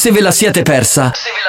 Se ve la siete persa,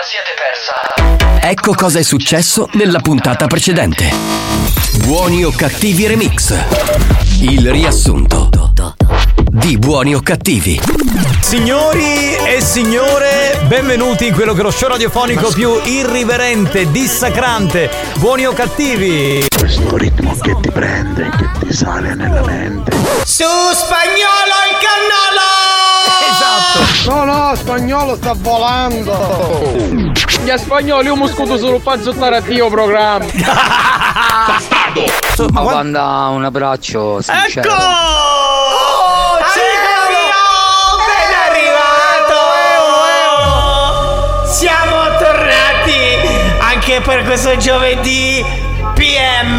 ecco cosa è successo nella puntata precedente. Buoni o cattivi remix. Il riassunto di Buoni o cattivi. Signori e signore, benvenuti in quello che è lo show radiofonico più irriverente, dissacrante. Buoni o cattivi. Questo ritmo che ti prende, che ti sale nella mente. Su Spagnolo il cannolo! Esatto. No, Spagnolo sta volando. Gli spagnoli un musculo solo pazzottare a Dio programma. Bastardo! Ma quando un abbraccio sincero. Ecco! Siamo tornati anche per questo giovedì PM.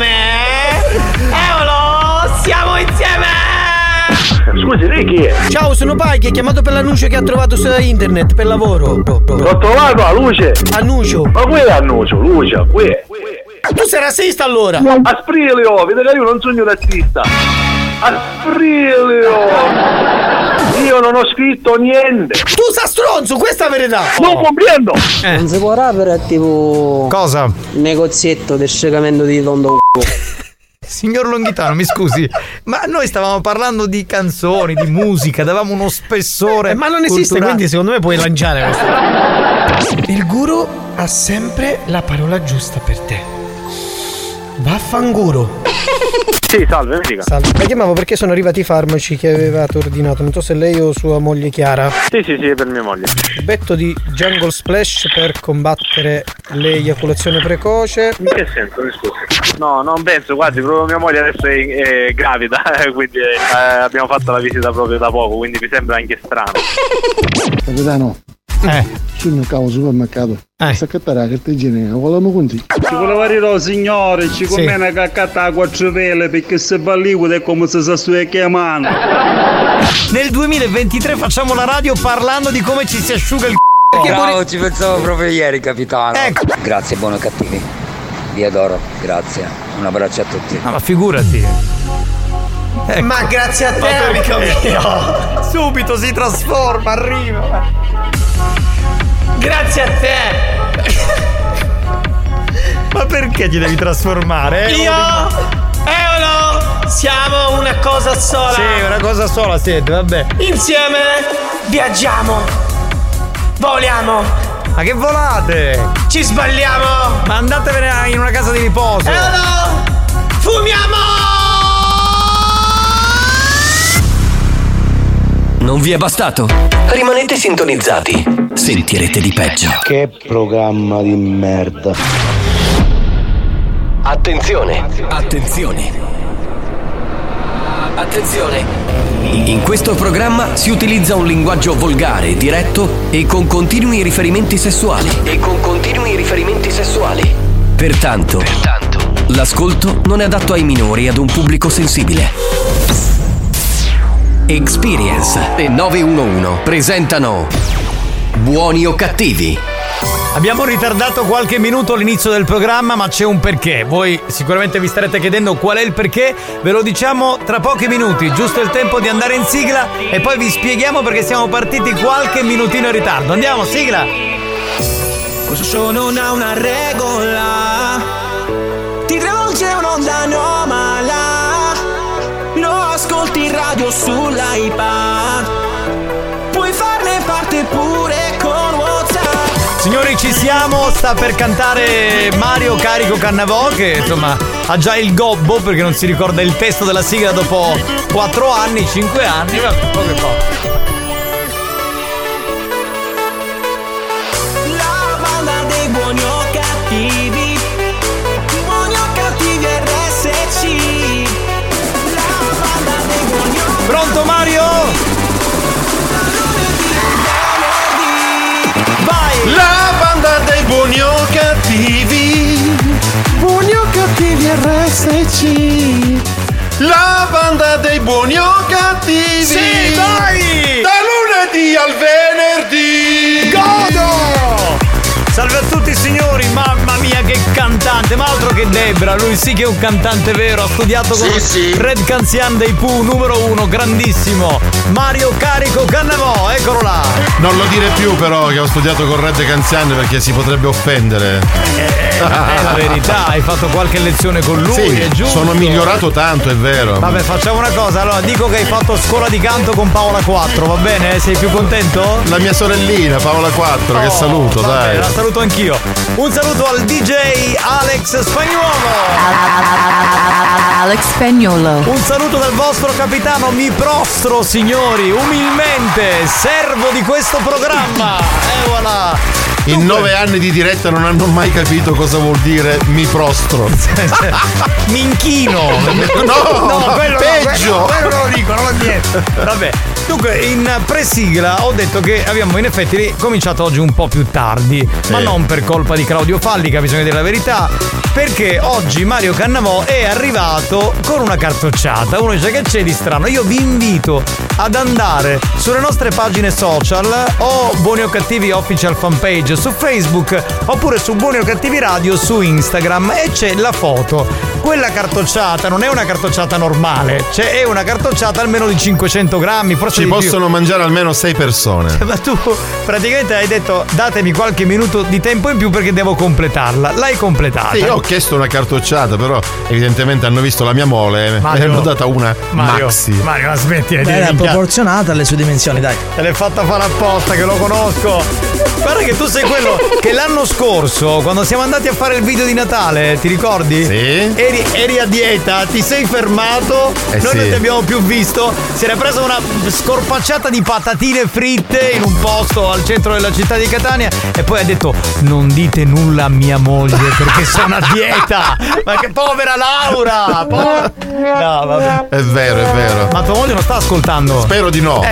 Eolo, siamo insieme. Scusi, lei chi è? Ciao, sono Paghi, ho chiamato per l'annuncio che ha trovato su internet per lavoro. L'ho trovato a luce. Annuncio. Ma qui è annuncio, luce, qui. Tu sei razzista allora? Asprilio, vede che io non sono razzista. Asprilio. Io non ho scritto niente. Tu sei stronzo, questa è la verità. Non comprendo. Non si può rapere tipo Cosa? negozietto del scegamento di tondo. Signor Longhitano, mi scusi, ma noi stavamo parlando di canzoni, di musica, davamo uno spessore. Ma non esiste, culturale. quindi secondo me puoi lanciare questo. Il guru ha sempre la parola giusta per te. Vaffanculo. Sì, salve, mi dica. Salve. La chiamavo perché sono arrivati i farmaci che avevate ordinato. Non so se lei o sua moglie Chiara. Sì, per mia moglie. Betto di Jungle Splash per combattere l'eiaculazione precoce. In che senso, mi scusi? No, non penso, guardi, proprio mia moglie adesso è gravida, quindi abbiamo fatto la visita proprio da poco, quindi mi sembra anche strano. Capitano, sul mio cavo supermercato, saccattare la carta igienica, volevamo conti. Ci voleva dire signore, ci conviene che accatta a 4 vele perché se ballico è come se si stia chiamando. Nel 2023 facciamo la radio parlando di come ci si asciuga il c***o. Bravo, ci pensavo proprio ieri, capitano. Ecco. Grazie, buoni o cattivi. Vi adoro, grazie. Un abbraccio a tutti. Ma figurati. Ecco. Ma grazie a te, amico mio. Subito si trasforma, arriva. Grazie a te. Ma perché ti devi trasformare? Io Eolo siamo una cosa sola. Sì, una cosa sola siete, vabbè. Insieme viaggiamo, voliamo. Ma che volate? Ci sbagliamo. Ma andatevene in una casa di riposo. Eolo, fumiamo. Non vi è bastato? Rimanete sintonizzati. Sentirete di peggio. Che programma di merda. Attenzione. In questo programma si utilizza un linguaggio volgare, diretto e con continui riferimenti sessuali. Pertanto, l'ascolto non è adatto ai minori e ad un pubblico sensibile. Experience e 911 presentano Buoni o cattivi. Abbiamo ritardato qualche minuto all'inizio del programma, ma c'è un perché. Voi sicuramente vi starete chiedendo qual è il perché. Ve lo diciamo tra pochi minuti, giusto il tempo di andare in sigla e poi vi spieghiamo perché siamo partiti qualche minutino in ritardo. Andiamo, sigla! Questo show non ha una regola, ti travolge un'onda anomala. Lo ascolti in radio sull'iPad, puoi farne parte pure con WhatsApp. Signori, ci siamo, sta per cantare Mario Carico Cannavò, che insomma ha già il gobbo perché non si ricorda il testo della sigla dopo 4 anni, 5 anni, ma poco e poco. La banda dei buoni o cattivi, buoni o cattivi RSC. La banda dei buoni o... Pronto Mario? Vai! La banda dei buoni o cattivi, Buoni o cattivi RSC. la banda dei buoni o cattivi. Sì, dai! Da lunedì al venerdì. Godo! Salve a tutti signori, mamma mia che cantante, ma altro che Debra, lui sì che è un cantante vero, ha studiato con Red Canzian dei Pooh, numero 1, grandissimo. Mario Carico Cannavò, eccolo là. Non lo dire più però che ho studiato con Red Canzian perché si potrebbe offendere. È la verità, hai fatto qualche lezione con lui, sì, è giusto. Sono migliorato tanto, è vero. Vabbè, facciamo una cosa, allora dico che hai fatto scuola di canto con Paola 4, va bene? Sei più contento? La mia sorellina Paola 4, che saluto, dai. Bene, la saluto anch'io. Un saluto al DJ Alex Spagnuolo. Alex Spagnuolo. Un saluto dal vostro capitano, mi prostro signori, umilmente, servo di questo programma. E voilà. In 9 anni di diretta non hanno mai capito cosa vuol dire mi prostro. Mi inchino. No, quello peggio. Quello non lo dico, non lo niente. Vabbè. Dunque, in pre-sigla ho detto che abbiamo in effetti cominciato oggi un po' più tardi, ma non per colpa di Claudio Fallica, bisogna dire la verità, perché oggi Mario Cannavò è arrivato con una cartocciata. Uno dice: che c'è di strano? Io vi invito ad andare sulle nostre pagine social o Buoni o Cattivi Official Fanpage su Facebook oppure su Buoni o Cattivi Radio su Instagram e c'è la foto. Quella cartocciata non è una cartocciata normale, cioè è una cartocciata almeno di 500 grammi, forse ci di possono più. Mangiare almeno 6 persone. Ma tu praticamente hai detto datemi qualche minuto di tempo in più perché devo completarla. L'hai completata. Sì, io ho chiesto una cartocciata, però evidentemente hanno visto la mia mole e ne hanno data una maxi. Mario, smetti di dire. Era proporzionata alle sue dimensioni, dai. Te l'hai fatta fare apposta, che lo conosco. Guarda che tu sei quello che l'anno scorso, quando siamo andati a fare il video di Natale, ti ricordi? Sì. Eri a dieta, ti sei fermato, noi non ti abbiamo più visto, si era preso una scorpacciata di patatine fritte in un posto al centro della città di Catania e poi ha detto: non dite nulla a mia moglie perché sono a dieta. Ma che povera Laura! No, vabbè. È vero. Ma tua moglie non sta ascoltando? Spero di no.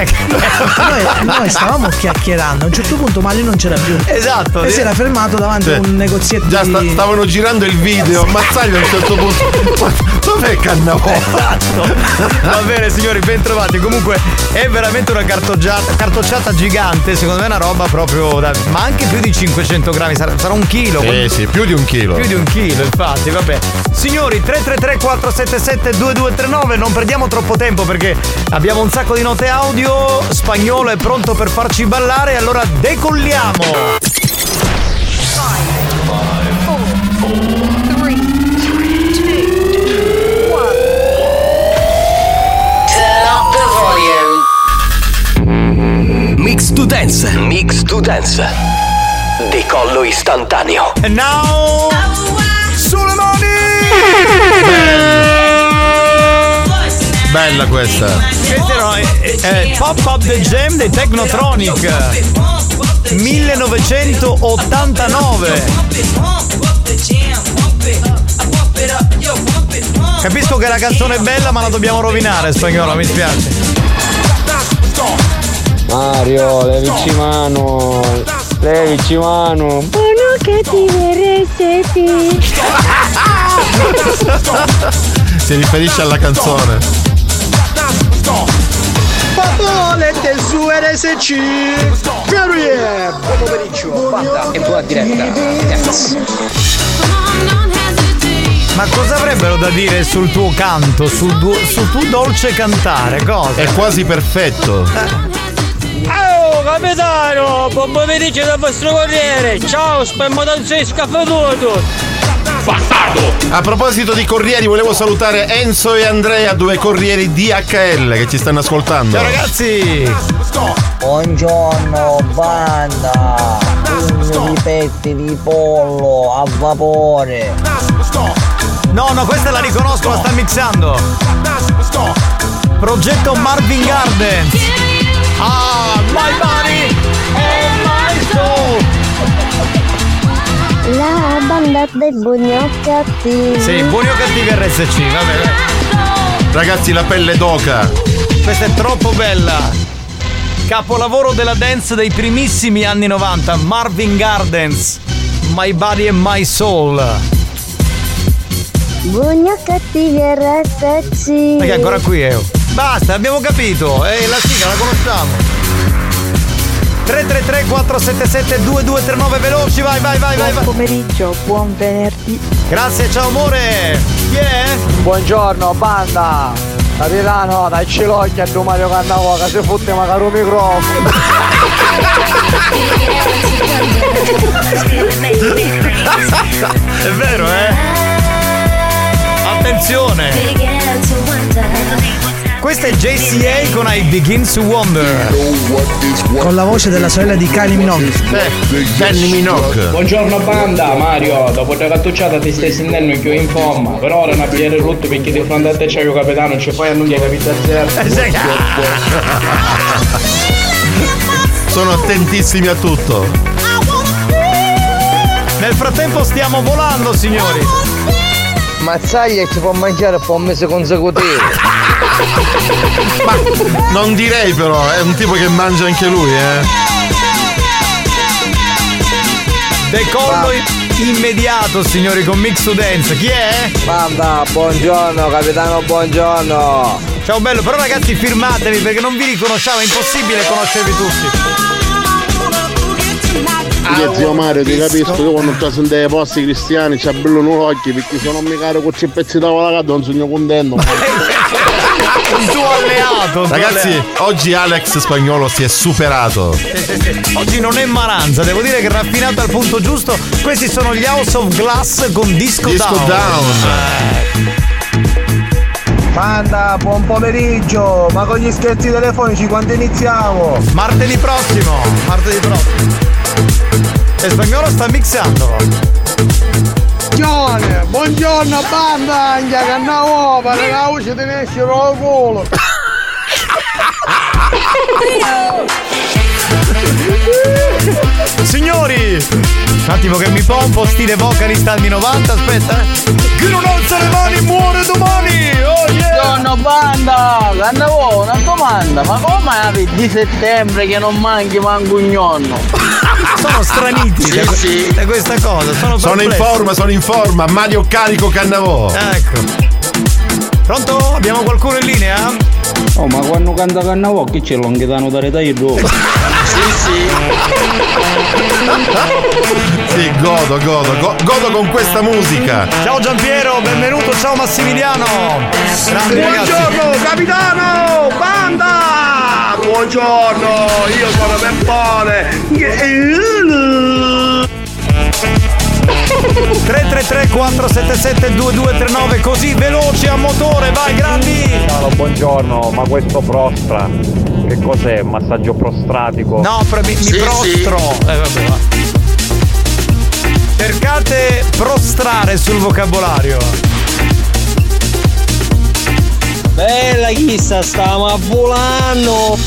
Noi stavamo chiacchierando, a un certo punto Mario non c'era più. Esatto. E si era fermato davanti a un negozietto. Già stavano girando il video, ammazzagli a un certo punto. Dov'è Cannavò? Esatto. Va bene signori, ben trovati. Comunque è veramente una cartocciata gigante. Secondo me è una roba proprio ma anche più di 500 grammi. Sarà un chilo. Sì, più di un chilo. Più di un chilo, infatti, vabbè. Signori, 333-477-2239. Non perdiamo troppo tempo perché abbiamo un sacco di note audio. Spagnuolo è pronto per farci ballare. Allora decolliamo. 5, 4, 3, 2, 1. Turn up the volume. Mix to dance. Decollo istantaneo. And now sulle mani. Bella questa. Questo è Pop Up the Jam dei Technotronic 1989. Capisco che la canzone è bella ma la dobbiamo rovinare, Spagnolo, mi spiace. Mario, levici mano. Buono cattivo RSC. Si riferisce alla canzone. Papolette su RSC. Buon pomeriggio, banda e buona diretta. Ma cosa avrebbero da dire sul tuo canto, sul tuo dolce cantare? Cosa? È quasi perfetto. Oh capitano, buon pomeriggio dal vostro corriere. Ciao, spemmo dal scaffato. Bastardo! A proposito di corrieri, volevo salutare Enzo e Andrea, 2 corrieri DHL che ci stanno ascoltando. Ciao ragazzi! Buongiorno banda, pugno di petti di pollo a vapore. No, questa la riconosco, la sta mixando. Progetto Marvin Gardens. My body and my soul. La banda dei buoni o cattivi. Sì, buoni o cattivi RSC, vabbè. Ragazzi, la pelle d'oca. Questa è troppo bella. Capolavoro della dance dei primissimi anni 90, Marvin Gardens, My Body and My Soul. Buoni o cattivi RSC. Perché ancora qui Basta, abbiamo capito. La sigla la conosciamo. 333-477-2239, veloci, vai. Buon pomeriggio, buon venerdì. Grazie, ciao amore. Chi è? Buongiorno banda. Capitano, dacci l'occhio a Mario Cannavò che si fotte magari un microfono. È vero, attenzione. Questa è JCA con I Begin to Wonder. Con la voce della sorella di Kylie Minogue. Kylie Minogue. Buongiorno banda, Mario. Dopo una cattucciata ti stai sentendo più in forma. Però ora una pigliare tutto perché di fronte a te c'è il capitano, non ci fai a nulla capito a zero. Sono attentissimi a tutto. Nel frattempo stiamo volando, signori. Mazzaglia ci può mangiare per un mese consecutivo. Ma non direi però, è un tipo che mangia anche lui, Decollo immediato, signori, con Mix to Dance. Chi è? Banda, buongiorno, capitano, buongiorno. Ciao bello, però ragazzi firmatevi perché non vi riconosciamo, è impossibile conoscervi tutti. Zio Mario, ti capisco, io quando ti sento ai posti cristiani c'ha bello nei occhi perché se non mi caro con c'è pezzi da la non sogno contento. Un tuo alleato. Ragazzi, oggi Alex Spagnuolo si è superato. Sì. Oggi non è Maranza, devo dire che è raffinato al punto giusto. Questi sono gli House of Glass con Disco Down. Banda, buon pomeriggio, ma con gli scherzi telefonici quando iniziamo? Martedì prossimo. E Spagnolo sta mixando. Buongiorno banda, anche a Cannavò, per la voce te ne esce il culo. Signori, un attimo che mi pompo, stile vocalista anni 90, aspetta. Chi non alza le mani muore domani. Oh yeah. Buongiorno banda, Cannavò, una domanda, ma come di settembre che non manchi manco un nonno? Sono straniti da questa cosa, sono in forma, Mario carico Cannavò. Ecco. Pronto? Abbiamo qualcuno in linea? Oh, ma quando canta Cannavò che c'è l'onghitano da retaglio dopo? Sì, godo con questa musica. Ciao Giampiero, benvenuto, ciao Massimiliano. Grandi buongiorno ragazzi. capitano, banda! Buongiorno, io sono Peppone. 333 477 2239, così veloci a motore, vai grandi! Ciao, buongiorno, ma questo prostra, che cos'è? Massaggio prostratico? No, mi prostro. Vabbè, va. Cercate prostrare sul vocabolario. Bella chissà, stiamo volando.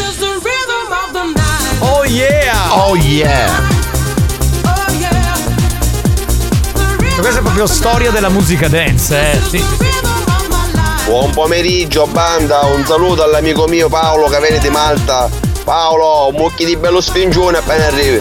Oh yeah. Questa è proprio storia della musica dance, sì. Buon pomeriggio banda, un saluto all'amico mio Paolo che viene di Malta. Paolo, un mucchio di bello sfingione appena arrivi.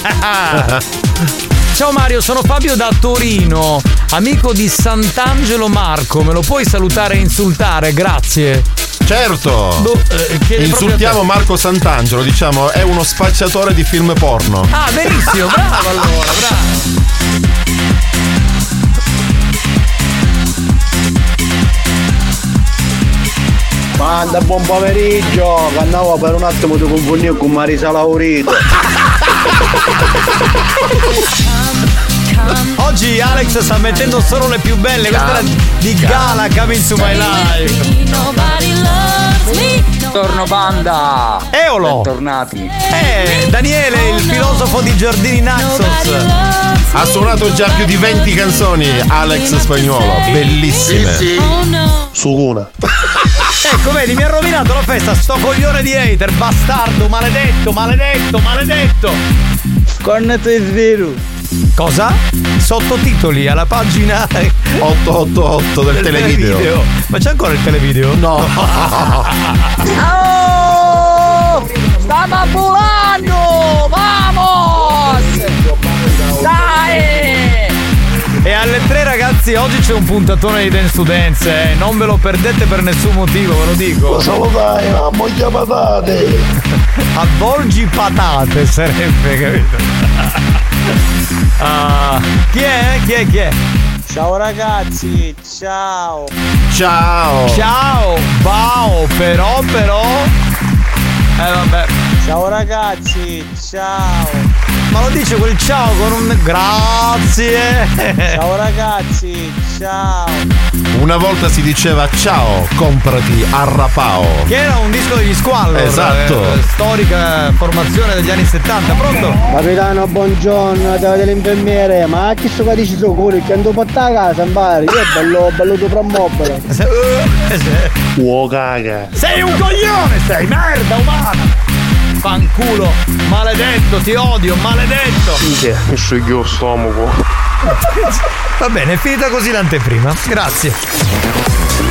Ciao Mario, sono Fabio da Torino, amico di Sant'Angelo Marco, me lo puoi salutare e insultare? Grazie. Certo. Insultiamo Marco Sant'Angelo, diciamo, è uno spacciatore di film porno. Ah, benissimo, bravo allora, bravo. Banda, buon pomeriggio, Cannavò per un attimo ti confondevo con Marisa Laurito. Oggi Alex sta mettendo solo le più belle, questa era di Gala, Coming to My Life. Buongiorno banda. Eolo. Bentornati. Daniele, il filosofo di Giardini Naxos. Ha suonato già più di 20 canzoni Alex Spagnuolo, bellissime. Sì. Suguna. Ecco, vedi, mi ha rovinato la festa, sto coglione di hater, bastardo, maledetto. Cornetto è vero. Cosa? Sottotitoli alla pagina 888 del televideo. Ma c'è ancora il televideo? No. Oh! Stiamo volando! Vamos! Dai! E alle 3 ragazzi, oggi c'è un puntatone di Dance to Dance, non ve lo perdete per nessun motivo, ve lo dico. Salutai, avvolgi patate. Avvolgi patate sarebbe, capito? Chi è? Ciao ragazzi, ciao. Ciao. Ciao, bao, però. Vabbè. Ciao ragazzi, ciao. Ma lo dice quel ciao con un grazie. Ciao ragazzi, ciao. Una volta si diceva ciao, comprati Arrapao. Che era un disco degli Squallor. Esatto. Storica formazione degli anni 70, pronto? Capitano, buongiorno, delle infermiere, ma chi so che dici tu culo, che andò a casa, impari, io è bello soprammobile. Uo caga. Sei un coglione, sei merda umana. Fanculo, maledetto, ti odio, maledetto. Mi sciogli lo stomaco. Va bene, è finita così l'anteprima. Grazie.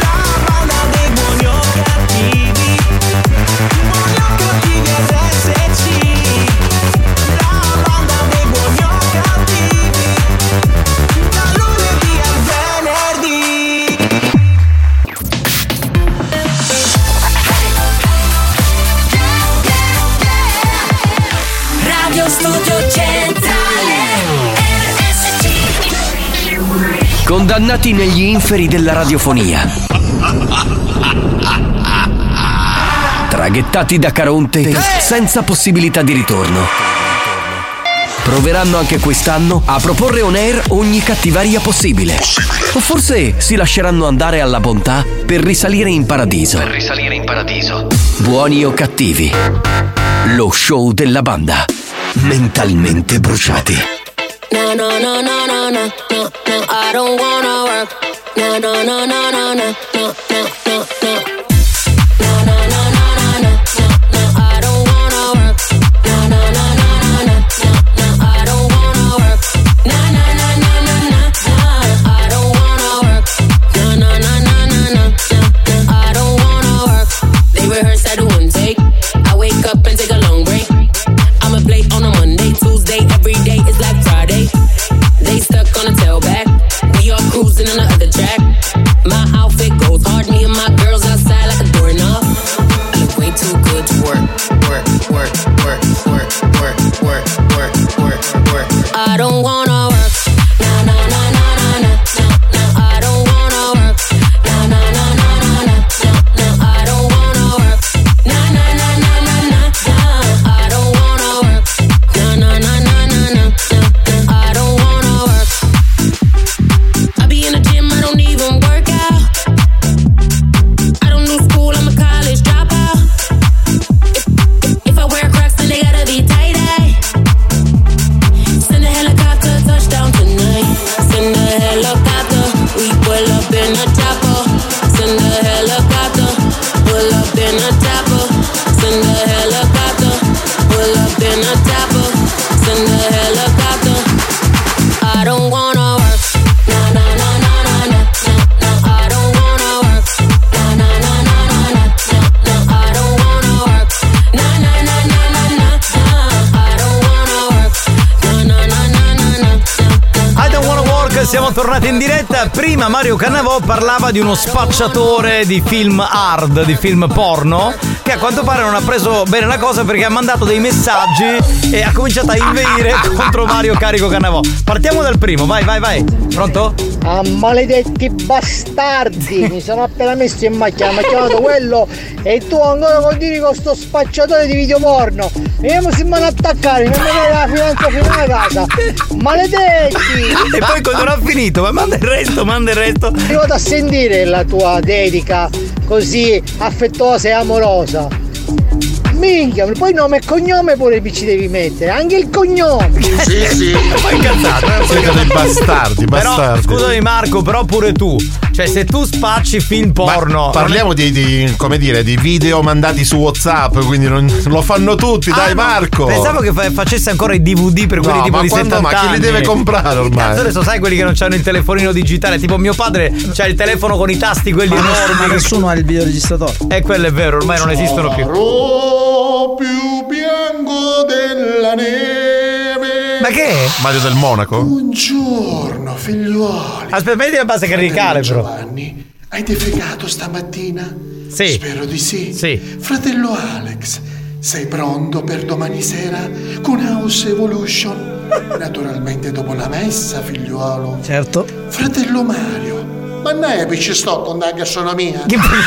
Studio centrale RSC. Condannati negli inferi della radiofonia, traghettati da Caronte senza possibilità di ritorno, proveranno anche quest'anno a proporre on air ogni cattiveria possibile. O forse si lasceranno andare alla bontà per risalire in paradiso. Buoni o cattivi, lo show della banda. Mentalmente bruciati. No, no, no, no, no, no, no, no, I don't wanna work. No, no, no, no, no, no, no, no, no, no. I don't wanna work. No, no, no, no, no, no, no, I don't wanna work. No, no, no, no, no, no, no, I don't wanna work. No, no, no, no, no, no, no, I don't wanna work. No, no, no, no, no, no, no, I don't wanna work. I be in the gym, I don't even work out. I don't do school, I'm a college dropout. If I wear Crocs, then they gotta be tight. Send a helicopter, touchdown tonight. Send a helicopter, we pull up in a chopper. Send a helicopter, pull up in a chopper. Send a helicopter, pull up in a chopper. Send a helicopter. I don't wanna work. No, no, no, no, no, no, no, I don't wanna work. No, no, no, no, no, no, no, I don't wanna work. No, no, no, no, no, no, I don't wanna work. No, no, no, no, no, no, I don't wanna work, siamo tornati in diretta. Prima Mario Cannavò parlava di uno spacciatore di film hard, di film porno, che a quanto pare non ha preso bene la cosa perché ha mandato dei messaggi e ha cominciato a inveire contro Mario Carico Cannavò. Partiamo dal primo, vai. Pronto? Ah, maledetti bastardi, mi sono appena messo in macchina, mi ha chiamato quello e tu ancora continui con sto spacciatore di video porno. Vediamo se mi vanno a attaccare, non mi dai la finanza fino a casa. Maledetti! E poi quando non ha finito, ma manda il resto. Ti vado a sentire la tua dedica così affettuosa e amorosa. Minchia, poi nome e cognome pure ci devi mettere, anche il cognome. Sì. Ma incazzato, siete dei bastardi. Però, scusami Marco, però pure tu. Cioè, se tu spacci film porno. Parliamo di come dire, di video mandati su WhatsApp, quindi non lo fanno tutti, dai Marco. Pensavo che facesse ancora i DVD per quelli tipo di 70 anni. Ma chi li deve comprare ormai? Cazzo, adesso sai quelli che non hanno il telefonino digitale, tipo mio padre c'ha il telefono con i tasti quelli enormi. Ma nessuno ha il videoregistratore. Quello è vero, ormai non esistono più. Più bianco della neve. Ma che è? Mario del Monaco? Buongiorno figliuoli. Aspetta, vedi la base caricale però. Giovanni, hai defecato stamattina? Sì. Spero di sì. Sì. Fratello Alex, Sei pronto per domani sera con House Evolution? Naturalmente dopo la messa, figliuolo. Certo. Fratello Mario, ma ne ci sto con la gastronomia?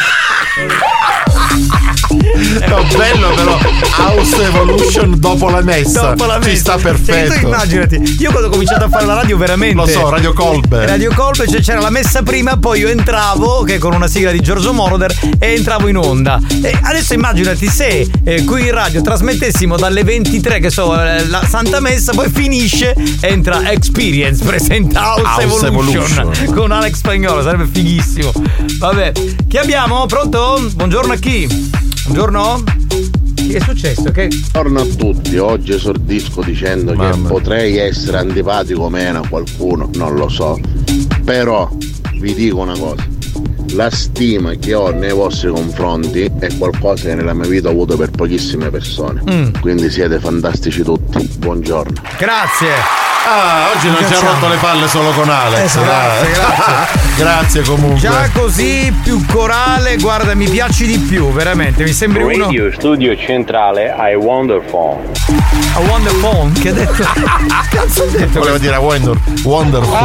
No, bello però House Evolution dopo la messa. Dopo la messa. Ci sta perfetto. Cioè, tu immaginati, io quando ho cominciato a fare la radio veramente. Lo so, Radio Colbe. Cioè c'era la messa prima, poi io entravo che con una sigla di Giorgio Moroder e entravo in onda. E adesso immaginati se qui in radio trasmettessimo dalle 23, che so, la Santa Messa, poi finisce, entra Experience, presenta House Evolution con Alex Spagnolo, sarebbe fighissimo. Vabbè, chi abbiamo? Pronto? Buongiorno a chi? Buongiorno? Che è successo? Che... Buongiorno a tutti, oggi esordisco dicendo che potrei essere antipatico meno a qualcuno, non lo so. Però vi dico una cosa, la stima che ho nei vostri confronti è qualcosa che nella mia vita ho avuto per pochissime persone. Quindi siete fantastici tutti, buongiorno. Grazie. Oggi non ci ha rotto le palle solo con Alex. Grazie. Grazie comunque. Già così più corale, guarda, mi piaci di più, veramente. Mi sembri uno. Radio Studio Centrale I Wonderphone. A Wonderphone? Che ha detto? Cazzo ha detto? Voleva dire a Wonderphone.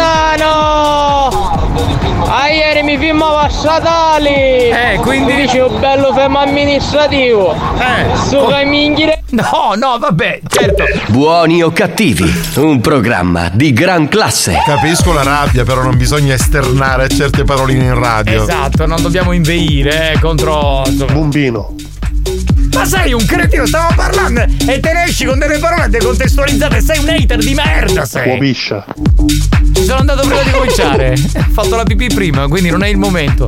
Capitano! Ieri mi filmava statali! Quindi dicevo bello fermo amministrativo! Su che minchire! No, vabbè, certo. Buoni o cattivi, un programma di gran classe. Capisco la rabbia, però non bisogna esternare certe paroline in radio. Esatto, non dobbiamo inveire contro. Bumbino. Ma sei un cretino, stavo parlando e te ne esci con delle parole decontestualizzate, sei un hater di merda, sei. Cuopiscia. Ci sono andato prima di cominciare. Ho fatto la pipì prima, quindi non è il momento.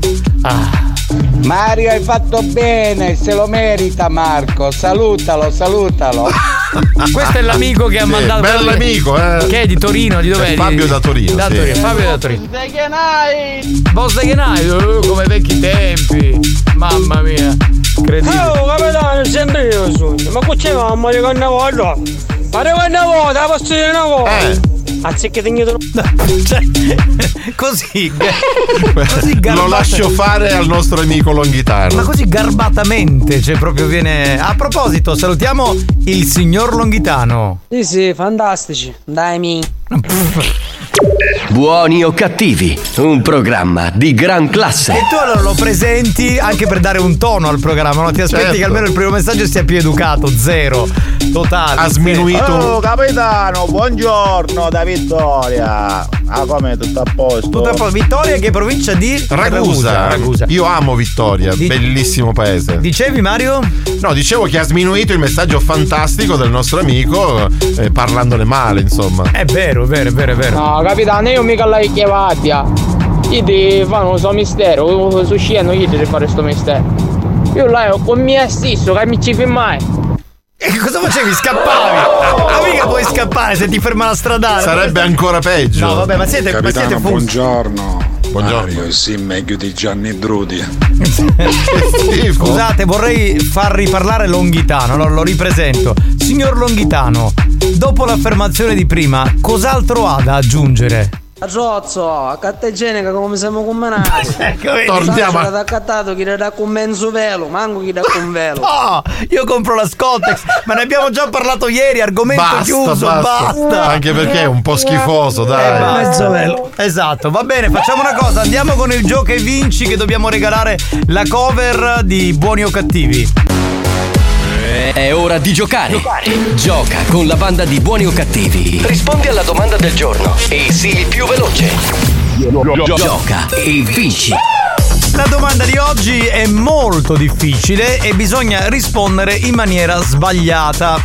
Mario, hai fatto bene, se lo merita Marco, salutalo. Questo è l'amico che ha mandato. Bell'amico, Che è di Torino, di dov'è? Fabio da Torino. Fabio da Torino. Boss de Genai, come vecchi tempi. Mamma mia. Incredibile. Capitano, sempre io sogno. Ma qui c'è mamma di una volta. Ma di una volta, posso dire una cosa? Anziché tegnato. Cioè, così lo lascio fare al nostro amico Longhitano. Ma così garbatamente, cioè proprio viene. A proposito, salutiamo il signor Longhitano. Sì, fantastici. Dai, Buoni o cattivi, un programma di gran classe. E tu allora lo presenti anche per dare un tono al programma, no? Ti aspetti che almeno il primo messaggio sia più educato, zero, totale. Ha sminuito. Oh capitano, buongiorno da Vittoria. Come tutto a posto? Tutto a posto. Vittoria, che provincia di? Ragusa. Io amo Vittoria, bellissimo paese. Dicevi Mario? No, dicevo che ha sminuito il messaggio fantastico del nostro amico parlandone male, insomma. È vero. No, capitano, io mica la chiavadia. Io ti fanno questo mistero, su scena io devo fare questo mistero. Io là con me stesso, che mi ci filmai. E cosa facevi? Scappavi? Ma mica puoi scappare se ti ferma la stradale. Sarebbe ancora peggio. No, vabbè, ma siete buongiorno. Mario, sì, meglio di Gianni Drudi. Scusate, vorrei far riparlare Longhitano, allora lo ripresento. Signor Longhitano, dopo l'affermazione di prima, cos'altro ha da aggiungere? Azzozzo, a carta igienica come siamo combinati. Torniamo a accattato chi dà con mezzo velo, manco chi dà con velo. No, io compro la Scottex, ma ne abbiamo già parlato ieri, argomento chiuso, basta. Anche perché è un po' schifoso, dai. Mezzo velo. Esatto, va bene, facciamo una cosa, andiamo con il gioco e vinci che dobbiamo regalare la cover di Buoni o Cattivi. È ora di giocare. Gioca con la banda di Buoni o Cattivi. Rispondi alla domanda del giorno e sii il più veloce. Gioca e vinci. La domanda di oggi è molto difficile e bisogna rispondere in maniera sbagliata.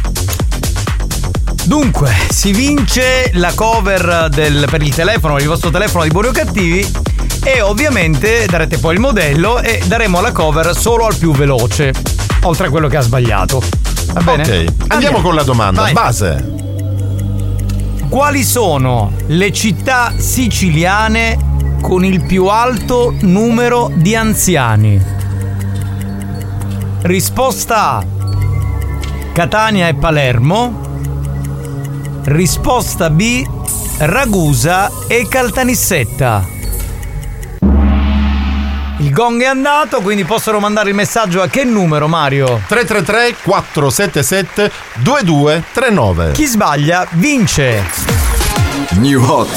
Dunque, si vince la cover per il telefono, il vostro telefono di Buoni o Cattivi, e ovviamente darete poi il modello e daremo la cover solo al più veloce, oltre a quello che ha sbagliato. Va bene? Ok, andiamo con la domanda. Vai. Base. Quali sono le città siciliane con il più alto numero di anziani? Risposta A: Catania e Palermo. Risposta B: Ragusa e Caltanissetta. Il Il gong è andato, quindi possono mandare il messaggio a che numero, Mario? 333-477-2239. Chi sbaglia vince. New Hot.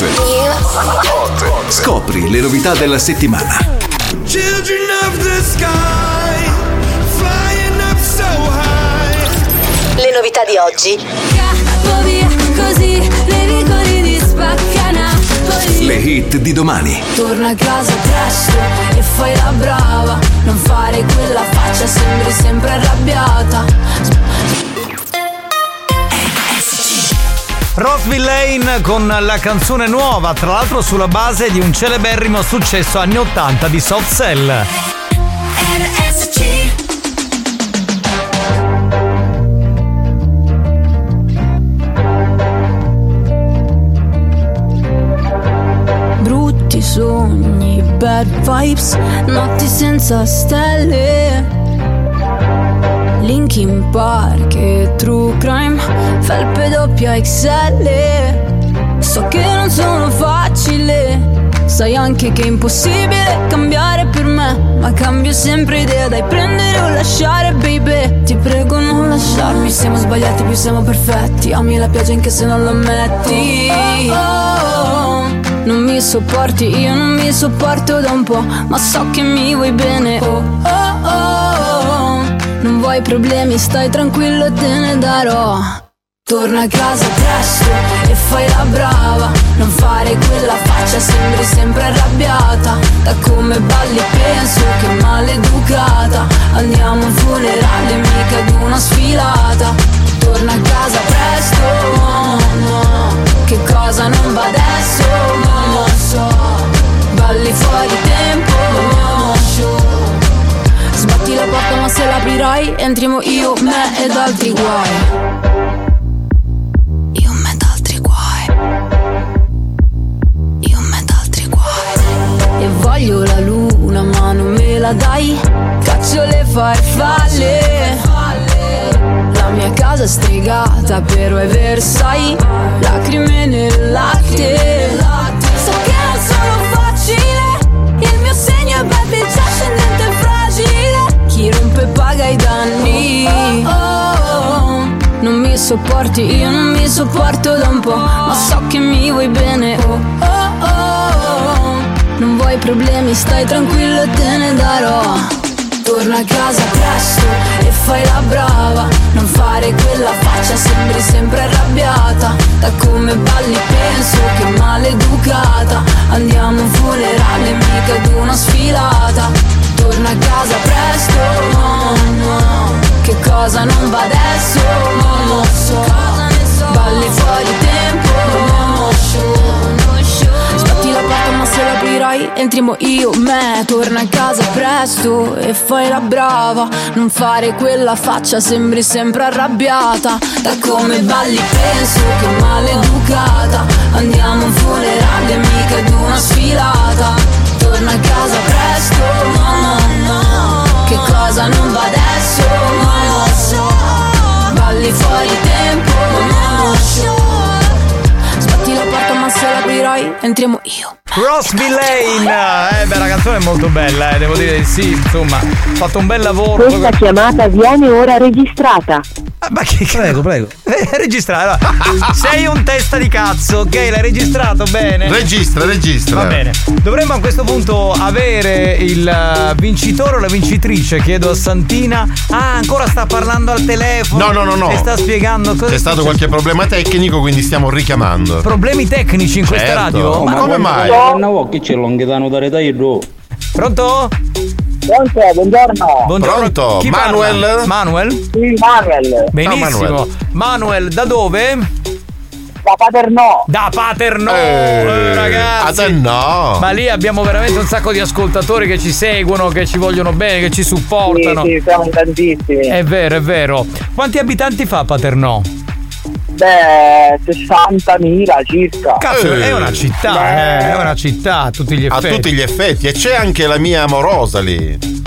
Scopri le novità della settimana. Children of the sky, flying up so high. Le novità di oggi. Via così, le vicoli di Spaccanapoli. Le hit di domani. Torna a casa presto e fai la brava. Non fare quella faccia, sembri sempre arrabbiata. Roseville Lane con la canzone nuova, tra l'altro sulla base di un celeberrimo successo anni 80 di Soft Cell. Brutti sogni, bad vibes, notti senza stelle. Linkin Park e True Crime, felpe doppia XL. So che non sono facile, sai anche che è impossibile cambiare per me, ma cambio sempre idea, dai prendere o lasciare baby. Ti prego non lasciarmi, siamo sbagliati più siamo perfetti. Ami la pioggia anche se non lo ammetti. Non mi sopporti, io non mi sopporto da un po', ma so che mi vuoi bene. Non vuoi problemi, stai tranquillo, te ne darò. Torna a casa presto e fai la brava. Non fare quella faccia, sembri sempre arrabbiata. Da come balli penso che maleducata. Andiamo a un funerale, mica ad una sfilata. Torna a casa presto, che cosa non va adesso, non lo so. Balli fuori tempo, sbatti la porta ma se l'aprirai entriamo io, me ed altri guai. Io, me ed altri guai. Io, me ed altri guai. E voglio la luna ma non me la dai. Caccio le farfalle. La mia casa è stregata però è Versailles. Lacrime nel latte. So che non sono facile. Il mio segno è baby già scendente e fragile. Chi rompe paga i danni. Non mi sopporti, io non mi sopporto da un po', ma so che mi vuoi bene. Non vuoi problemi, stai tranquillo, te ne darò. Torna a casa presto e fai la brava. Non fare quella faccia, sembri sempre arrabbiata. Da come balli penso che maleducata. Andiamo a un funerale, mica ad una sfilata. Torna a casa presto, che cosa non va adesso, non lo so. Balli fuori tempo, sbatti la porta ma se l'aprirai entriamo io, me. Torna a casa presto e fai la brava. Non fare quella faccia, sembri sempre arrabbiata. Da come balli penso che maleducata. Andiamo a un funerale, mica ad una sfilata. Torna a casa presto, che cosa non va adesso, non lo so. Balli fuori tempo, sbatti la porta ma se l'aprirai entriamo io. Roseville Lane, la canzone è molto bella, devo dire di sì, insomma, ha fatto un bel lavoro. Questa chiamata viene ora registrata. Ma che prego. Registrata. Sei un testa di cazzo, ok? L'hai registrato bene? Registra. Va bene. Dovremmo a questo punto avere il vincitore o la vincitrice. Chiedo a Santina. Ah, ancora sta parlando al telefono. No. E sta spiegando cosa c'è stato qualche problema tecnico, quindi stiamo richiamando. Problemi tecnici in questa radio? Ma come mai? Che c'è l'onghetano da Pronto? Buongiorno. Pronto? Chi Manuel? parla? Manuel? Sì, Manuel. Benissimo. Manuel, da dove? Da Paternò. Da Paternò, ragazzi. Paternò. Ma lì abbiamo veramente un sacco di ascoltatori che ci seguono, che ci vogliono bene, che ci supportano. Sì, siamo tantissimi. È vero. Quanti abitanti fa Paternò? Beh, 60.000 circa. Cazzo, è una città, è una città a tutti gli effetti. A tutti gli effetti. E c'è anche la mia amorosa lì.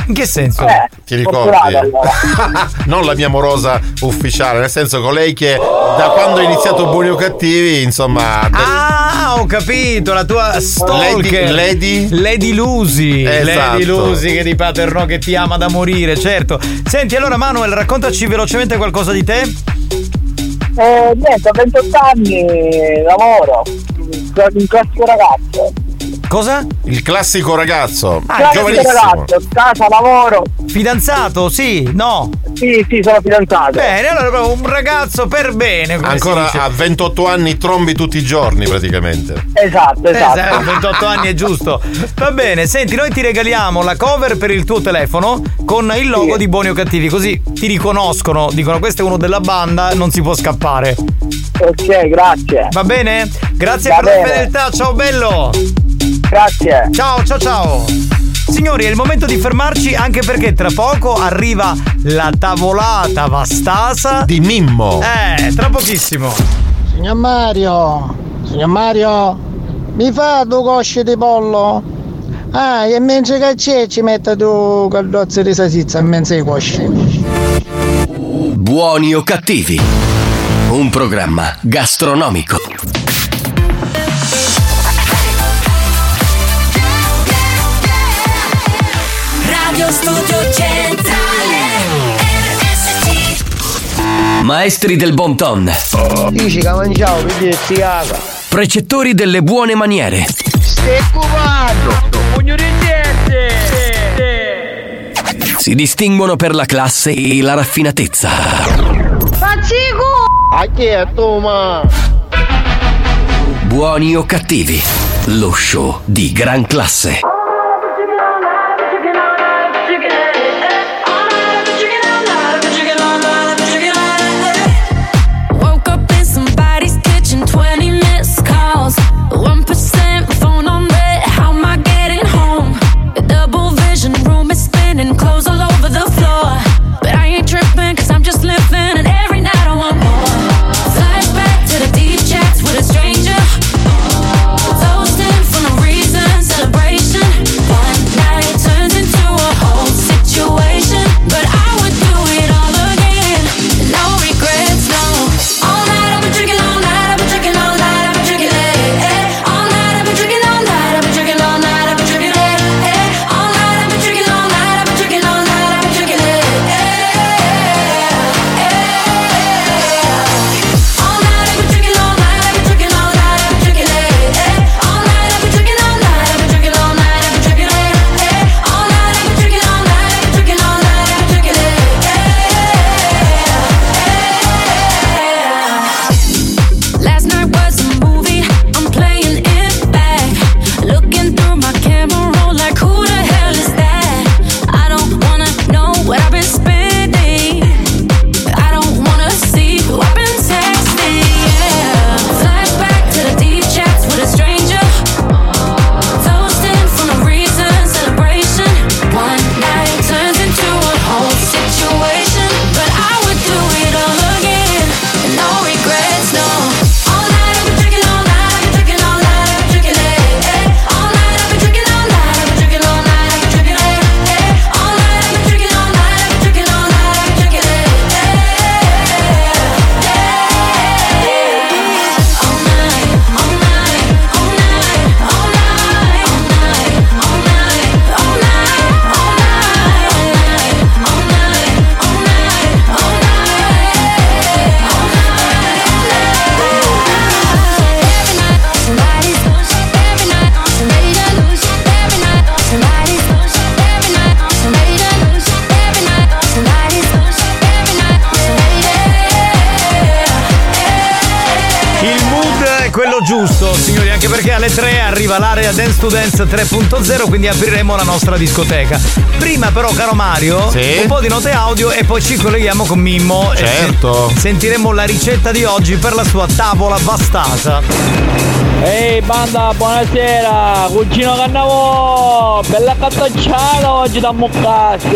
In che senso? Ti ricordi? Non la mia morosa ufficiale, nel senso colei che da quando è iniziato Buoni o Cattivi, insomma. Ho capito, la tua stalker. Lady Lucy. Esatto. Lady Lucy che di Paternò che ti ama da morire, certo. Senti, allora Manuel, raccontaci velocemente qualcosa di te. Niente, ho 28 anni, lavoro, un classico ragazzo. Cosa? Il classico ragazzo. Classico ragazzo, casa, lavoro. Fidanzato? Sì? No? Sì, sono fidanzato. Bene, allora proprio un ragazzo per bene. Ancora a 28 anni trombi tutti i giorni praticamente. Esatto. 28 anni è giusto. Va bene, senti, noi ti regaliamo la cover per il tuo telefono con il logo di Buoni o Cattivi, così ti riconoscono, dicono questo è uno della banda, non si può scappare. Ok, grazie. Va bene? Grazie Va per la bene. fedeltà, ciao bello. Grazie. Ciao. Signori, è il momento di fermarci, anche perché tra poco arriva la tavolata vastasa di Mimmo. Tra pochissimo. Signor Mario, mi fa due cosce di pollo? E mentre che c'è ci mette due caldozze di salsiccia in mezzo ai cosci. Buoni o Cattivi, un programma gastronomico. Radio Studio Centrale RSC. Maestri del bon ton. Dici che mangiavo per dirti caga. Precettori delle buone maniere. Stai cubando. Pugno di gente. Si distinguono per la classe e la raffinatezza. Faccico. A chi è tu, ma? Buoni o Cattivi, lo show di gran classe. Woke up in somebody's kitchen, 20 missed calls, 1% phone on red. How am I getting home? The double vision room is spinning, clothes all over the floor. But I ain't tripping, cause I'm just living, and every night I want more. Flashback to the deep chats with a stranger. Toasting for no reason, celebration. One night turns into a whole situation, but I would do it all again. No regrets, no. All night I've been drinking, all night I've been drinking, all night I've been drinking it. All night I've been drinking, all night I've been drinking, all night I've been drinking it. All night I've been drinking, all night I've been drinking, all night I've been drinking it. All night I've been drinking, all night I've been drinking, all night I've been drinking it. All night I've been drinking, all night I've been drinking, all night I've been drinking it. All night I've been drinking, all night I've been drinking, all night I've been drinking it. Last night was a movie, I'm playing it back. Looking through my camera roll like who the hell is that? I don't wanna know what I've been spending. I don't wanna see who I've been texting. Yeah. Flashback to the deep chats with a stranger. Toasting for no reason, celebration. One night turns into a whole situation, but I would do it all again. No regrets, no. All night I've been drinking, all night I've been drinking, all night I've been drinking it. All night I've been drinking, all night I've been drinking, all night I've been drinking it. All night I've been drinking, all night I've been drinking, all night I've been drinking it. Il mood è quello giusto, signori, anche perché alle 3 arriva l'area Dance to Dance 3.0, quindi apriremo la nostra discoteca. Prima però, caro Mario, Sì? un po' di note audio e poi ci colleghiamo con Mimmo. Certo. E sentiremo la ricetta di oggi per la sua tavola vastasa. Ehi banda, buonasera, cugino Cannavo, bella cattacciata oggi da Moccassi.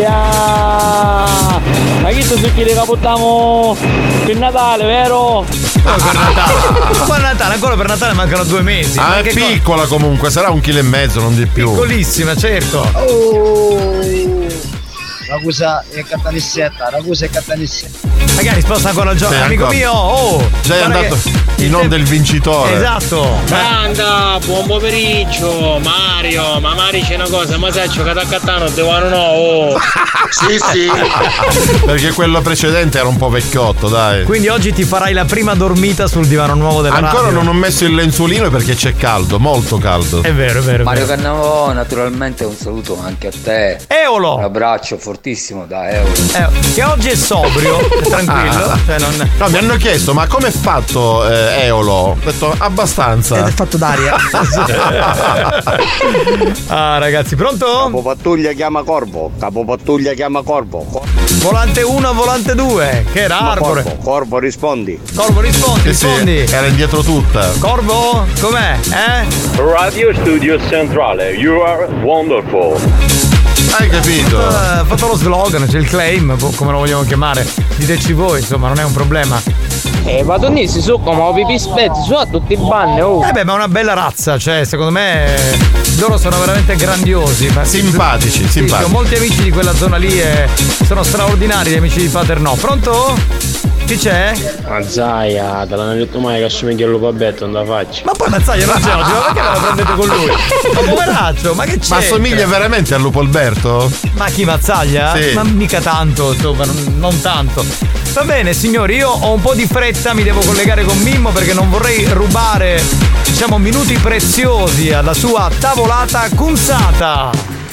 Ma chi tu su chi li caputtiamo per Natale, vero? Per Natale. Ma Natale, ancora per Natale mancano 2 mesi. Ah, Ma è che piccola comunque, sarà 1,5 kg, non di più. Piccolissima, certo. Ragusa e Cattanissetta, Ragusa e Cattanissetta. Magari sposta ancora il gioco, amico mio. Oh, già è andato in onda il vincitore. Esatto. Banda, buon pomeriggio, Mario. Ma Mario c'è una cosa, ma sai che da Cattano devono no. Oh. Sì. Perché quello precedente era un po' vecchiotto, dai. Quindi oggi ti farai la prima dormita sul divano nuovo della radio. Ancora non ho messo il lenzuolino perché c'è caldo, molto caldo. È vero. Mario Cannavò, naturalmente un saluto anche a te. Eolo! Un abbraccio fortissimo da Eolo. Che oggi è sobrio, è tranquillo. Cioè non... No, mi hanno chiesto, ma come è fatto Eolo? Ho detto abbastanza. Ed è fatto d'aria. Ah, ragazzi, pronto? Capopattuglia chiama Corvo. Capopattuglia chiama Corvo. Volante 1, volante 2. Che era Arbore. Corvo, rispondi. Corvo, rispondi. Sì, era indietro tutta. Corvo, com'è? Radio Studio Centrale, you are wonderful. Hai capito? Ha fatto lo slogan, c'è il claim, come lo vogliamo chiamare. Diteci voi, insomma, non è un problema. Padonnissi su come pipi spezzi, su a tutti i banni. Ma è una bella razza, cioè, secondo me loro sono veramente grandiosi. Simpatici. Ho molti amici di quella zona lì e sono straordinari gli amici di Paternò. Pronto? Chi c'è? Mazzaia, te l'hanno detto mai che assomiglia al babetto, non la faccio. Ma poi Mazzaia non c'è oggi, ma perché la prendete con lui? Ma poveraccio, ma che c'è? Ma assomiglia veramente a Lupo Alberto? Ma chi, Mazzaglia? Sì. Ma mica tanto, insomma, non tanto. Va bene, signori, io ho un po' di fretta, mi devo collegare con Mimmo perché non vorrei rubare, diciamo, minuti preziosi alla sua tavolata cunzata.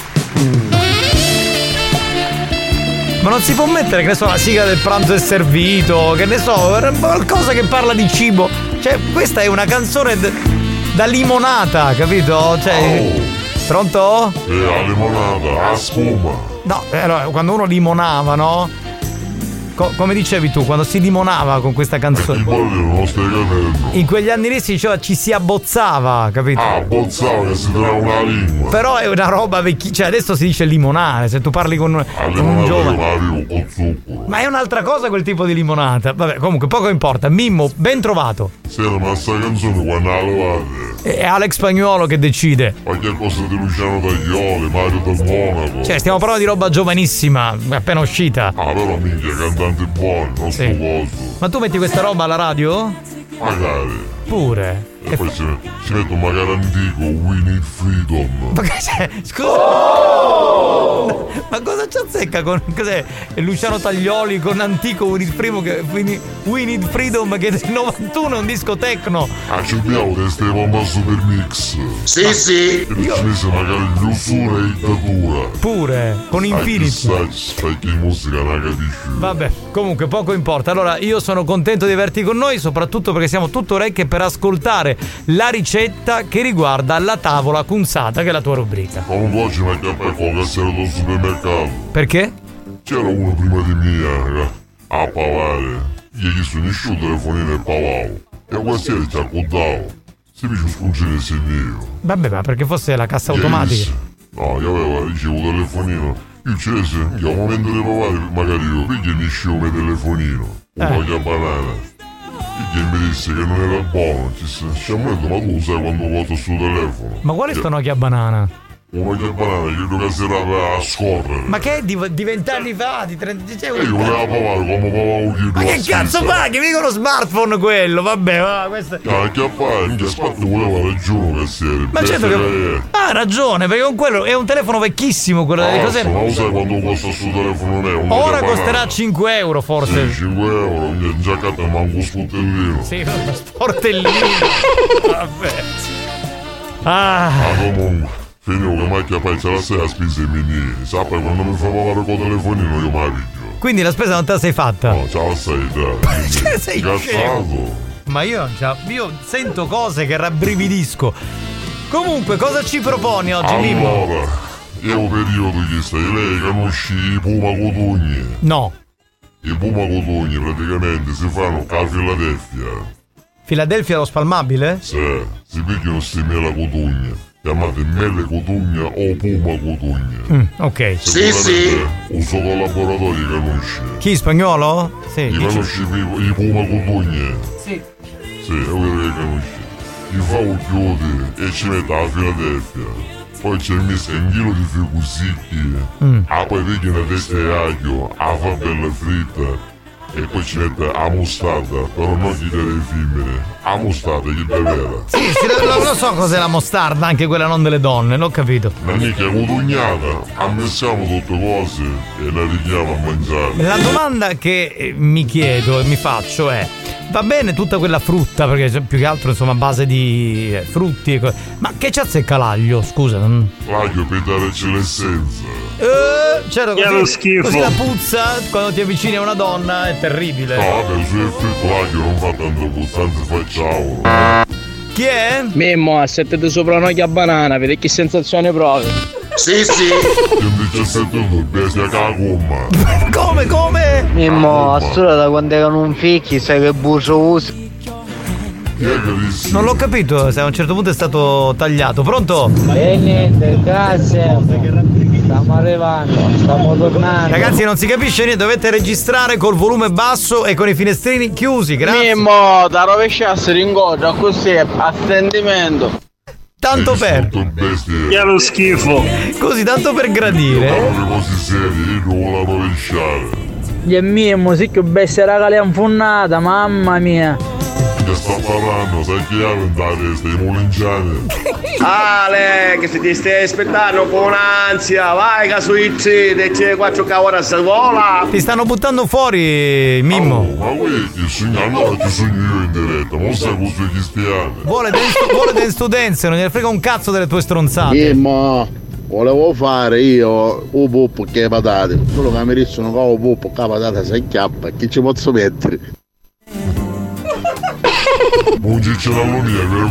Ma non si può mettere, che ne so, la sigla del pranzo è servito, che ne so, qualcosa che parla di cibo. Cioè, questa è una canzone da limonata, capito? Cioè, pronto? La limonata, a spuma. No, allora, quando uno limonava, no? Come dicevi tu, quando si limonava con questa canzone. Non stai capendo. In quegli anni lì si diceva ci si abbozzava, capito? Abbozzava che si tirava una lingua. Però è una roba vecchia, cioè adesso si dice limonare, se tu parli con un giovane. Ma è un'altra cosa quel tipo di limonata. Vabbè, comunque poco importa. Mimmo, ben trovato. Sì, ma sta canzone quando la levate? È Alex Spagnuolo che decide. Qualche cosa di Luciano Taglioli, Mario Del Monaco. Cioè, stiamo parlando di roba giovanissima, appena uscita. Però minchia, cantanti buoni, non so coso. Ma tu metti questa roba alla radio? Magari. Pure. E poi ci metto magari antico, Winnie Freedom. Ma che c'è? Scusa. Oh! Ma cosa ci azzecca con cos'è? Luciano Taglioli con antico Winnie Freedom che è del 91, è un disco techno. Ci abbiamo queste bomba super mix. Sì. E ci mette magari l'usura e dittatura. Pure, con Infinity. Perché in musica non capisci. Vabbè, comunque poco importa. Allora, io sono contento di averti con noi, soprattutto perché siamo tutto orecchie per ascoltare la ricetta che riguarda la tavola cunzata, che è la tua rubrica. Comunque oggi mi acchiappai con il cassiere del supermercato. Perché? C'era uno prima di me a pavare. Gli sono isciuto il telefonino e pavavo. E a cassiere ci accordavo. Si fece un scungine segnato. Vabbè, ma perché fosse la cassa automatica? No, io avevo ricevuto il telefonino. Io ci rese, io al momento di pavare, magari io, perché mi iscevo il telefonino. Una banana. E mi disse che non era buono, ci ha detto, ma tu sai quando voto sul telefono? Ma quale sto Nokia banana? Uno che banana, credo che si era a scorrere. Ma che è di 20 anni fa, di 30 euro? E io volevo pavare come pavavo io. Ma che cazzo paghi? Mica uno smartphone quello, vabbè, va, questo. Che fai? Che spazio voleva ragione cassiere. Ma certo che. Ha ragione, perché con quello è un telefono vecchissimo, quello di cos'è? Ma lo sai quando costa sul telefono non è un ora costerà 5 euro forse. Sì, 5 euro, mi già catta manco un sportellino. Sì, uno sportellino. Vabbè. Comunque. Finito che macchia poi ce la sei a spese mini. Sappi quando mi fa pagare con il telefonino io mi piglio. Quindi la spesa non te la sei fatta? No, ce la sei già. Che sei cazzato? Ma io sento cose che rabbrividisco. Comunque, cosa ci proponi oggi, Mimmo? Allora, è un periodo che stai, lei conosci i Puma Cotugni? No. I Puma Cotugni praticamente si fanno a Filadelfia. Filadelfia lo spalmabile? Sì, si pigliano sti mela cotugna. Chiamate mele cotugna o Puma Cotugna. Ok. Sì. Un suo collaboratore conosce. Chi, Spagnuolo? Sì. Conosci i Puma Cotugna? Sì. Sì, è quello che conosci. Gli fa un chiodi e ci mette a Filadelfia. Poi c'è messo un chilo di figusicchi. Poi vedi una testa di aglio, a fa bella fritta. E poi ci mette a mostarda, però non gli delle femmine. A mostarda gli deve vera. Sì, lo so cos'è la mostarda, anche quella non delle donne, l'ho capito. Ma mica è cotugnata, ammessiamo tutte cose e la richiamo a mangiare. La domanda che mi chiedo e mi faccio è: va bene tutta quella frutta, perché più che altro insomma a base di frutti e ma che c'azzecca l'aglio, scusa? L'aglio per darci l'essenza. Certo, così la puzza quando ti avvicini a una donna è terribile. No, vabbè, su il fritto l'aglio non fa tanto puzza, anzi fa ciao. Chi è? Mimmo, a 7 di sopra un'occhia a banana, vedi che sensazione provi. Sì. Io 17 anni, bestia che la gomma. Come? Mimmo, a solo da quando erano un ficchi, sai che buso usi. Non l'ho capito, se a un certo punto è stato tagliato. Pronto? E niente, grazie. Stiamo arrivando, stiamo tornando. Ragazzi, non si capisce niente, dovete registrare col volume basso e con i finestrini chiusi, grazie. Mimmo, da rovesciarsi ringoggio, così, a sentimento. Tanto per. Che è lo schifo. Così, tanto per gradire. Le cose serie, io non la rovesciare. E Mimmo, sì che bestia raga le infonnata, mamma mia. Che sta parlando, sai chi è andare, stai molinciane. Ale, che se ti stai aspettando con ansia, vai che su IT, c'è 4 ore a salvola. Ti stanno buttando fuori, Mimmo. Ma allora ti sogno io in diretta, non sai con sui cristiani. Vuole Dance to Dance, non gliene frega un cazzo delle tue stronzate. Mimmo, volevo fare io un puppo che patate, solo che mi dissero che un puppo che patata si acchiappa, che ci posso mettere? Un cicciolino mio, vero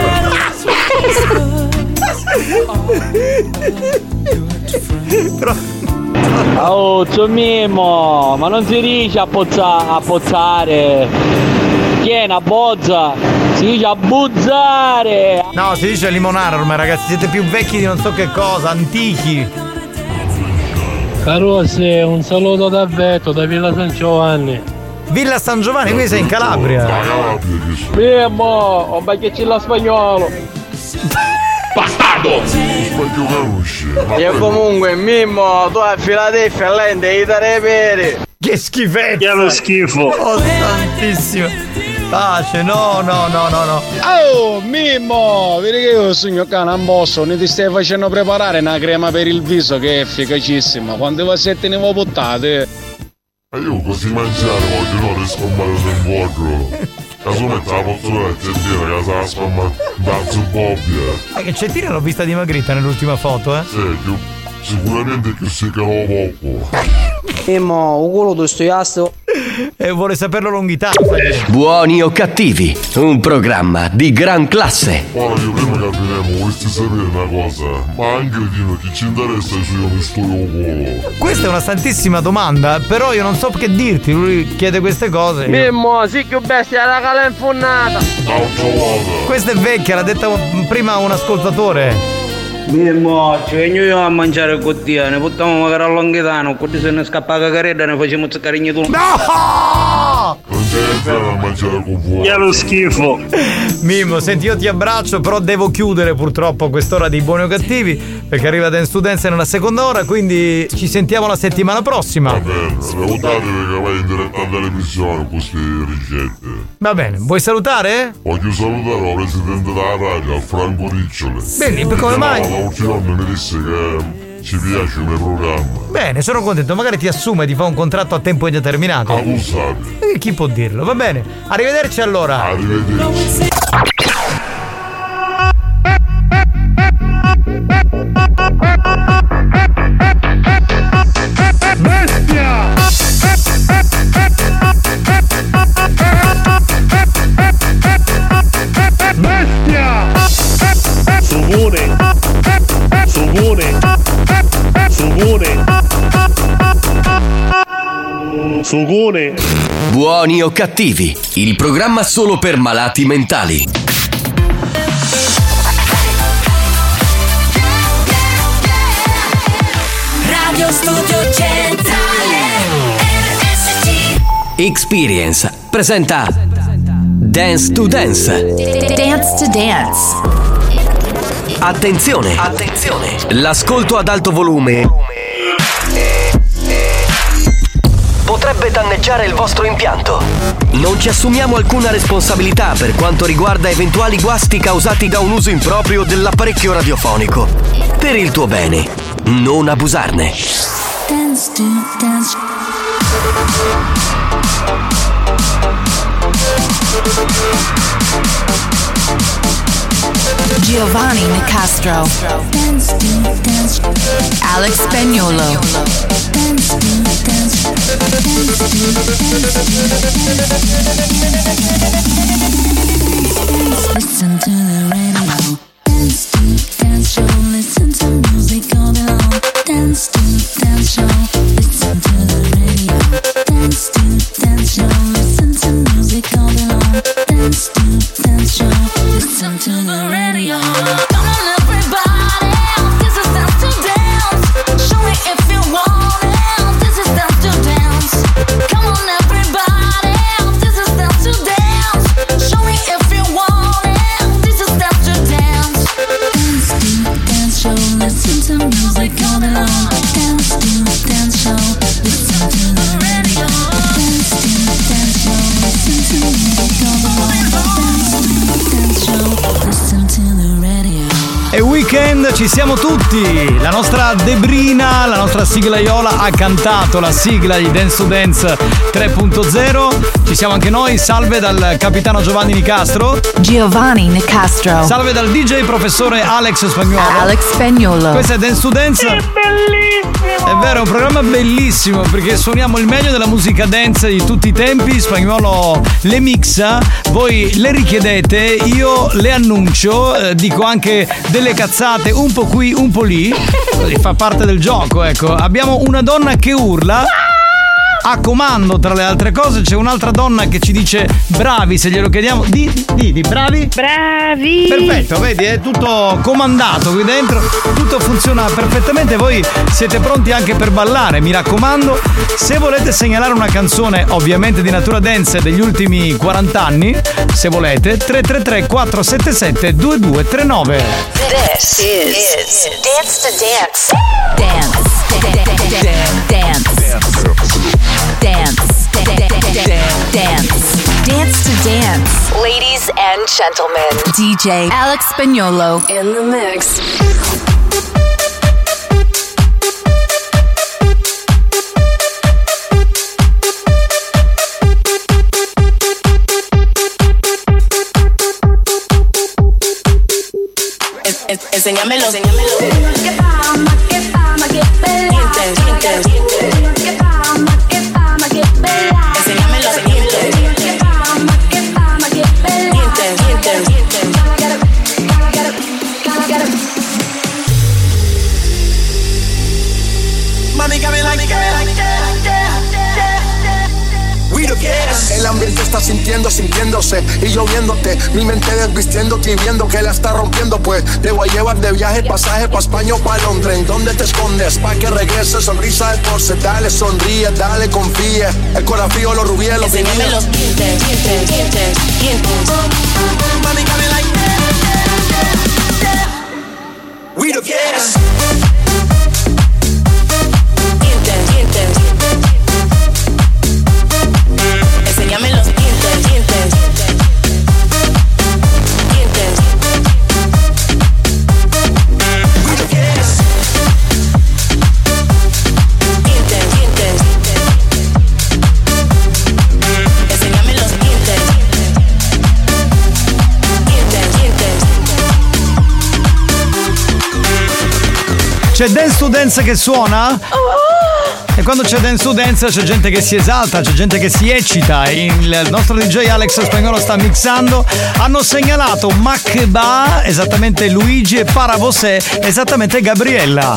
come Oh, c'è Mimmo, ma non si dice a pozzare. Chi è una bozza? Si dice a buzzare. No, si dice limonare ormai, ragazzi, siete più vecchi di non so che cosa, antichi. Carose, un saluto da Vetto, da Villa San Giovanni. Villa San Giovanni, qui sei in Calabria. Mimmo, ma che c'è la spagnolo. Bastardo! E comunque, Mimmo, tu a Filadelfia lei devi dare pere. Che schifetto! Che è lo schifo! Oh, santissimo! Pace, no. Oh, Mimmo! Vedi che io sogno che non posso, ne ti stai facendo preparare una crema per il viso che è efficacissima. Quante vassette ne vuoi buttate? E io così mangiare oggi non riesco a mangiare un borro. Caso mette la pozzola e Cettina che sa spamma bazzo bobbia. Che Cettina l'ho vista dimagrita nell'ultima foto, Sì, sicuramente più secano poco. Mimmo, un culo tu studiasto. E vuole saperlo longhitano. Buoni o cattivi, un programma di gran classe. Ora io prima che finiremo vorresti sapere una cosa, ma anche Dino chi ci interessa se io mi studio un culo? Questa è una santissima domanda, però io non so che dirti, lui chiede queste cose. Mimmo, sì che bestia, raga l'ha infonnata. Questa è vecchia, l'ha detta prima un ascoltatore. Mimmo, ci vengo io a mangiare con te, ne portiamo magari a Longhitano, così se ne scappa la cacaretta ne facciamo zaccare tu. No! Non c'è entrare a mangiare con voi. Che è lo schifo. Mimmo, senti, io ti abbraccio, però devo chiudere purtroppo quest'ora di Buoni o Cattivi, perché arriva Dance to Dance nella seconda ora, quindi ci sentiamo la settimana prossima. Va bene, salutate perché vai in diretta alla televisione con queste ricette. Va bene, vuoi salutare? Voglio salutare il presidente della radio, Franco Riccioli. Bene, come mai? L'ultimo anno mi disse che ci piace come programma. Bene, sono contento, magari ti assume, ti fa un contratto a tempo indeterminato. Tu sai. Chi può dirlo? Va bene, arrivederci allora. Arrivederci. Bestia! Bestia! Sugone! Buoni o cattivi, il programma solo per malati mentali. Radio Studio Centrale RSC. Experience presenta Dance to Dance. Dance to Dance. Attenzione! L'ascolto ad alto volume potrebbe danneggiare il vostro impianto. Non ci assumiamo alcuna responsabilità per quanto riguarda eventuali guasti causati da un uso improprio dell'apparecchio radiofonico. Per il tuo bene, non abusarne. Dance to dance. Giovanni Nicastro. Dance to dance. Alex Spagnuolo. Dance to dance. Listen to the radio. Dance to dance show. Listen to music all day long. Dance to dance show. Listen to the radio. Dance to dance show. Listen to music all day long. Dance to dance show. Listen to the radio. Come on everybody, this is dance to dance. Show me if you want it. This is dance to dance. Come on everybody, this is dance to dance. Show me if you want it. This is dance to dance. Dance to dance show. Listen to music all day long. Dance to dance show. Listen to the radio. Dance to dance show. Listen to music all day long. Dance to dance show. Listen to the radio. E weekend ci siamo tutti. La nostra Debrina, la nostra siglaiola ha cantato la sigla di Dance to Dance 3.0. Ci siamo anche noi. Salve dal capitano Giovanni Nicastro. Giovanni Nicastro. Salve dal DJ professore Alex Spagnuolo. Alex Spagnuolo. Questo è Dance to Dance. È bellissimo. È vero, è un programma bellissimo perché suoniamo il meglio della musica dance di tutti i tempi. Spagnuolo le mixa, voi le richiedete, io le annuncio, dico anche delle cazzate un po' qui, un po' lì. Fa parte del gioco, ecco. Abbiamo una donna che urla a comando, tra le altre cose. C'è un'altra donna che ci dice bravi se glielo chiediamo. Di bravi? Bravi. Perfetto, vedi, è tutto comandato qui dentro, tutto funziona perfettamente. Voi siete pronti anche per ballare, mi raccomando. Se volete segnalare una canzone, ovviamente di natura dance degli ultimi 40 anni, se volete, 333 477 2239. This is Dance to Dance. Dance. Dance to dance. Ladies and gentlemen, DJ Alex Spagnuolo in the mix. Enséñamelo. Que fama, que fama, que bella. Dientes. Que fama, que fama, que bella. Enséñamelo. Que fama, que fama, que bella. Dientes. Mami, come like el ambiente está sintiéndose y yo viéndote, mi mente desvistiéndote y viendo que la está rompiendo, pues te voy a llevar de viaje, pasaje pa' España o pa' Londres. ¿En dónde te escondes? Pa' que regrese, sonrisa de porce, dale, sonríe, dale, confíe, el corazón frío, los rubíes, los Enséñame vinillos. los dientes. Mami, come like we the best. Enséñame los dientes. Enséñame los dientes. C'è Dance to Dance che suona? E quando c'è Dance to Dance c'è gente che si esalta, c'è gente che si eccita. Il nostro DJ Alex Spagnuolo sta mixando. Hanno segnalato Macba, esattamente Luigi, e Paravosè, esattamente Gabriella.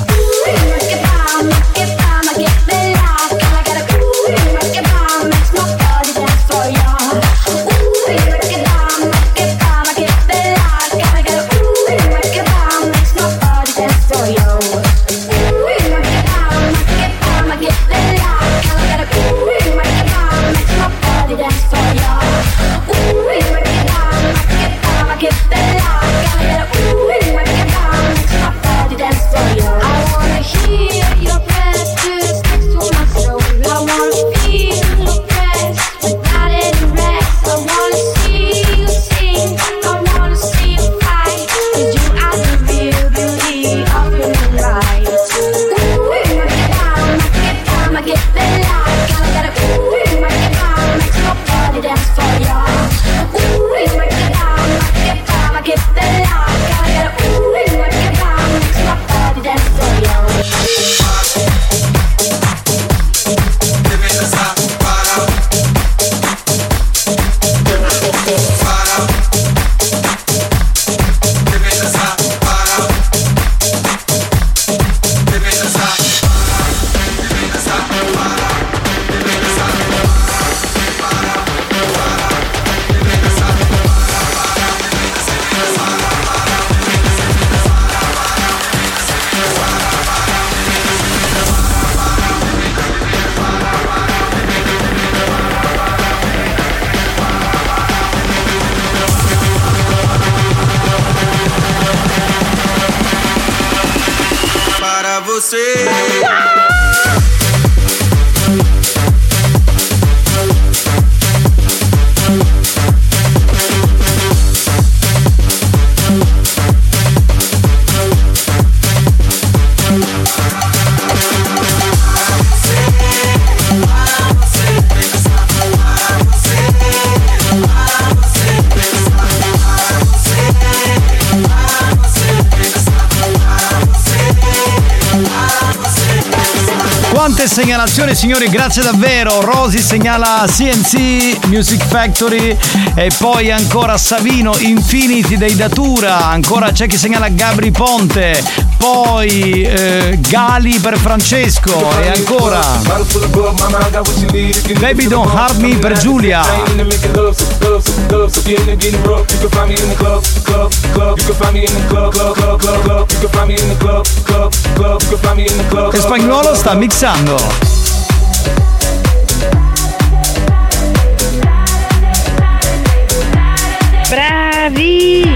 Tante segnalazioni, signori, grazie davvero. Rosy segnala CNC, Music Factory, e poi ancora Savino, Infinity dei Datura, ancora c'è chi segnala Gabri Ponte, poi Gali per Francesco, e ancora Baby Don't Hurt Me per Giulia. E Spagnuolo sta mixando. Bravi!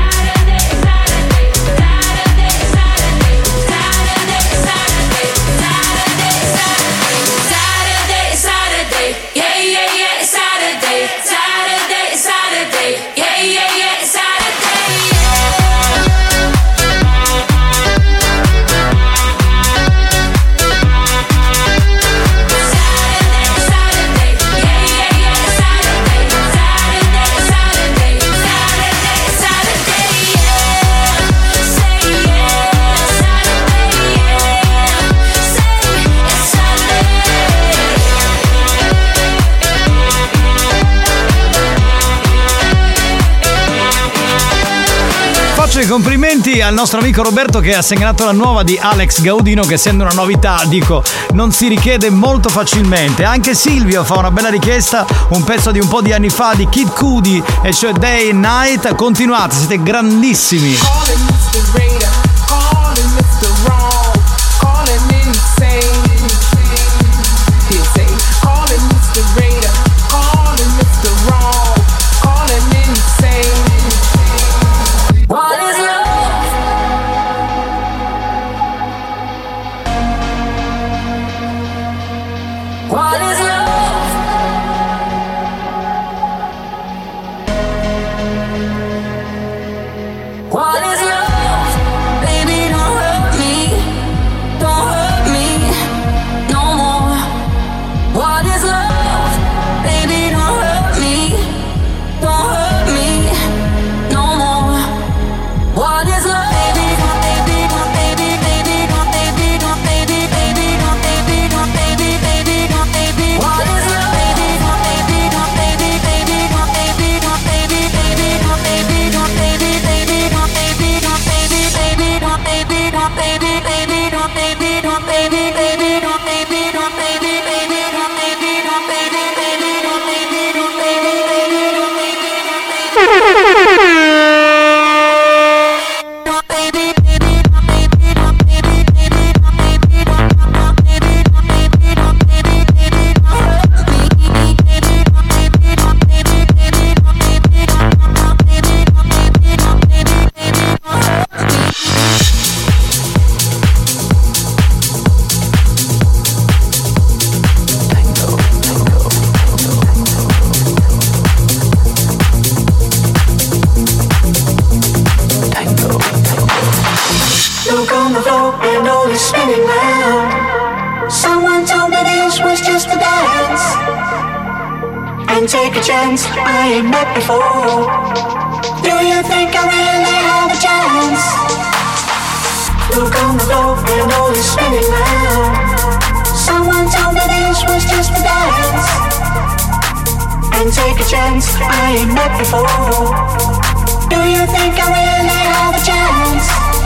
I complimenti al nostro amico Roberto che ha segnalato la nuova di Alex Gaudino, che essendo una novità, dico, non si richiede molto facilmente. Anche Silvio fa una bella richiesta, un pezzo di un po' di anni fa di Kid Cudi, e cioè Day and Night. Continuate, siete grandissimi. Take a chance, I ain't met before. Do you think I really have a chance? Look on the floor and all is spinning round. Someone told me this was just a dance. And take a chance, I ain't met before. Do you think I really have a chance?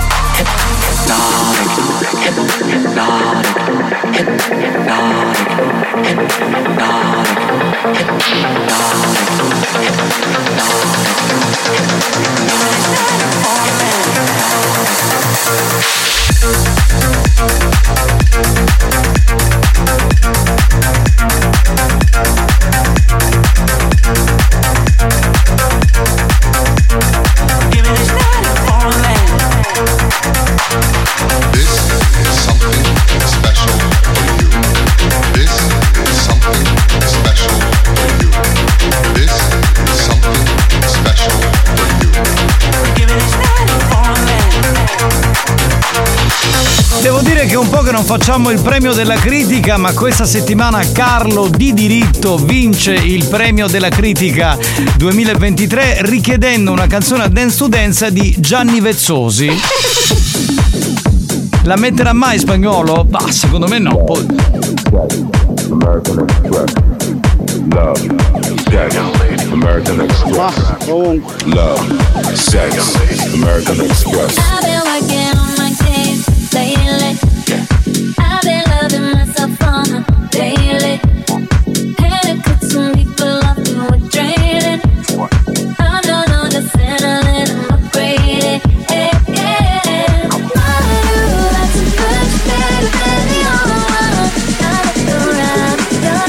Devo dire che è un po' che non facciamo il premio della critica, ma questa settimana Carlo Di Diritto vince il premio della critica 2023 richiedendo una canzone a dance to dance di Gianni Vezzosi. La metterà mai Spagnolo? Bah, secondo me no. American Express. Love, sex, American Express. Love, sex, American Express. I've been working on my game lately. I've been loving myself on a daily. And it could some people off and we're draining. I'm not on the center and I'm upgraded. Hey, yeah. Oh, that's a good baby, baby, oh. I'm around, I'm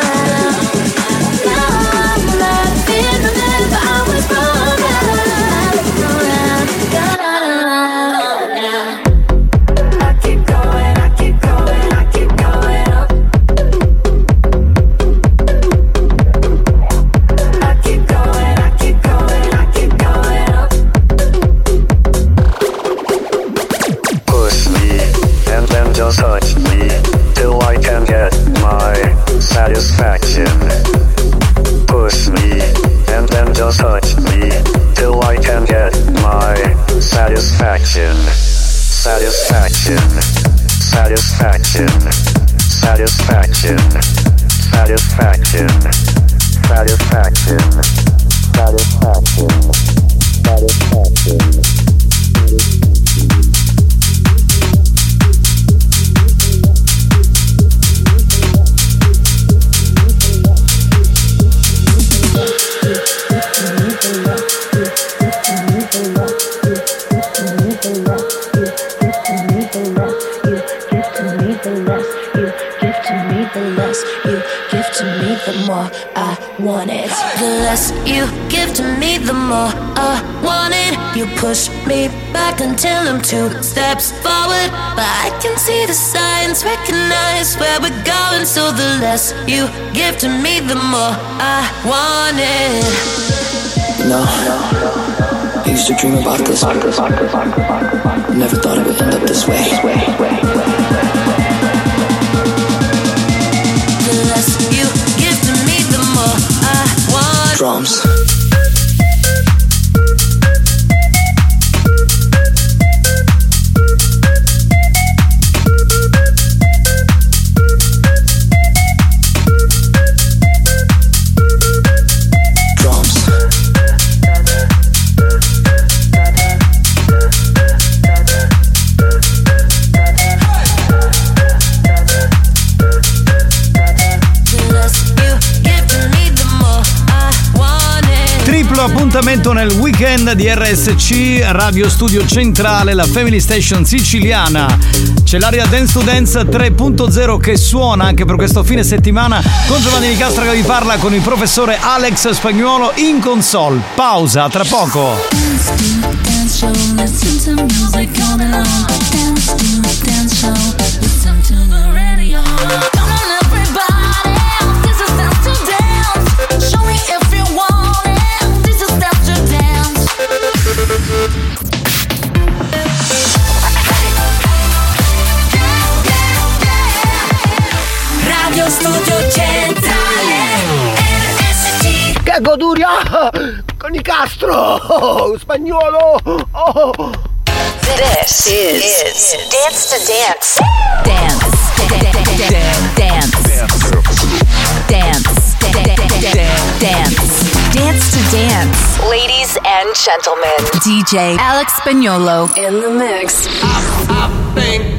not feeling it, but I was wrong. I keep going, I keep going, I keep going up. I keep going, I keep going, I keep going up. Push me, and then just touch me, till I can get my satisfaction. Push me, and then just touch me, till I can get my satisfaction. Satisfaction, satisfaction, satisfaction, satisfaction, satisfaction, satisfaction, satisfaction. Want it. The less you give to me, the more I want it. You push me back until I'm 2 steps forward, but I can see the signs, recognize where we're going. So the less you give to me, the more I want it. No, I used to dream about this. Never thought it would end up this way. The less you give to me, the more I want. Drums. Appuntamento nel weekend di RSC Radio Studio Centrale, la Family Station siciliana. C'è l'area Dance to Dance 3.0 che suona anche per questo fine settimana con Giovanni Nicastro che vi parla, con il professore Alex Spagnuolo in console. Pausa, tra poco. Radio Studio Centrale RSC. Che goduria con Nicastro Spagnuolo. This is Dance to Dance. Dance. Dance to Dance. Ladies and gentlemen, DJ Alex Spagnuolo in the mix. I've been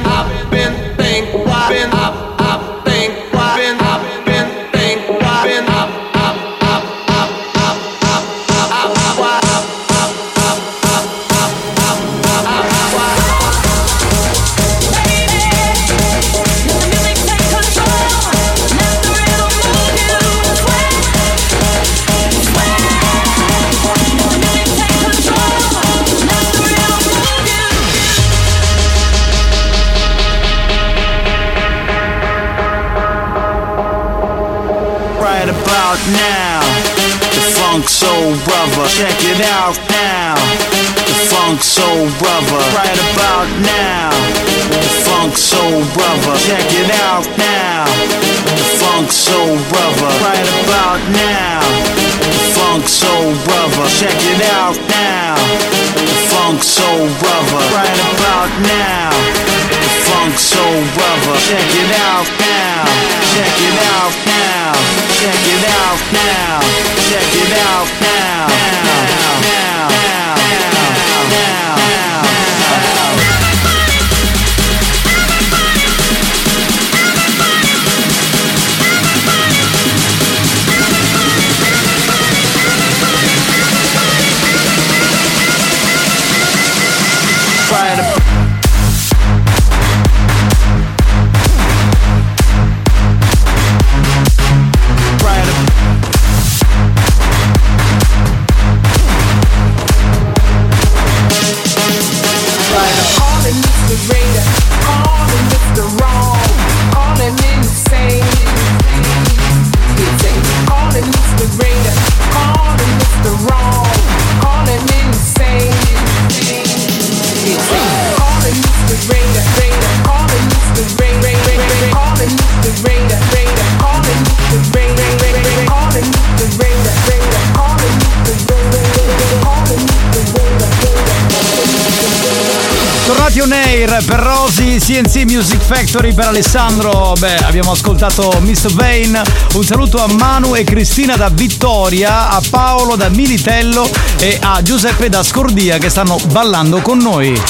now. The Funk Soul Brother, check it out now. The Funk Soul Brother, right about now. The Funk Soul Brother, check it out now. The Funk Soul Brother, right about now. The Funk Soul Brother, check it out now. The Funk Soul Brother, right about now. The Funk Soul Brother, check it out now. now. Check it out now. Check it out now. Check it out now. Try to Tornati on air per Rosy, CNC Music Factory per Alessandro. Beh, abbiamo ascoltato Mr. Vane. Un saluto a Manu e Cristina da Vittoria, a Paolo da Militello e a Giuseppe da Scordia che stanno ballando con noi.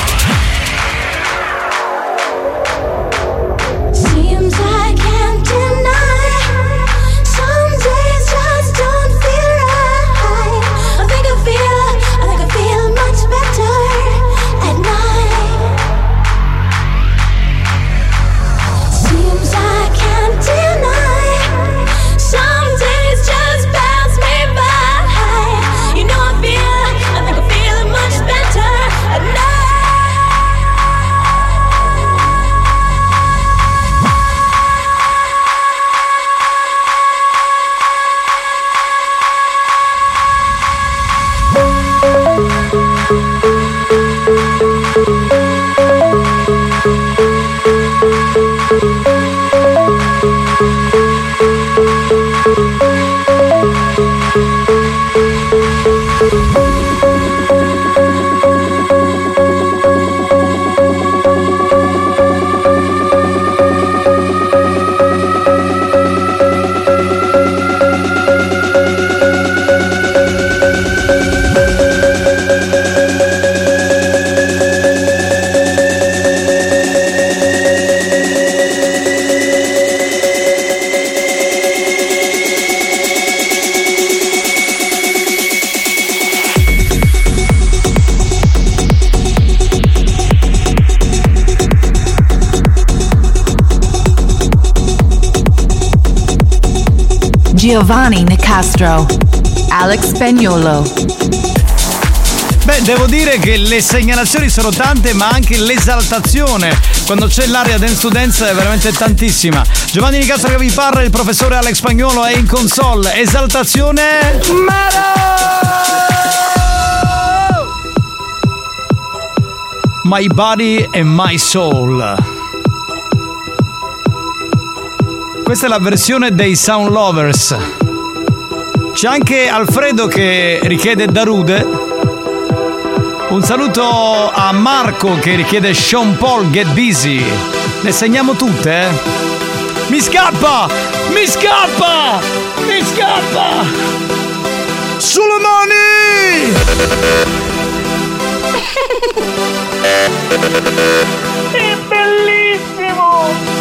Giovanni Nicastro, Alex Spagnuolo. Beh, devo dire che le segnalazioni sono tante, ma anche l'esaltazione quando c'è l'area dance to dance è veramente tantissima. Giovanni Nicastro che vi parla, il professore Alex Spagnuolo è in console. Esaltazione My Body and My Soul. Questa è la versione dei Sound Lovers. C'è anche Alfredo che richiede Darude. Un saluto a Marco che richiede Sean Paul Get Busy. Le segniamo tutte, eh? Mi scappa! Mi scappa! Mi scappa! Sulle mani! È bellissimo!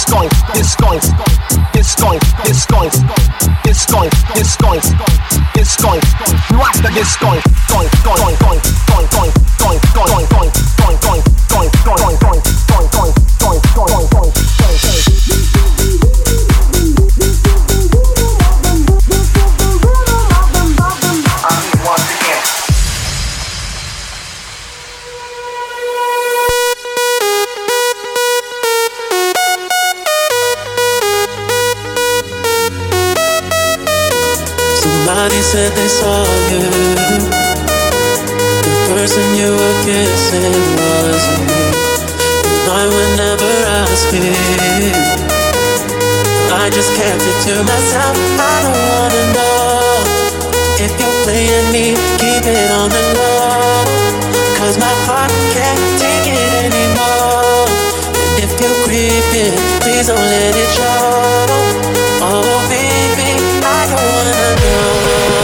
going, it's going, it's going, it's going, it's going, it's going, it's going. You have to get going, going, going, going, going, going, going, going, going, going, going, going, going, going, going, going, going, going, Somebody said they saw you. The person you were kissing wasn't you. And I would never ask you. I just kept it to myself. I don't wanna know if you're playing me. Keep it on the low, 'cause my heart can't take it anymore. And if you're creeping, please don't let it show. Oh baby, I don't wanna know.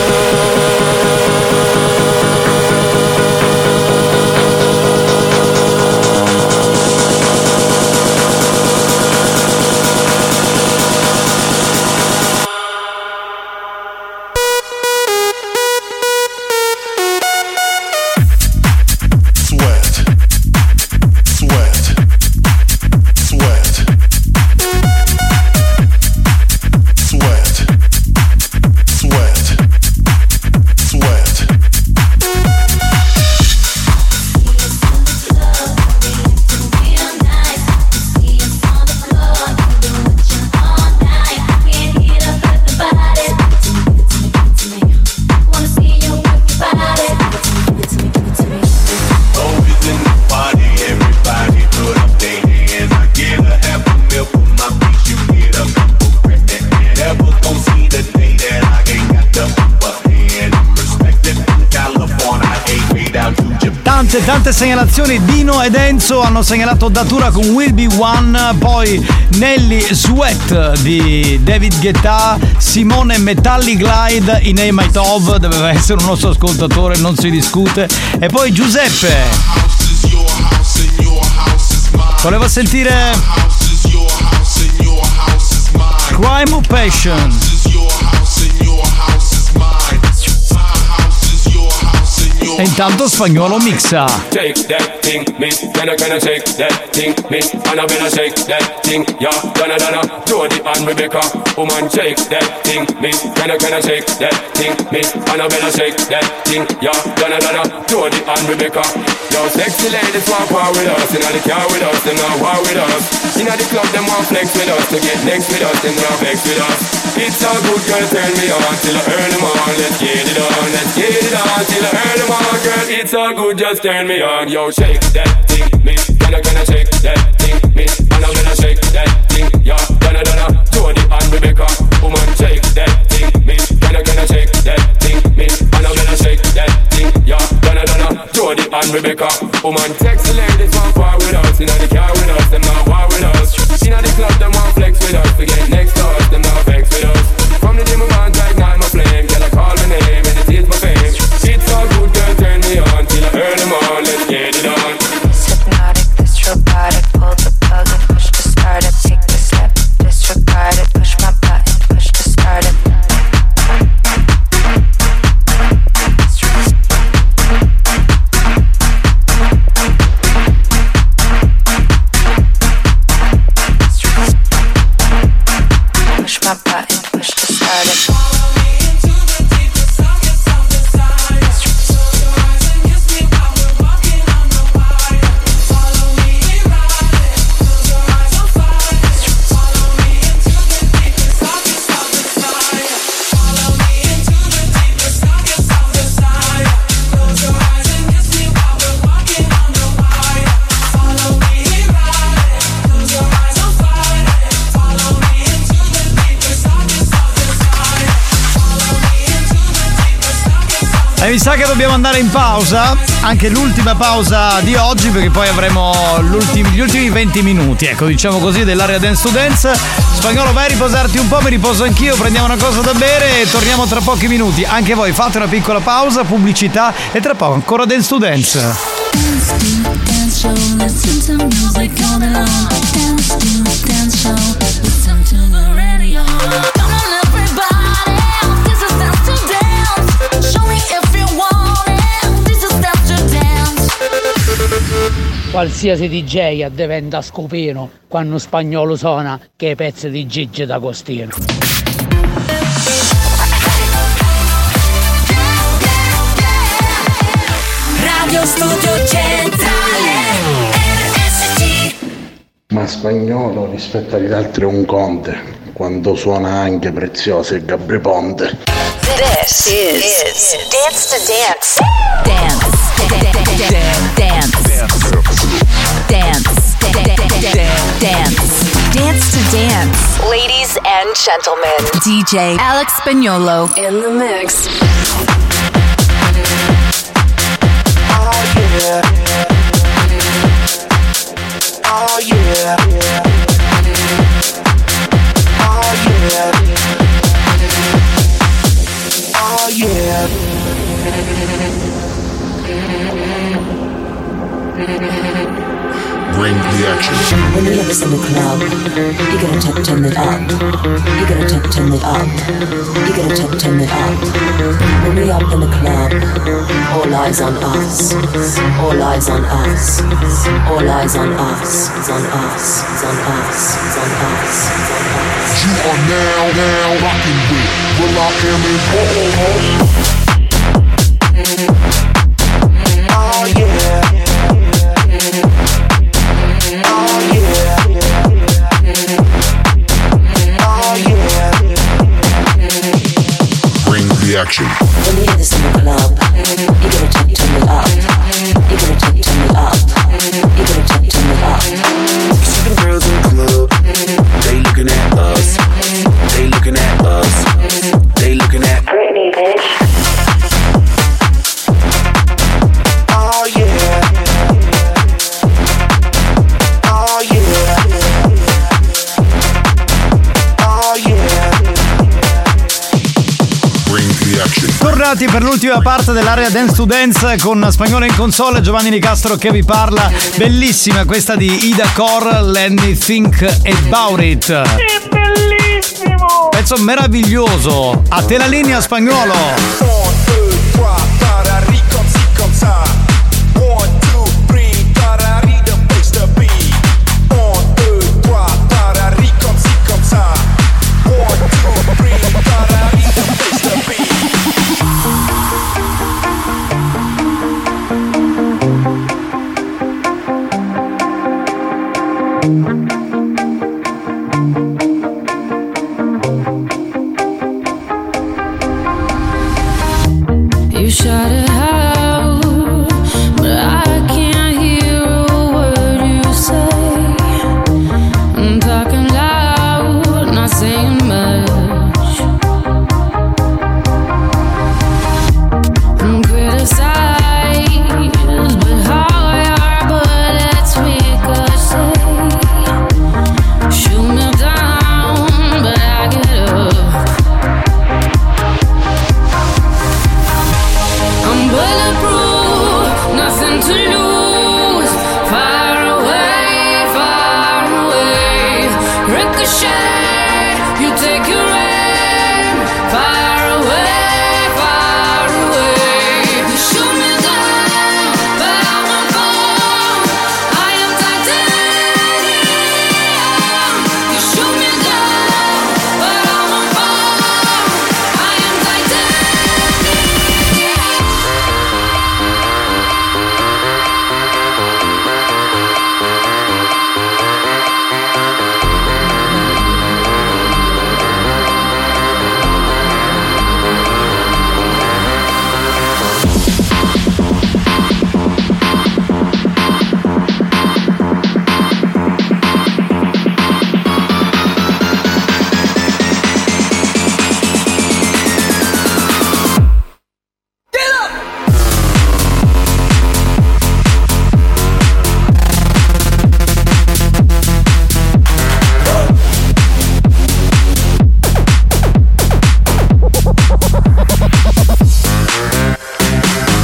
Tante segnalazioni. Dino ed Enzo hanno segnalato Datura con Will Be One, poi Nelly Sweat di David Guetta, Simone Metalli Glide in Hey My Tov, doveva essere un nostro ascoltatore, non si discute, e poi Giuseppe voleva sentire Crime of Passion. E intanto Spagnolo mixa. Shake that thing, miss. Can I shake that thing, miss? Annabella shake that thing, yeah. Donna, Jody and Rebecca. Woman shake that thing, miss. Can I shake that thing, miss? Annabella shake that thing, yeah. Donna, Jody and Rebecca. Yo, sexy ladies want war with us. In the car with us, they not war with us. In the club, them want flex with us. To get next with us, they not vex with us. It's all good, girl, turn me on till I earn them on. Let's get it on, let's get it on till I earn them on. Girl, it's all good, just turn me on. Yo, shake that thing, miss. Can I shake that thing, miss? And I'm gonna shake that thing, yeah. Donna, Jody and Rebecca. Woman, shake that thing, miss. Can I shake that thing, miss? And I'm gonna shake that thing, yeah. Donna, Jody and Rebecca. Woman, sexy ladies want war with us. In the car with us, them not war with us. In the club, them want flex with us. To get next to us, them not vex with us. From the gym, I'm like, not my flame. Can I call my name and it is my fame. It's all good, girl, turn me on till I earn them on. Let's get it on. Hypnotic, disrobotic, pull the plug and push to start it. Take the step, disregard it, push my button, push to start it. Push my button, push to start it. E mi sa che dobbiamo andare in pausa, anche l'ultima pausa di oggi, perché poi avremo gli ultimi 20 minuti, ecco, diciamo così, dell'area Dance to Dance. Spagnolo, vai a riposarti un po', mi riposo anch'io, prendiamo una cosa da bere e torniamo tra pochi minuti. Anche voi fate una piccola pausa, pubblicità, e tra poco ancora Dance to Dance. show, listen to music all day long. Dance to the dance show, listen to the radio. Come on everybody, this is dance to dance. Show me if you want it, this is dance to dance. Qualsiasi DJ diventa scopino quando Spagnolo suona che i pezzi di Gigi D'Agostino. Radio Studio Centrale RSC. Ma Spagnolo rispetto agli altri è un conte, quando suona anche Preziosa e Gabri Ponte. This is Dance to Dance. Dance. Dance to dance. Ladies and gentlemen, DJ Alex Spagnolo in the mix. Oh yeah. Oh yeah. Oh yeah. Oh yeah. Bring the action. When you have this in the club, you gotta turn it up. You gotta turn it up. You gotta turn it up. When we up in the club, all eyes on us. All eyes on us. All eyes on us. It's on us. It's on us. It's on us. It's on us. You are now rocking with Will I Am in Oh yeah. Oh yeah. Oh yeah. Bring the action. When you have this in the club, you gotta turn it up. You gotta turn it up. You gotta turn it up. You see them girls in the club, they looking at us. They looking at us. They looking at Britney, bitch. Oh yeah. Oh yeah. Oh yeah. Bring the action. Tornati per l'ultima parte dell'area Dance to Dance con Spagnolo in console, Giovanni Nicastro che vi parla. Bellissima questa di Ida Core, Let Me Think About It. È bellissimo! Pezzo meraviglioso. A te la linea, Spagnolo.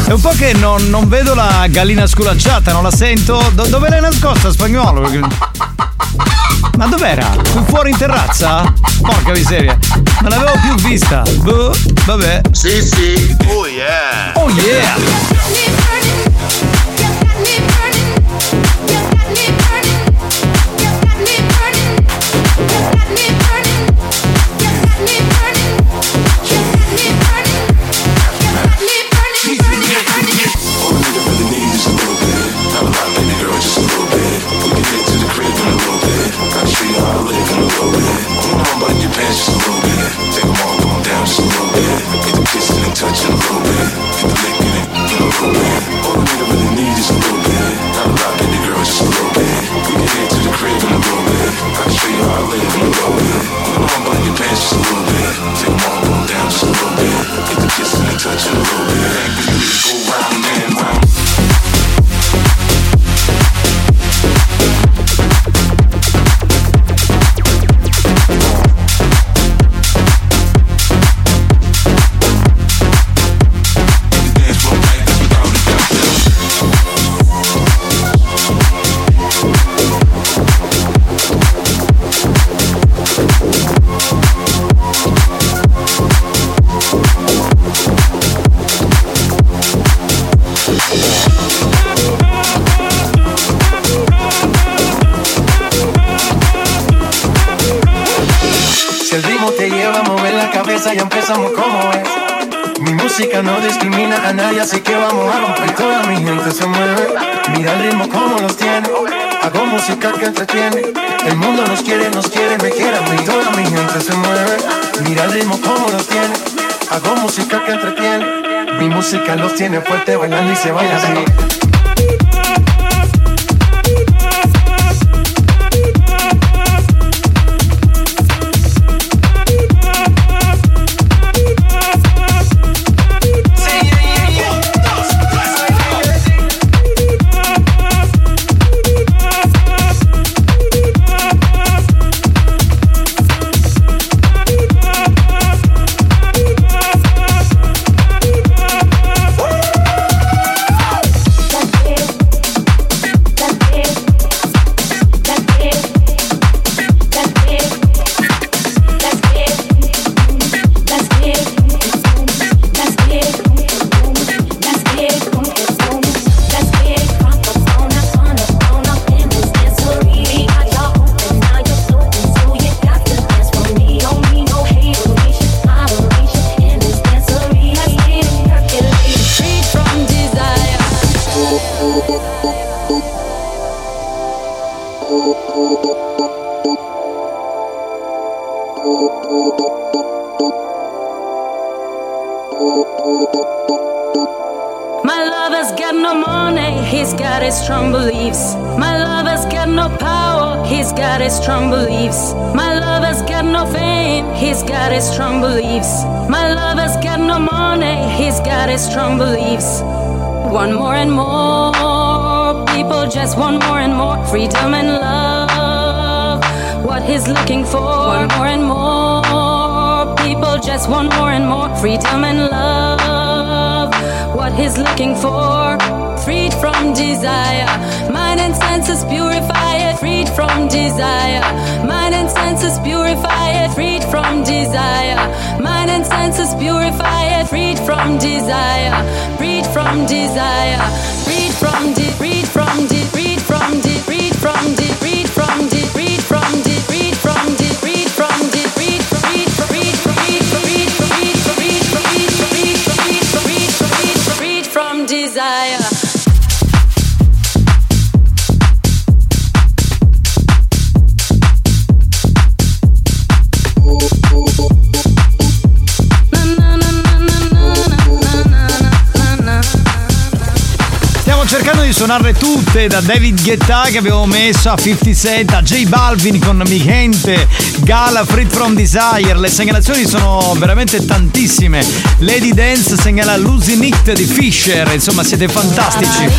È un po' che non vedo la gallina sculacciata, non la sento. Dove l'hai nascosta, Spagnolo? Perché... Ma dov'era? Fuori in terrazza? Porca miseria, non l'avevo più vista. Boh, vabbè. Sì. Oh yeah. Oh yeah. Just a little bit, take them all, put them down just a little bit. Get the kissing and touching a little bit, get the licking it, get a little bit. All a nigga really need is a little bit, not a lot, baby girl, just a little bit. We can head to the crib in a little bit, I can show you how I live in a little bit. Put them on, button your pants just a little bit, take them all, put them down just a little bit. Get the kissing and touching a little bit, ain't gonna go round and round. Ya empezamos como es. Mi música no discrimina a nadie, así que vamos a romper. Toda mi gente se mueve, mira el ritmo como los tiene. Hago música que entretiene. El mundo nos quiere, me quiere a mí. Toda mi gente se mueve, mira el ritmo como los tiene. Hago música que entretiene. Mi música los tiene fuerte bailando y se baila así. My lover's got no money, he's got his strong beliefs. My lover's got no power, he's got his strong beliefs. My lover's got no fame, he's got his strong beliefs. My lover's got no money, he's got his strong beliefs. Want more and more, people just want more and more freedom and love. What he's looking for, want more and more, people just want more and more freedom and love. What he's looking for, freed from desire, mind and senses purified, freed from desire, mind and senses purified, freed from desire, mind and senses purified, freed from desire, freed from desire, freed from freed from freed from freed from freed from freed from freed from freed from from desire. Stiamo cercando di suonarle tutte, da David Guetta che abbiamo messo a 50 Cent, a J Balvin con Mi Gente, Gala, Freed from Desire. Le segnalazioni sono veramente tantissime. Lady Dance segnala Losing It di Fisher. Insomma, siete fantastici.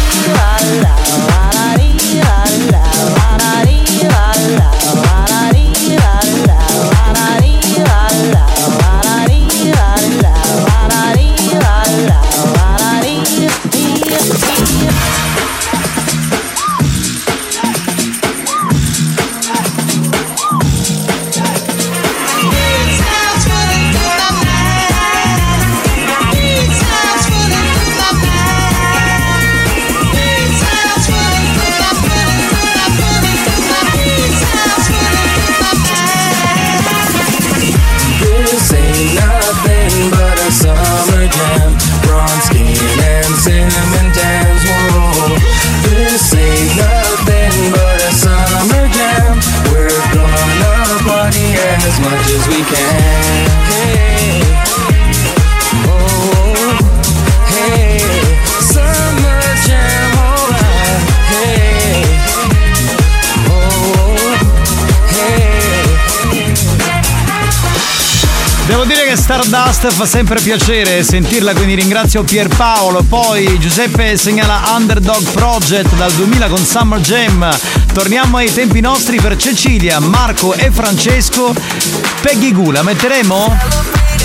jam and dance. Whoa. This ain't nothing but a summer jam. We're gonna party as much as we can. Hey. Oh, hey. Summer jam, alright. Hey. Oh, hey. Devo dire che Stardust fa sempre piacere sentirla, quindi ringrazio Pierpaolo. Poi Giuseppe segnala Underdog Project dal 2000 con Summer Jam. Torniamo ai tempi nostri per Cecilia, Marco e Francesco. Peggy Goo, la metteremo?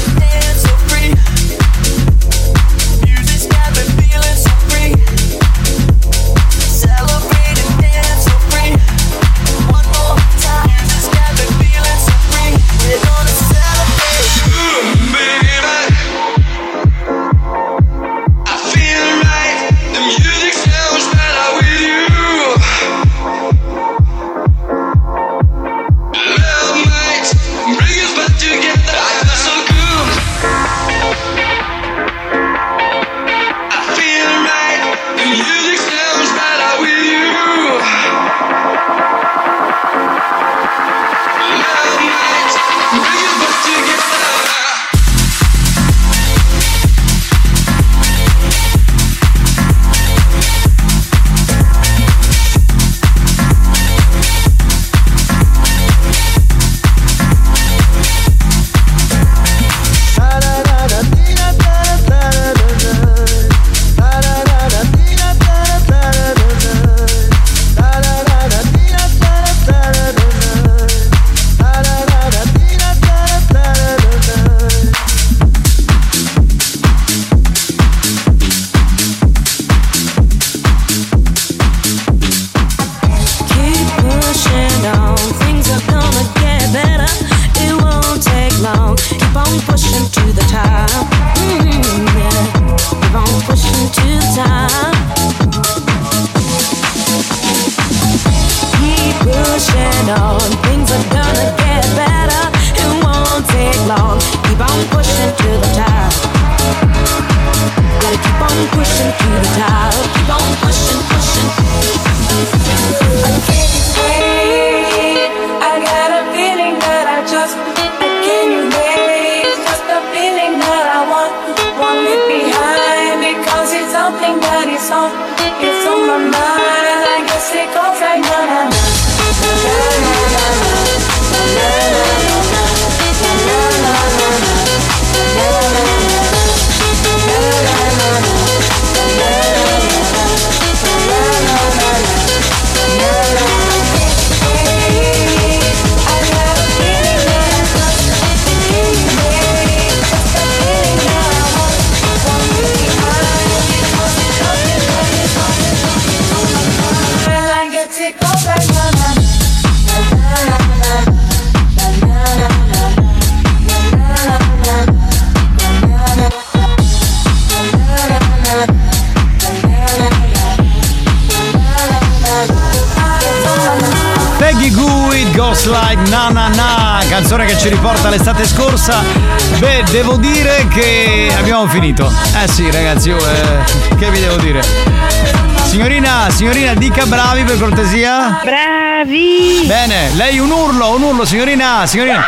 Canzone che ci riporta all'estate scorsa. Beh, devo dire che abbiamo finito. Sì, ragazzi, che vi devo dire? Signorina, dica bravi per cortesia. Bravi. Bene, lei un urlo, signorina.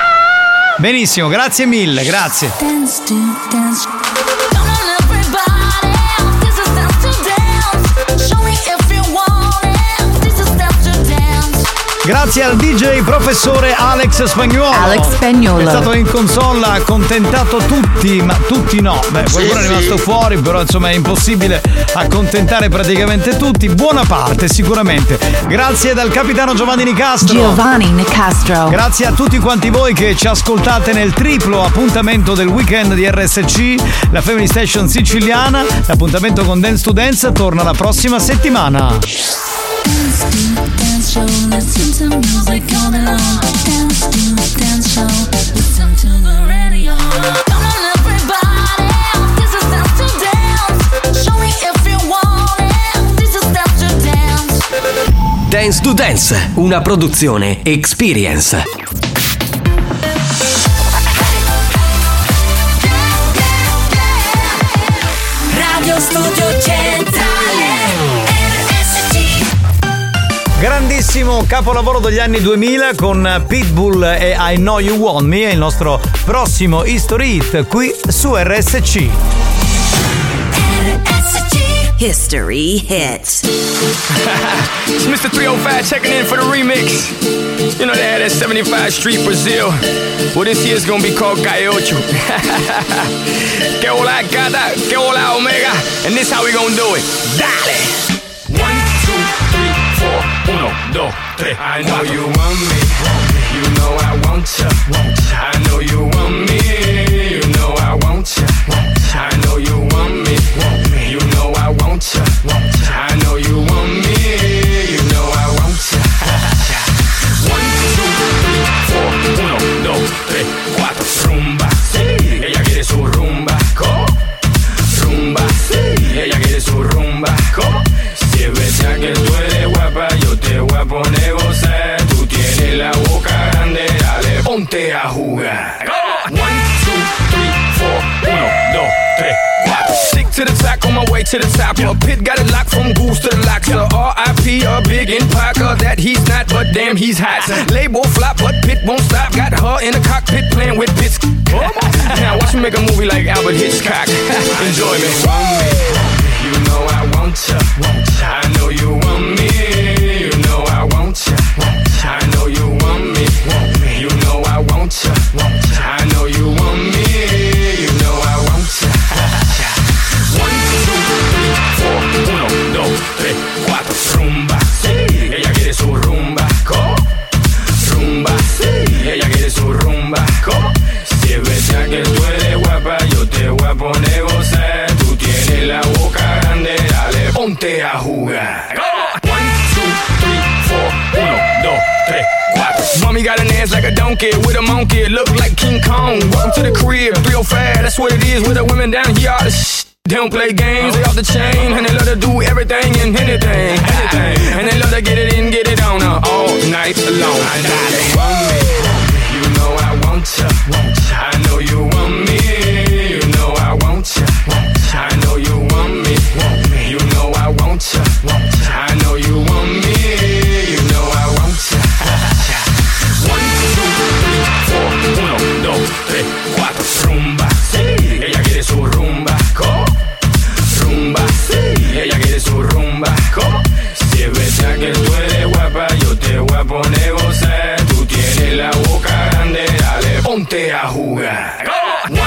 Benissimo, grazie mille, grazie. Dance to dance. Grazie al DJ professore Alex Spagnuolo. È stato in console, ha accontentato tutti, ma tutti no. Beh, qualcuno è rimasto fuori, però insomma è impossibile accontentare praticamente tutti. Buona parte sicuramente. Grazie dal capitano Giovanni Nicastro. Grazie a tutti quanti voi che ci ascoltate nel triplo appuntamento del weekend di RSC, la Family Station siciliana. L'appuntamento con Dance to Dance torna la prossima settimana. Dance show, listen to music all day long. Dance to dance show, listen to the radio. Come on everybody, this is Dance to Dance. Show me if you want it, this is Dance to Dance. Dance to Dance, una produzione Experience. Radio studio centrale RSC. Grandissimo capolavoro degli anni 2000 con Pitbull e I Know You Want Me, è il nostro prossimo History Hit qui su RSC. History Hits. It's Mr. 305 checking in for the remix. You know they had that 75 Street Brazil. Well, this year's gonna be called Calle Ocho. Que hola gata, que hola omega. And this how we gonna do it. Dale! 1, 2, 3, 4, 1, 2, 3. I know you want me. You know I want ya. I know you want me. You know I want ya. I know you want me. You know I want ya. I know you want me. You know I want ya. 1, 2, 3, 4, 1, 2, 3, 4. Rumba, sí. Ella quiere su rumba. Rumba, sí. Ella quiere su rumba. Si es verdad que tú eres guapa, yo te voy a poner gozar. Tú tienes la boca grande, dale, ponte a jugar. 1, 2, 3, 4, 1, 2, 3, 4. Stick to the track on my way to the top. A pit got it locked from goose to the locks. R.I.P. a big in Parker that he's not, but damn he's hot. Label flop, but Pit won't stop. Got her in the cockpit playing with bits. Now watch me make a movie like Albert Hitchcock. Enjoy me. You know I want ya. I know you want me. You know I want ya. I know you want me. You know I want ya. I know you want me. You know I want ya. 1, 2, 3, 4, 1, 2, 3, 4. Rumba, sí. Ella quiere su rumba. Rumba, sí. Ella quiere su rumba. Si es verdad que tú eres guapa, yo te voy a poner gozar. Tú tienes la boca grande, dale, ponte a jugar. 1, 2, 3, 4, 1, 2, 3, 4. Mommy got an ass like a donkey with a monkey, look like King Kong. Welcome to the crib, 305, that's what it is with the women down here. All the they don't play games, they off the chain, and they love to do everything and anything. And they love to get it in, get it on all night long. I know you want me, you know I want ya. I know you want me, you know I want ya. I know you want me, you know I want ya. I know you want me, you know I want ya. 1, 2, 3, 4, 1, 2, 3, 4. Rumba, sí, ella quiere su rumba. Rumba, sí, ella quiere su rumba. Si es verdad que tú eres guapa, yo te voy a poner gozar. Tú tienes la boca grande, dale, ponte a jugar. 1, 2,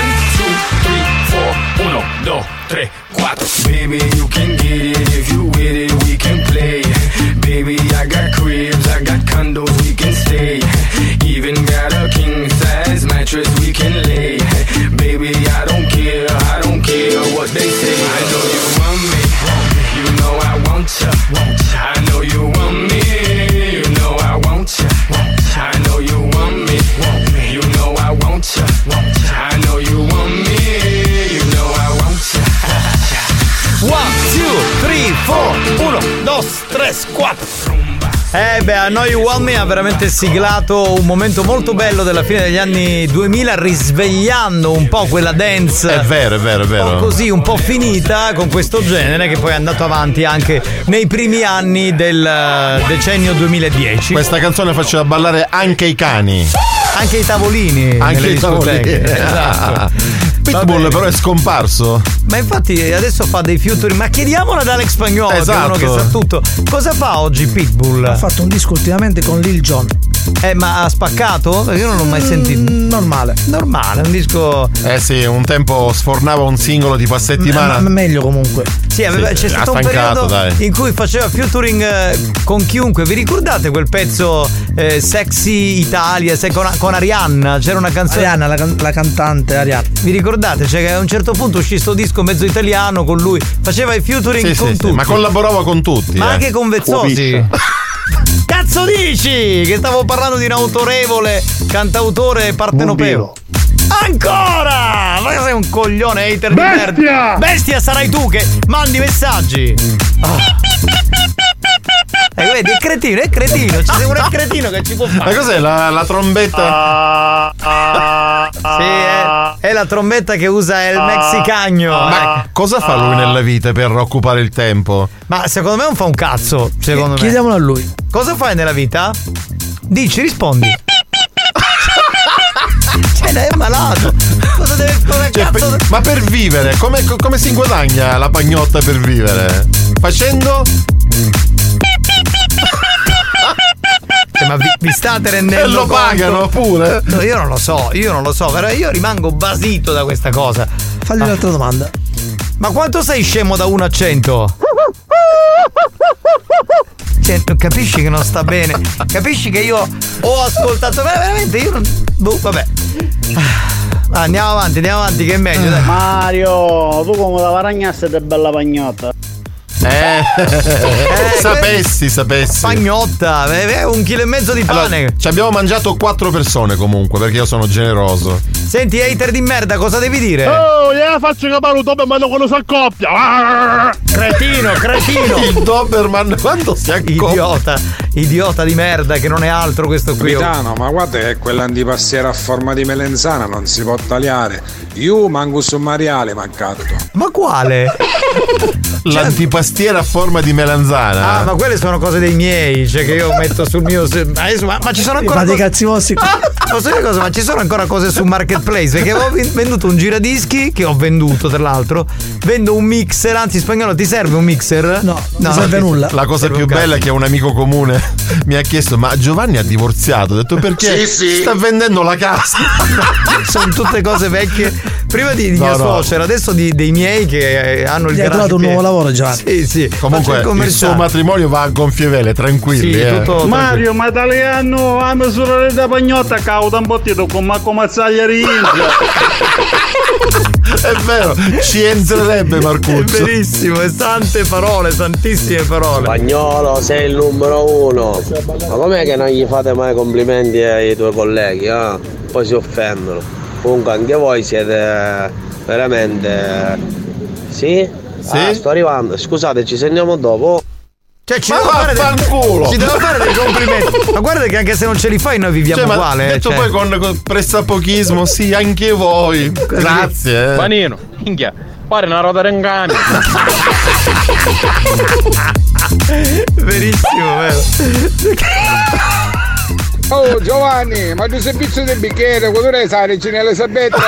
3, 4, 1, 2, 3, 4. Baby, you can get it if you with it, we can play. Baby, I got cribs, I got condos, we can stay. Even got a king size mattress we can lay. Baby, I don't care what they say. I know you want me, you know I want ya. I know you want me, you know I want ya. I know you want me, you know I want ya. I know you want me, you know I want ya. 1, 2, 3, 4, 1, 2, 3, 4. I Know You Want Me ha veramente siglato un momento molto bello della fine degli anni 2000, risvegliando un po' quella dance. È vero. Un po' così, un po' finita con questo genere che poi è andato avanti anche nei primi anni del decennio 2010. Questa canzone faceva ballare anche i cani. Anche i tavolini. Anche i tavolini. Esatto. Pitbull però è scomparso. Ma infatti adesso fa dei featuring. Ma chiediamolo ad Alex Spagnuolo, esatto, che è uno che sa tutto. Cosa fa oggi Pitbull? Ha fatto un disco ultimamente con Lil Jon. Ma ha spaccato? Perché io non l'ho mai sentito. Normale, un disco. Sì, un tempo sfornava un singolo tipo a settimana. Ma meglio comunque. Sì, c'è stato un periodo in cui faceva featuring con chiunque. Vi ricordate quel pezzo Sexy Italia con Arianna? C'era una canzone. Arianna, la cantante Arianna. Vi ricordate? Cioè che a un certo punto uscì sto disco mezzo italiano con lui. Faceva i featuring con tutti. Ma collaborava con tutti. Ma anche con Vezzosi. Cazzo dici? Che stavo parlando di un autorevole cantautore partenopeo. Ancora! Ma sei un coglione hater di merda. Bestia sarai tu che mandi messaggi. Vedi, è cretino, ci sembra un cretino che ci può fare. Ma cos'è la trombetta? Sì, è la trombetta che usa il messicagno. Ma cosa fa lui nella vita per occupare il tempo? Ma secondo me non fa un cazzo, secondo me. Chiediamolo a lui. Cosa fai nella vita? Dici, rispondi. Cioè, è malato. Cosa deve ma per vivere, come si guadagna la pagnotta per vivere? Facendo? Ma vi state rendendo e lo conto? pagano pure? No, io non lo so, però io rimango basito da questa cosa. Fagli un'altra domanda. Ma quanto sei scemo da 1 a 100? Cioè, capisci che non sta bene? Capisci che io ho ascoltato veramente? Io non. Vabbè. Andiamo avanti che è meglio, dai. Mario, tu come la varagnasse de bella pagnotta. Sapessi. Pagnotta, 1,5 chili di pane. Allora, ci abbiamo mangiato 4 persone comunque, perché io sono generoso. Senti, hater di merda, cosa devi dire? Oh, io faccio capare un Doberman quando si accoppia. Cretino. Il Doberman quando si accoppia. Idiota di merda, che non è altro questo qui. Capitano, ma guarda che quell'antipastiera a forma di melenzana non si può tagliare. Io manco su Mariale mancato. Ma quale? L'antipastiera a forma di melanzana. Ah, ma quelle sono cose dei miei, cioè che io metto sul mio. Adesso, ma ci sono ancora. Ma dei cazzi vostri. Posso dire cosa? Ma ci sono ancora cose su Marketplace? Perché avevo venduto un giradischi che ho venduto, tra l'altro. Vendo un mixer, anzi, in spagnolo ti serve un mixer? No, non serve nulla. La cosa più bella è che un amico comune mi ha chiesto: ma Giovanni ha divorziato? Ho detto perché? Sì. Sta vendendo la casa. Sono tutte cose vecchie. Prima di mia suocera, adesso dei miei che hanno il Gli hai garage trovato un nuovo lavoro, Giovanni. Sì. Comunque il suo matrimonio va a gonfie vele, tranquilli. Sì, tutto Mario, ma italiano a misura da pagnotta cauda un bottito con mazzagliari. È vero, ci entrerebbe Marcuccio. È verissimo, è santissime parole. Spagnolo, sei il numero 1. Ma com'è che non gli fate mai complimenti ai tuoi colleghi? Poi si offendono. Comunque anche voi siete veramente. Sì? Sto arrivando. Scusate, ci sentiamo dopo. Cioè ci devo fare dei complimenti. Ma guarda che anche se non ce li fai noi viviamo uguale. Detto poi con pressapochismo, sì, anche voi. Grazie. Panino, minchia, pare una ruota d'engano. Verissimo, vero. Oh Giovanni, ma tu sei pizzo del bicchiere, quando lei sai Regina Elisabetta?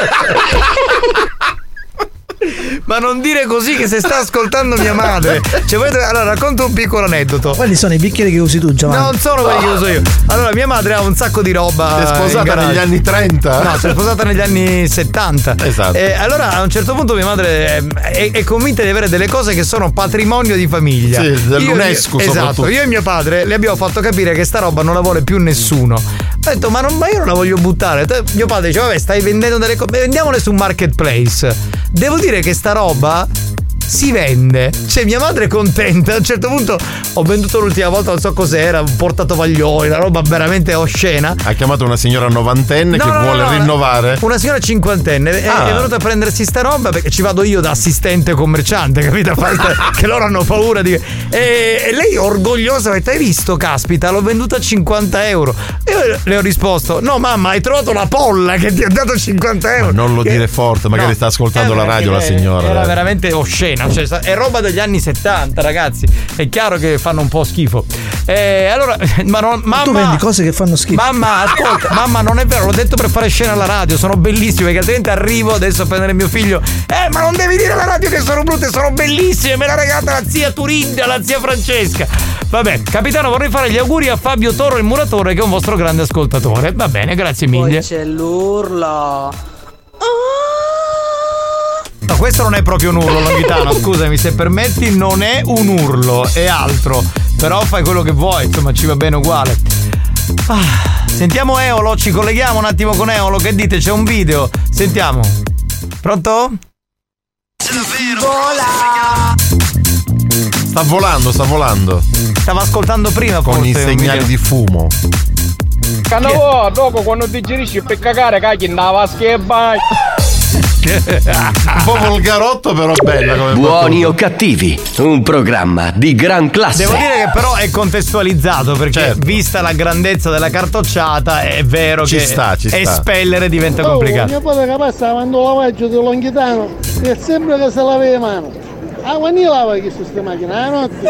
Ma non dire così che se sta ascoltando mia madre. Allora racconto un piccolo aneddoto. Quali sono i bicchieri che usi tu, Giovanni? Non sono quelli che uso io. Allora mia madre ha un sacco di roba. Si è sposata negli anni 30? No, si è sposata negli anni 70. Esatto. Allora a un certo punto mia madre è convinta di avere delle cose che sono patrimonio di famiglia. Sì, dell'UNESCO. Esatto. Io e mio padre le abbiamo fatto capire che sta roba non la vuole più nessuno. Ho detto ma io non la voglio buttare. Mio padre dice vabbè, stai vendendo delle cose, vendiamole su Marketplace. Devo dire che sta roba si vende. Cioè mia madre è contenta. A un certo punto ho venduto l'ultima volta, non so cos'era, un portatovaglioli, una roba veramente oscena. Ha chiamato una signora novantenne che vuole rinnovare. Una signora cinquantenne è venuta a prendersi sta roba perché ci vado io da assistente commerciante, capito? Che loro hanno paura di. E lei orgogliosa mi ha detto: hai visto, caspita, l'ho venduta a 50 euro. E io le ho risposto: no mamma, hai trovato la polla che ti ha dato 50 euro. Ma non lo dire forte, magari sta ascoltando la radio la signora. Era veramente oscena. Cioè, è roba degli anni 70, ragazzi. È chiaro che fanno un po' schifo. Allora, mamma, tu vendi cose che fanno schifo. Mamma, ascolta, mamma, non è vero, l'ho detto per fare scena alla radio, sono bellissime, perché altrimenti arrivo adesso a prendere mio figlio. Ma non devi dire alla radio che sono brutte, sono bellissime, me l'ha regalata la zia Turinda, la zia Francesca. Vabbè, capitano, vorrei fare gli auguri a Fabio Toro, il muratore, che è un vostro grande ascoltatore. Va bene, grazie mille. Poi c'è l'urlo. No, questo non è proprio un urlo, Longhitano, scusami, se permetti, non è un urlo, è altro. Però fai quello che vuoi, insomma, ci va bene uguale. Sentiamo Eolo, ci colleghiamo un attimo con Eolo, che dite? C'è un video, sentiamo. Pronto? Vola! Sta volando. Stava ascoltando prima con i segnali di fumo. Dopo quando digerisci per cagare cagli andava a schiebbai. Un po' volgarotto, però bella come Buoni o cattivi, un programma di gran classe. Devo dire che però è contestualizzato, perché vista la grandezza della cartocciata è vero Ci che sta. espellere diventa complicato. Mio padre che passa quando lavaggio di Longhitano è sempre che se lava le mani. Ah, quando lava che su queste macchine la notte?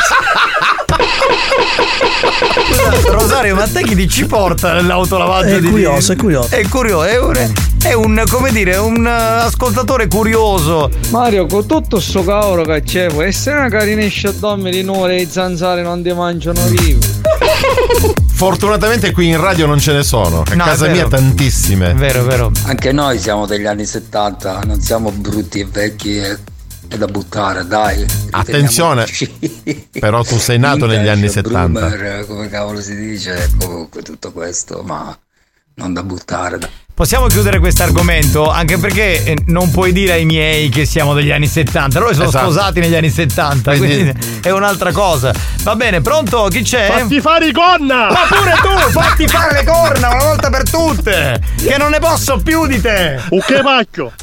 Rosario, ma te chi ti ci porta nell'autolavaggio? È curioso. È un, come dire, un ascoltatore curioso. Mario, con tutto sto cavolo che c'è, può essere una carinescia a dormire di nuore e i zanzare non ti mangiano vivo. Fortunatamente qui in radio non ce ne sono. A casa mia tantissime. Vero. Anche noi siamo degli anni 70, non siamo brutti e vecchi e da buttare, dai. Attenzione. Però tu sei nato negli anni 70. Boomer, come cavolo si dice, comunque tutto questo, ma non da buttare. Possiamo chiudere questo argomento, anche perché non puoi dire ai miei che siamo degli anni 70. Loro sono sposati negli anni 70, quindi è un'altra cosa. Va bene, pronto? Chi c'è? Fatti fare i corna! Ma pure tu, fatti fare le corna una volta per tutte! Che non ne posso più di te! Che pacchio!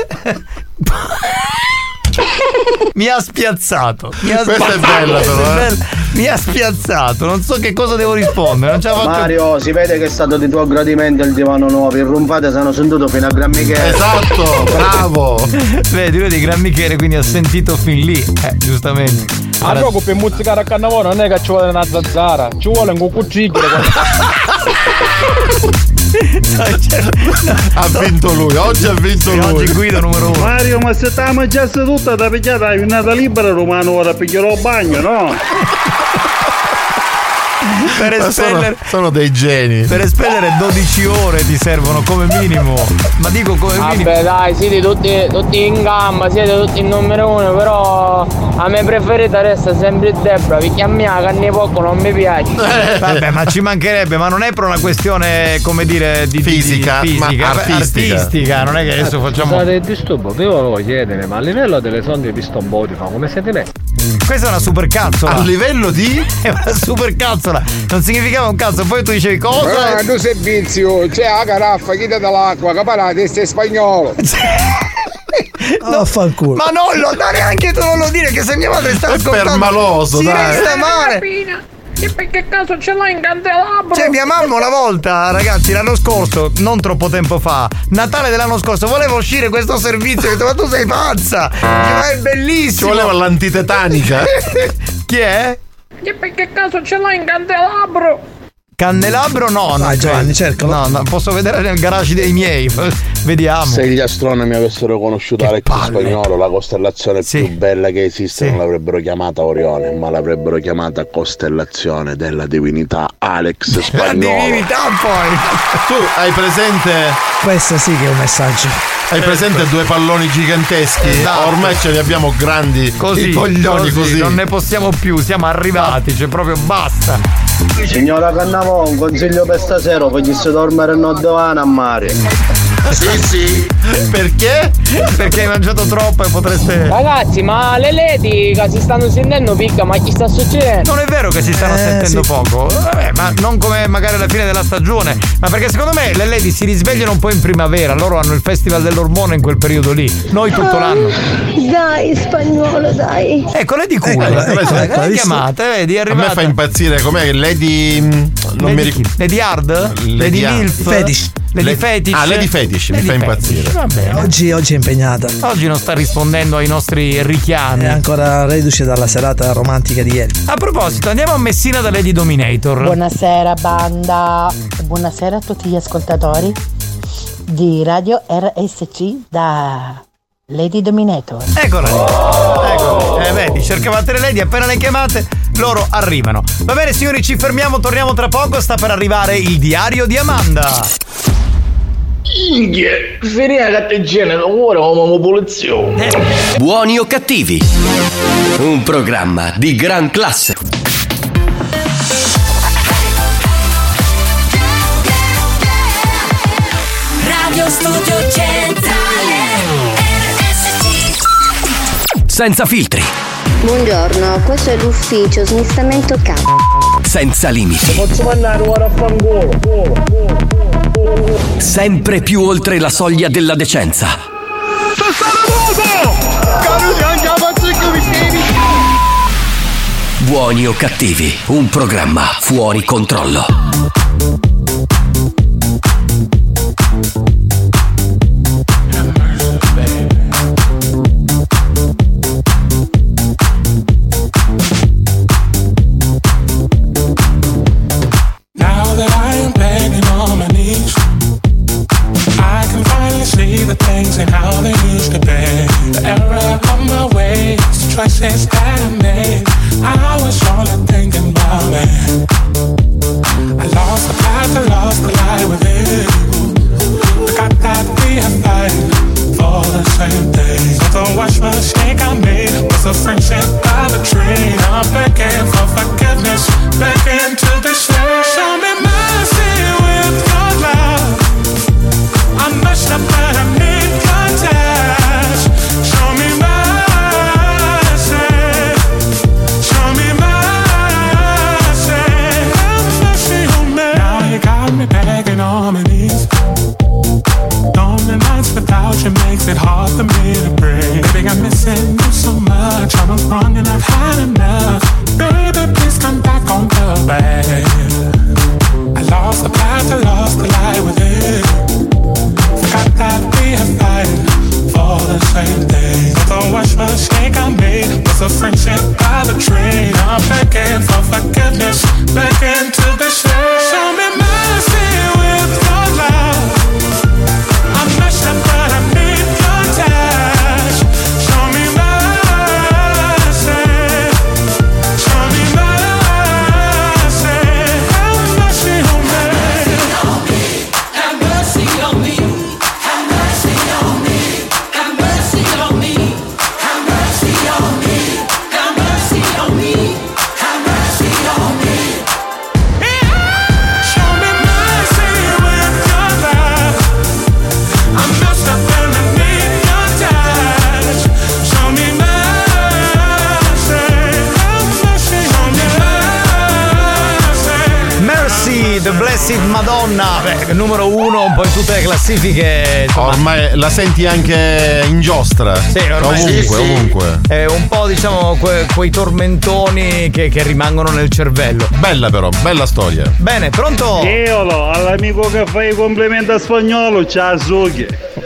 Mi ha spiazzato. Questa è bella però. Mi ha spiazzato, non so che cosa devo rispondere. Non ce la faccio. Mario, si vede che è stato di tuo gradimento il divano nuovo. Il rumpate sono sentito fino a Gran Michele. Esatto, bravo. Vedi Gran Michele, quindi ha sentito fin lì. Giustamente. Ma proprio per musicare a Cannavoro non è che ci vuole una zanzara, ci vuole un cuccucigile. Ha vinto lui, oggi ha vinto lui. Oggi guida numero 1. Mario, ma se te la mangiasse tutta da pigliata hai un'ata libera romano, ora piglierò il bagno, no? Per espellere sono dei geni. Per espellere 12 ore ti servono come minimo. Ma dico come minimo. Vabbè dai, siete tutti in gamba, siete tutti il numero 1, però a me preferita resta sempre Debra, perché a me la carne poco non mi piace. Vabbè, ma ci mancherebbe, ma non è per una questione, come dire, di fisica, ma artistica. Non è che adesso facciamo. Scusate il disturbo, vi volevo chiedere, ma a livello delle sonde di Piston Botifan come siete messi? Questa è una supercazzola. A livello di? È una supercazzola. Non significava un cazzo. Poi tu dicevi cosa? Ma tu servizio, c'è la caraffa, chi dà l'acqua, caparate, sei spagnolo. No, fanculo. Ma non lo dare anche tu, non lo dire, che se mia madre sta ascoltando. È permaloso, si dai. resta male. E perché caso ce l'hai in candelabro? Cioè mia mamma una volta, ragazzi, l'anno scorso, non troppo tempo fa, Natale dell'anno scorso, voleva uscire questo servizio. Ho detto, ma tu sei pazza. Ma è bellissimo. Ci voleva l'antitetanica. Chi è? E perché caso ce l'hai in candelabro? Candelabro no, Giovanni, cercalo. No, posso vedere nel garage dei miei. Vediamo. Se gli astronomi avessero conosciuto Alex Spagnolo, la costellazione più bella che esiste, non l'avrebbero chiamata Orione, ma l'avrebbero chiamata costellazione della divinità Alex Spagnolo. La divinità poi. Tu hai presente? Questo sì che è un messaggio. Hai presente due palloni giganteschi? Esatto. Ormai ce li abbiamo grandi. Così, i coglioni così. Non ne possiamo più, siamo arrivati, cioè proprio basta. Signora Cannavò, un consiglio per stasera, facesse dormire in Noddovana a mare. Sì. Perché? Perché hai mangiato troppo e potreste. Ragazzi, ma le ledi che si stanno sentendo picca, ma chi sta succedendo? Non è vero che si stanno sentendo poco. Vabbè, ma non come magari alla fine della stagione. Ma perché secondo me le lady si risvegliano un po' in primavera. Loro hanno il festival dell'ormone in quel periodo lì. Noi tutto l'anno. Dai, Spagnolo, dai. Ecco, Lady Cool. La chiamata, vedi, è arrivata. A me fa impazzire, com'è Lady. Non mi ricordo. Lady Hard? Lady Milf? Fetish. Lady Fetish. Ah, Lady Fetish, mi fa impazzire. Va bene. Oggi è impegnata. Oggi non sta rispondendo ai nostri richiami. È ancora reduce dalla serata romantica di ieri. A proposito, andiamo a Messina da Lady Dominator. Buonasera banda. Buonasera a tutti gli ascoltatori di Radio RSC da Lady Dominator. Eccola lì. Eccola. Vedi, cercavate le lady, appena le chiamate loro arrivano. Va bene signori, ci fermiamo, torniamo tra poco. Sta per arrivare il diario di Amanda. Finire la catteggina ora come popolazione. Buoni o cattivi? Un programma di gran classe. Radio Studio Centrale RSC. Senza filtri. Buongiorno, questo è l'ufficio smistamento capo. Senza limiti. Posso mandare ora a fangolo. Sempre più oltre la soglia della decenza. Buoni o cattivi, un programma fuori controllo. Now that I am begging on my knees, I can finally see the things and how they used to be. The error of my ways, the choices that I made, I was only thinking about it. I lost the path, I lost the light within. Forgot that we are fighting for the same thing. So don't watch my mistake I made, was a friendship by the tree. I'm begging for forgiveness, begging to be saved. Show me mercy with your love. I messed up but I need your touch. Show me mercy. Show me mercy. Have mercy on me. Now you got me begging on my knees. Lonely nights without you makes it hard for me to breathe. Baby, I'm missing you so much. I'm wrong and I've had enough. Baby, please come back on the bed. I lost the path, I lost the light within. Forgot that we are fighting for the same thing. So don't watch my mistake I made, was a friendship by the tree. I'm begging for forgiveness, begging to be saved. Show me mercy with your love. I messed up but I need your touch. Show me mercy. Show me mercy. Have mercy on me. Have mercy on me. Have mercy on me. Have mercy on me. Have mercy on me. Have mercy on me. Have mercy on me. Show me mercy with your love. I messed up and I need your touch. Show me mercy. Have mercy on me. Mercy, The Blessed Madonna. Beh, numero 1 un po' in tutte le classifiche. Insomma. Ormai la senti anche in giostra. Sì, ormai ovunque, sì. ovunque. È un po' diciamo quei tormentoni che rimangono nel cervello. Bella però, bella storia. Bene, pronto? Eolo, all'amico che fa i complimenti a spagnolo, c'ha Zucchi.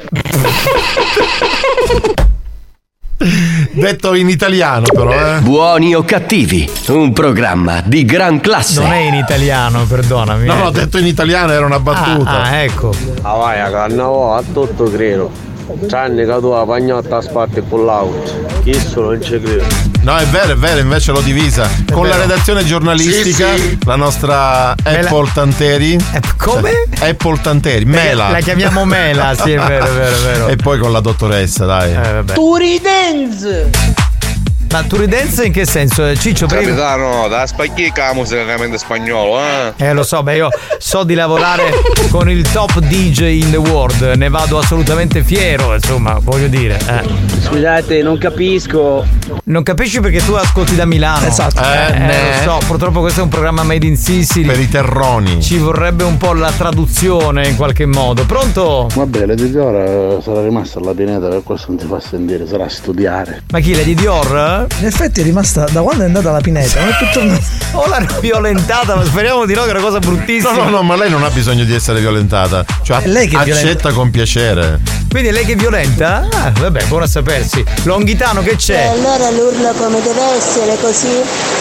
Detto in italiano però, Buoni o cattivi, un programma di gran classe. Non è in italiano, perdonami. No, detto in italiano era una battuta. Ah, ecco. Ah vai a carnavale, a tutto credo. Tranne che tu la pagnotta a sparte con l'auto. Chi non ci credo. No, è vero, invece l'ho divisa. Con la redazione giornalistica, Sì. la nostra Apple Tanteri. Come? Apple Tanteri, Mela. La chiamiamo Mela, sì, è vero. E poi con la dottoressa, dai. Vabbè. Turidenz! Ma Turidenza in che senso? Ciccio, prima. Capitano, da spacchica la musica veramente spagnolo, Lo so, beh, io so di lavorare con il top DJ in the world, ne vado assolutamente fiero, insomma, voglio dire. Scusate, non capisco. Non capisci perché tu ascolti da Milano. Esatto. Lo so, purtroppo questo è un programma made in Sicily. Per i terroni. Ci vorrebbe un po' la traduzione in qualche modo. Pronto? Vabbè, Lady Dior sarà rimasta alla pineta, per questo non ti fa sentire, sarà a studiare. Ma chi, Lady Dior? In effetti è rimasta da quando è andata alla pineta. Non è tutto... O l'hanno violentata, ma speriamo di no, che è una cosa bruttissima. No, ma lei non ha bisogno di essere violentata. Cioè, È lei che è accetta violenta. con piacere. Quindi è lei che è violenta? Ah, vabbè, buono a sapersi. Longhitano, che c'è? allora l'urlo come deve essere così.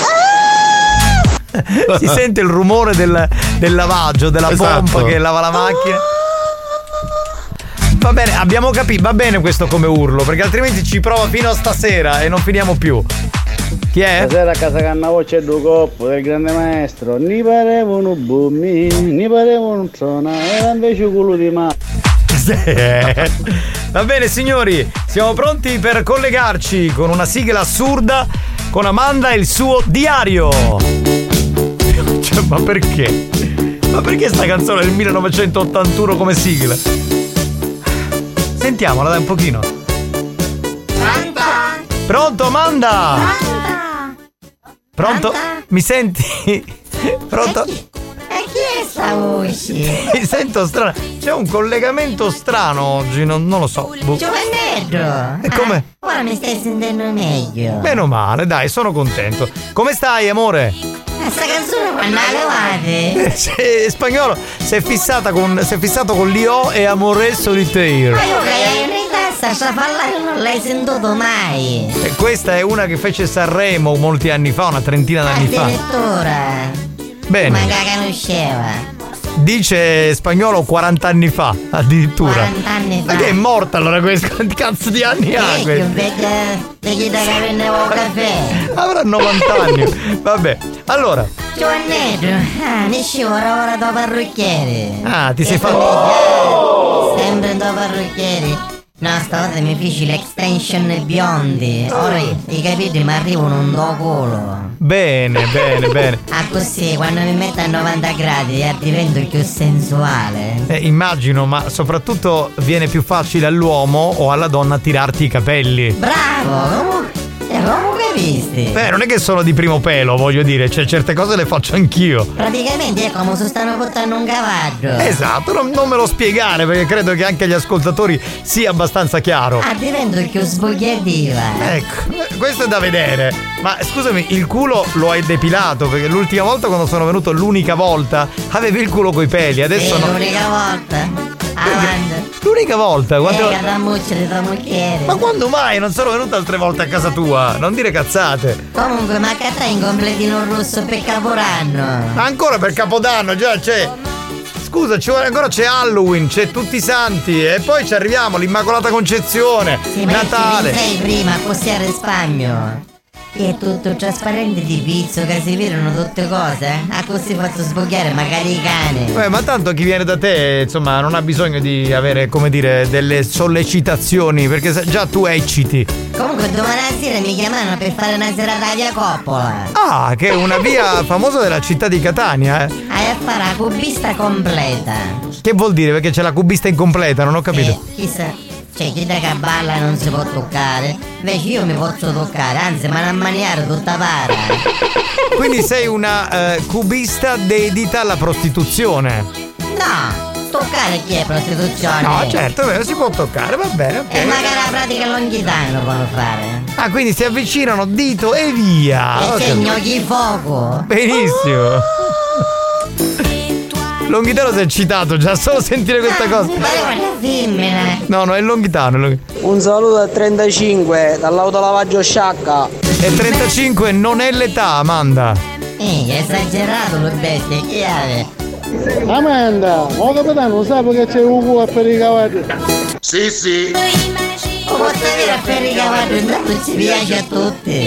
Si sente il rumore del lavaggio, della Esatto. pompa che lava la macchina. Va bene, abbiamo capito, va bene questo come urlo, perché altrimenti ci prova fino a stasera e non finiamo più. Chi è? Stasera a casa Cannavo c'è due coppo del grande maestro. Ni parevano bummi, ni parevano zona, era invece culo di ma. Va bene signori, siamo pronti per collegarci con una sigla assurda con Amanda e il suo diario. Cioè, ma perché? Ma perché sta canzone del 1981 come sigla? Sentiamola dai un pochino. Pronto Amanda? Pronto? Mi senti? Pronto? E chi è sto sta voce? Mi sento strano. C'è un collegamento strano oggi, non lo so. Giovannetto! E come? Ora mi stai sentendo meglio. Meno male, dai, sono contento. Come stai, amore? Sta canzone quando la levate? Spagnolo, si è fissato con l'Io e Amore Solitaire. Ma io che in testa sta parlando non l'hai sentito mai. E questa è una che fece Sanremo molti anni fa, una trentina d'anni fa. Addirittura. Bene. Ma che conosceva. Dice Spagnolo 40 anni fa, addirittura. 40 anni fa. Ma che è morta allora questo? Quanti cazzo di anni ha questo? Vedi da che prendevo caffè. Avrà 90 anni. Vabbè. Allora. Giovannetto, ne scivo ora da parrucchiere. Ah, ti sei fatto. Sempre da parrucchiere. No, stavolta mi feci l'extension biondi. Ora i capelli mi arrivano un do culo. Bene. Ah, così quando mi metto a 90 gradi divento più sensuale. Immagino, ma soprattutto viene più facile all'uomo o alla donna tirarti i capelli. Bravo! Comunque visti? Non è che sono di primo pelo, voglio dire, cioè certe cose le faccio anch'io. Praticamente è come se stanno portando un cavallo. Esatto, non me lo spiegare perché credo che anche agli ascoltatori sia abbastanza chiaro. Ah, divento più sbogliativa. Ecco, questo è da vedere. Ma scusami, il culo lo hai depilato? Perché l'ultima volta quando sono venuto, l'unica volta, avevi il culo coi peli, adesso no. L'unica volta? Avanti. L'unica volta? Ma quando mai? Non sono venuto altre volte a casa tua, non dire cazzate. Comunque, ma che te in completino rosso per Capodanno? Ancora per Capodanno, già c'è. Scusa, ancora c'è Halloween, c'è Tutti i Santi e poi ci arriviamo, l'Immacolata Concezione, sì, Natale. Ma sei prima a costare risparmio. È tutto trasparente di pizzo che si vedono tutte cose, a così faccio sbogliare magari i cani. Ma tanto chi viene da te, insomma, non ha bisogno di avere, come dire, delle sollecitazioni, perché già tu ecciti. Comunque domani sera mi chiamano per fare una serata a Via Coppola. Ah, che è una via famosa della città di Catania, Hai a fare la cubista completa. Che vuol dire? Perché c'è la cubista incompleta, non ho capito. Chissà. C'è chi da che balla non si può toccare. Invece io mi posso toccare, anzi me la maniare tutta para. Quindi sei una cubista dedita alla prostituzione. No, toccare chi è prostituzione? No, certo, è vero, si può toccare, va bene, ok. E magari la pratica longhitana può fare. Ah, quindi si avvicinano dito e via. E c'è gnocchi fuoco. Benissimo. Longhitano si è eccitato già solo sentire questa cosa. No, è Longhitano. Un saluto a 35 dall'autolavaggio Sciacca. E 35 non è l'età, Amanda. È esagerato lo bestia, chi è? Amanda, oh capitano, sai perché c'è un culo per i cavalli? Sì. Lo posso dire per i cavalli, intanto ci piace a tutti.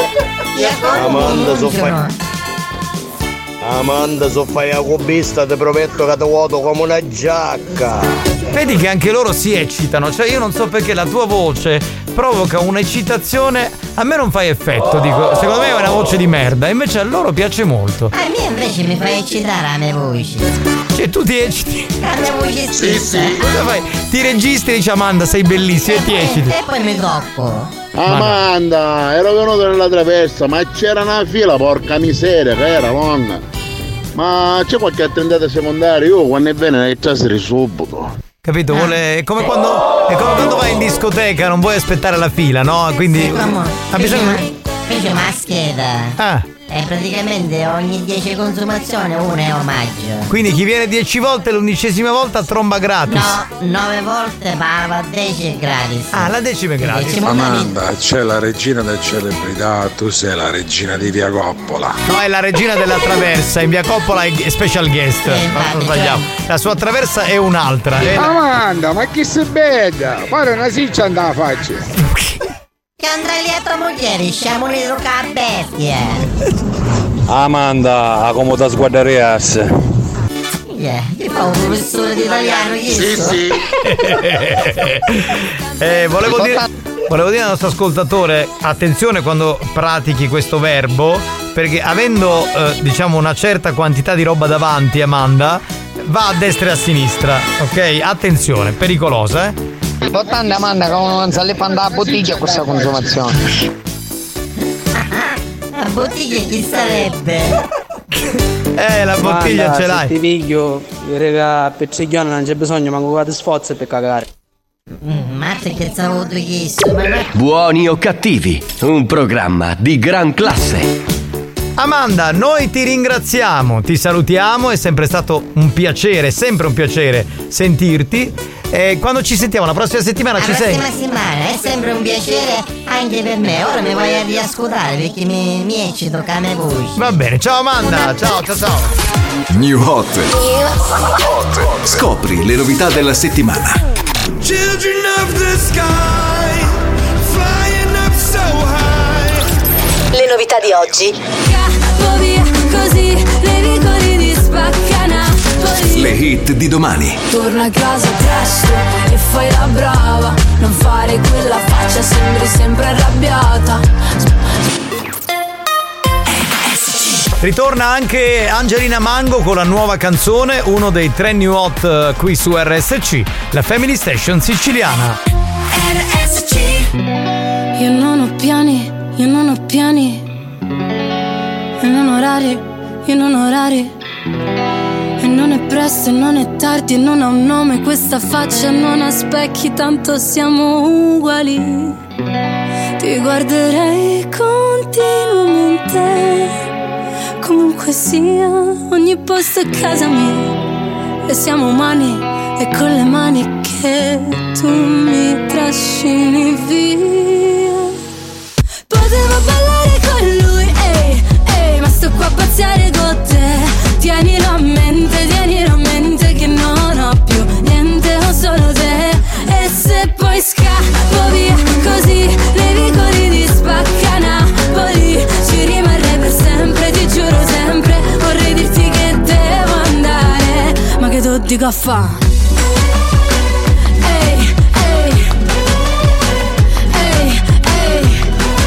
Amanda, so fai la cubista, ti prometto che ti vuoto come una giacca. Vedi che anche loro si eccitano, cioè io non so perché la tua voce provoca un'eccitazione, a me non fa effetto, dico, secondo me è una voce di merda, invece a loro piace molto. A me invece mi fa eccitare la mia voce. Cioè tu ti ecciti? La mia voce stessa. Sì. Cosa fai? Ti registri e dici Amanda sei bellissima e ti ecciti. E poi mi tocco. Amanda, ero venuto nella traversa, ma c'era una fila, porca miseria, che era lunga. Ma c'è qualche attendente secondario? Io quando è bene ne traseri subito. Capito? È come quando vai in discoteca, non vuoi aspettare la fila, no? Quindi ha bisogno. Fece maschera. E praticamente ogni 10 consumazioni uno è omaggio. Quindi chi viene 10 volte l'11ª volta tromba gratis. No, 9 volte va 10 gratis. Ah, la 10ª è gratis. Amanda, c'è la regina delle celebrità, tu sei la regina di Via Coppola. No, è la regina della traversa, in Via Coppola è special guest. Non sbagliamo. La sua traversa è un'altra. Amanda, ma chi si bella? Pare una siccia andava a faccia. Che andrà lì a tua moglie, siamo uniti con la bestia. Amanda, a come ti sguardareas? Ti fa un professore di italiano, Sì. Volevo dire al nostro ascoltatore, attenzione quando pratichi questo verbo, perché avendo diciamo una certa quantità di roba davanti, Amanda, va a destra e a sinistra, ok? Attenzione, pericolosa, Importante Amanda che uno non sa le fare la bottiglia questa consumazione. La bottiglia chi sarebbe? La bottiglia ce l'hai. Se ti piglio, raga, per ciglione non c'è bisogno, manco che ti sforzi per cagare. Mazza che stavo chiesto, ma Buoni o cattivi, un programma di gran classe. Amanda, noi ti ringraziamo, ti salutiamo, è sempre stato un piacere, sempre un piacere sentirti. E quando ci sentiamo la prossima settimana ci sei? La prossima settimana è sempre un piacere anche per me. Ora mi voglio riascoltare perché mi eccito con la voce. Va bene, ciao Amanda, ciao. New Hot. Scopri le novità della settimana. Children of the sky, flying up so high. Le novità di oggi. Scappo via così, le vicoli di Spaccanapoli. Le hit di domani. Torna a casa presto e fai la brava. Non fare quella faccia, sembri sempre arrabbiata. Ritorna anche Angelina Mango con la nuova canzone, uno dei 3 new hot qui su RSC, la Family Station siciliana. RSC. Io non ho piani, io non ho piani. E non orari, io non orari. E non è presto e non è tardi e non ha un nome questa faccia, non ha specchi, tanto siamo uguali. Ti guarderei continuamente. Comunque sia, ogni posto è casa mia. E siamo umani, e con le mani che tu mi trascini via. Potevo ballare con lui, ehi, ehi, ma sto qua a pazziare con te. Tienilo a mente che non ho più niente, ho solo te. E se poi scappo via così, nei vicoli di Spaccanapoli, ci rimarrei per sempre, ti giuro sempre. Vorrei dirti che devo andare, ma che tu dico a fa'? Ehi, ehi, ehi, ehi.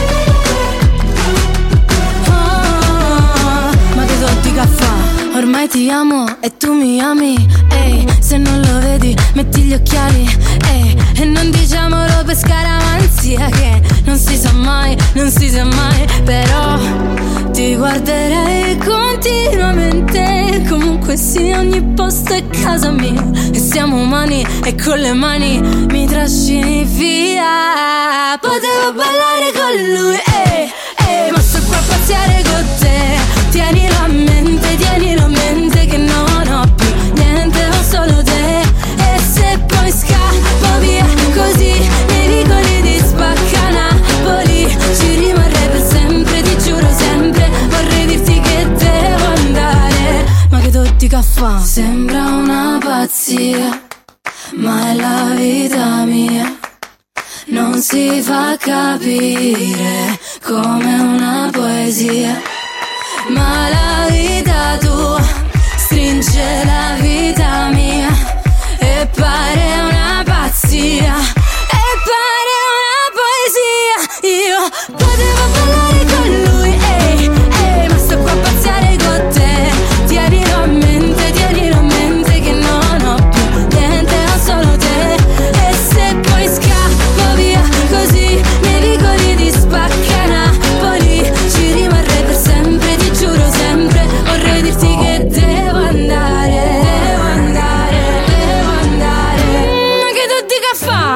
Oh, ma che tu dico a fa'? Ormai ti amo e tu mi ami, ehi. Se non lo vedi, metti gli occhiali, ehi. E non diciamolo per scaramanzia, che non si sa mai, non si sa mai. Però ti guarderei continuamente. Comunque sia, ogni posto è casa mia. E siamo umani e con le mani mi trascini via. Potevo ballare con lui, ehi, ma sto qua a pazziare con te. Tienilo a mente che non ho più niente, ho solo te. E se poi scappo via così, nei vicoli di Spaccanapoli, ci rimarrei per sempre, ti giuro sempre. Vorrei dirti che devo andare, ma che tu dica fa'? Sembra una pazzia, ma è la vita mia. Non si fa capire come una poesia, ma la vita tua stringe la vita mia. E pare una pazzia, e pare una poesia. Io potevo ballare con lui, ehi, ehi, ma sto qua a pazziare con te. Tienilo a mente che non ho più niente, ho solo te. E se poi scappo via così, nei vicoli di Spaccanapoli, ci rimarrei per sempre, ti giuro sempre. Vorrei dirti che devo andare, devo andare, devo andare. Ma che tu dica fa'?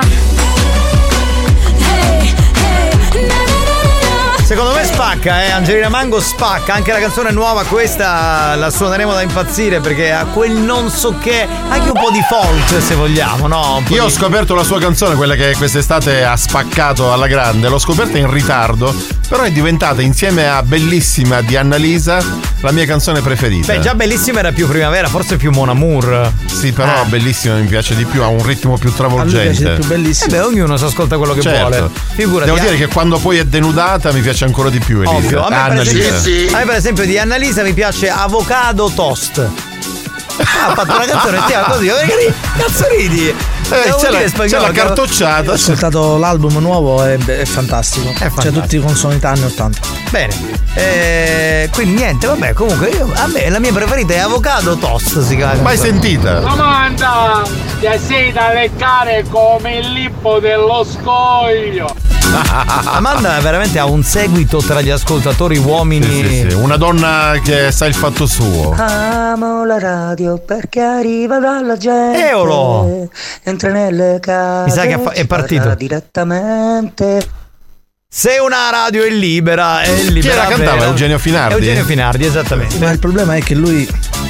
Hey, hey, na na na na. Secondo me spacca, Angelina Mango spacca. Anche la canzone nuova, questa la suoneremo da impazzire, perché ha quel non so che, anche un po' di folk se vogliamo, no? Io ho scoperto la sua canzone, quella che quest'estate ha spaccato alla grande. L'ho scoperta in ritardo, però è diventata, insieme a Bellissima di Annalisa, la mia canzone preferita. Beh, già Bellissima era più primavera, forse più Mon Amour. Sì, però Bellissima mi piace di più, ha un ritmo più travolgente. Più bellissimo. Beh, ognuno si ascolta quello che vuole. Figurati. Devo dire che quando poi è denudata mi piace ancora di più, Elisa. Ovvio. A me Annalisa. per esempio di Annalisa mi piace Avocado Toast. Ha fatto una canzone così, cazzo ridi? C'è la cartocciata. Ho ascoltato l'album nuovo, è fantastico. C'è tutti con sonorità anni 80. Bene, quindi niente, vabbè, comunque a me la mia preferita è Avocado Toast, si chiama. Mai sentita? Domanda! Ti sei da leccare come il lippo dello scoglio. Amanda veramente ha un seguito tra gli ascoltatori uomini. Sì. Una donna che sa il fatto suo. Amo la radio perché arriva dalla gente. Eolo! Entra nelle case. Mi sa che è partito direttamente. Se una radio è libera, è libera. Chi la cantava? Eugenio Finardi? Eugenio Finardi, esattamente. Ma il problema è che lui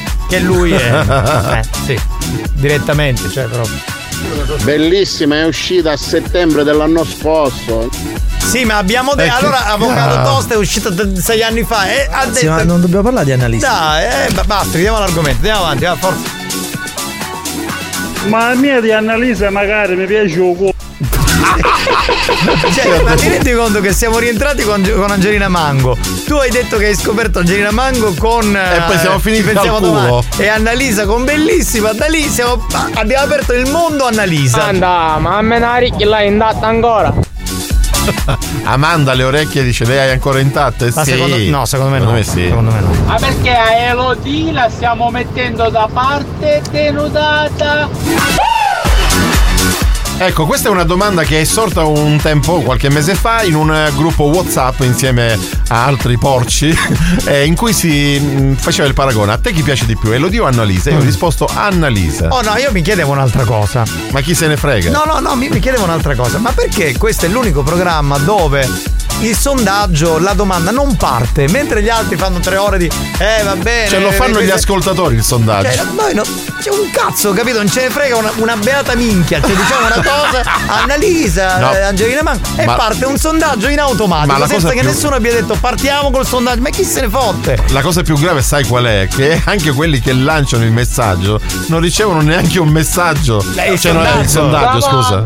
è. Sì, direttamente, cioè proprio. Bellissima, è uscita a settembre dell'anno scorso. Sì, ma abbiamo detto. Allora, Avvocato Tosta è uscito 6 anni fa e ha detto. Sì, ma non dobbiamo parlare di Annalisa. Dai, basta, vediamo l'argomento, andiamo avanti, va, forza. Ma a mia di Annalisa magari mi piace un culo. Cioè, ma ti rendi conto che siamo rientrati con Angelina Mango? Tu hai detto che hai scoperto Angelina Mango con e poi siamo finiti al culo. E Annalisa con Bellissima. Da lì abbiamo aperto il mondo Annalisa. Anda, ma a me la ricchi là è intatta ancora. Amanda le orecchie dice lei hai ancora intatte? Ma sì. secondo me no. Secondo me sì. Ma perché a Elodie la stiamo mettendo da parte denudata? Ecco, questa è una domanda che è sorta un tempo, qualche mese fa, in un gruppo WhatsApp insieme a altri porci, in cui si faceva il paragone. A te chi piace di più, Elodie o Annalisa? Io ho risposto Annalisa. Oh no, io mi chiedevo un'altra cosa. Ma chi se ne frega? No, mi chiedevo un'altra cosa. Ma perché questo è l'unico programma dove il sondaggio, la domanda non parte, mentre gli altri fanno 3 ore di va bene. Cioè lo fanno gli ascoltatori il sondaggio. Cioè, noi no, c'è un cazzo, capito? Non ce ne frega una beata minchia. Cioè diciamo una cosa, Annalisa, no. Angelina Mango, e parte un sondaggio in automatico senza che nessuno abbia detto partiamo col sondaggio. Ma chi se ne fotte? La cosa più grave sai qual è? Che anche quelli che lanciano il messaggio non ricevono neanche un messaggio. Il sondaggio, scusa.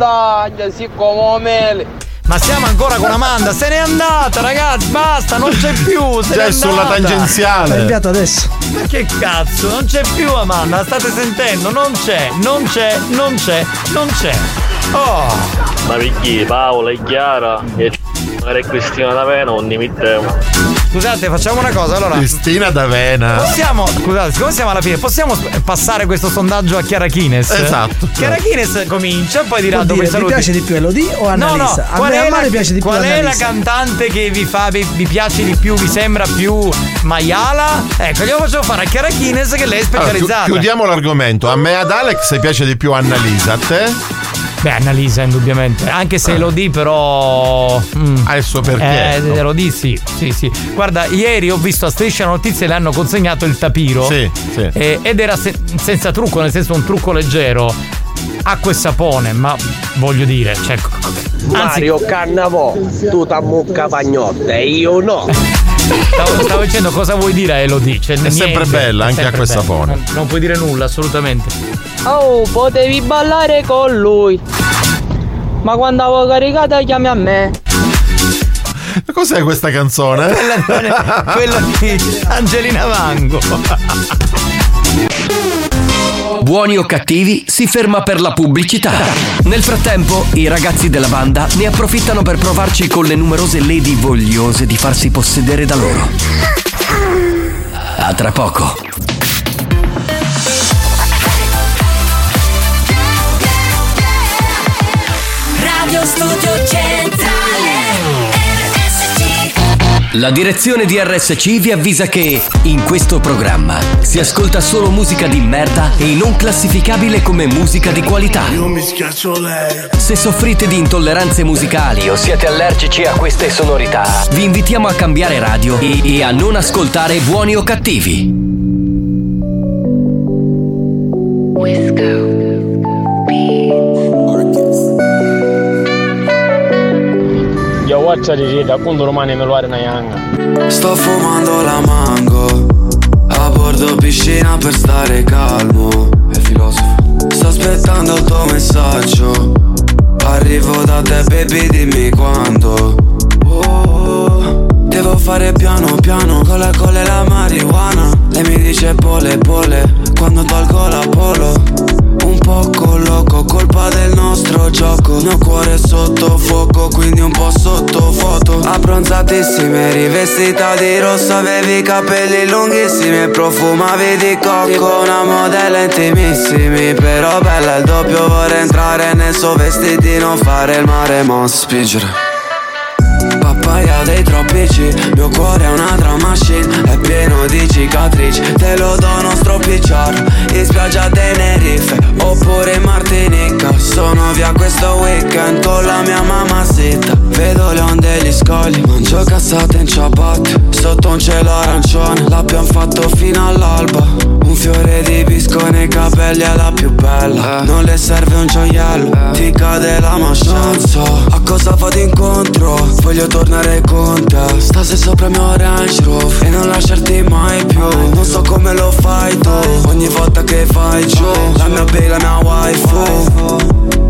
Ma siamo ancora con Amanda, se n'è andata, ragazzi, basta, non c'è più. Già è sulla tangenziale. È inviato adesso. Ma che cazzo, non c'è più Amanda, la state sentendo? Non c'è. Oh! Ma perché Paola e Chiara e Cristina D'Avena non ne mettiamo. Scusate, facciamo una cosa, allora. Cristina D'Avena. Scusate, siccome siamo alla fine, possiamo passare questo sondaggio a Chiara Kines? Esatto. Chiara Kines comincia, poi dirà dopo i saluti. Mi piace di più Elodie o Annalisa? No. Qual è la Annalisa. cantante che vi piace di più, vi sembra più maiala? Ecco, glielo facciamo fare a Chiara Kines che lei è specializzata. Allora, chiudiamo l'argomento. A me ad Alex piace di più Annalisa, a te? Beh, Annalisa indubbiamente, anche se Elodie però ha il suo perché. Elodie sì. Guarda, ieri ho visto a Striscia Notizie le hanno consegnato il tapiro. Sì. Ed era senza trucco, nel senso un trucco leggero. Acqua e sapone, ma voglio dire, cioè, Mario Cannavò, tu t'ammucca pagnotta e io no. Stavo dicendo cosa vuoi dire a Elodie, cioè, è sempre bella, anche acqua e sapone. Non puoi dire nulla, assolutamente. Oh, potevi ballare con lui. Ma quando avevo caricata chiami a me. Cos'è questa canzone? Quella di Angelina Mango. Buoni o cattivi si ferma per la pubblicità. Nel frattempo, i ragazzi della banda ne approfittano per provarci con le numerose lady vogliose di farsi possedere da loro. A tra poco. Radio Studio Centrale RSC. La direzione di RSC vi avvisa che in questo programma si ascolta solo musica di merda e non classificabile come musica di qualità. Io mi schiaccio lei. Se soffrite di intolleranze musicali o siete allergici a queste sonorità, vi invitiamo a cambiare radio e a non ascoltare Buoni o Cattivi. Io faccio di rida, quando domani me lo arena yanga. Sto fumando la mango, a bordo piscina per stare calmo. È filosofo. Sto aspettando il tuo messaggio, arrivo da te baby dimmi quando. Devo fare piano piano, con la colla e la marijuana. Lei mi dice pole pole, quando tolgo la polo. Un poco loco, colpa del nostro gioco. Mio cuore è sotto fuoco, quindi un po' sotto foto. Abbronzatissime, rivestita di rosso. Avevi i capelli lunghissimi e profumavi di cocco. Una modella intimissimi, però bella il doppio. Vorrei entrare nel suo vestitino, fare il mare, mo spingere. ho dei troppi G, mio cuore è una drum machine, è pieno di cicatrici, te lo dono stropicciato, in spiaggia a Tenerife, oppure in Martinica, sono via questo weekend con la mia mamacita, vedo le onde e gli scogli, mangio cassate in ciabatte, sotto un cielo arancione, l'abbiamo fatto fino all'alba, un fiore di bisco nei capelli è la più bella, non le serve un gioiello, ti cade la mascia, non so a cosa vado incontro, voglio tornare con te, stasera sopra il mio Range Rover e non lasciarti mai più, non so come lo fai tu, ogni volta che fai giù, la mia baby, la mia waifu.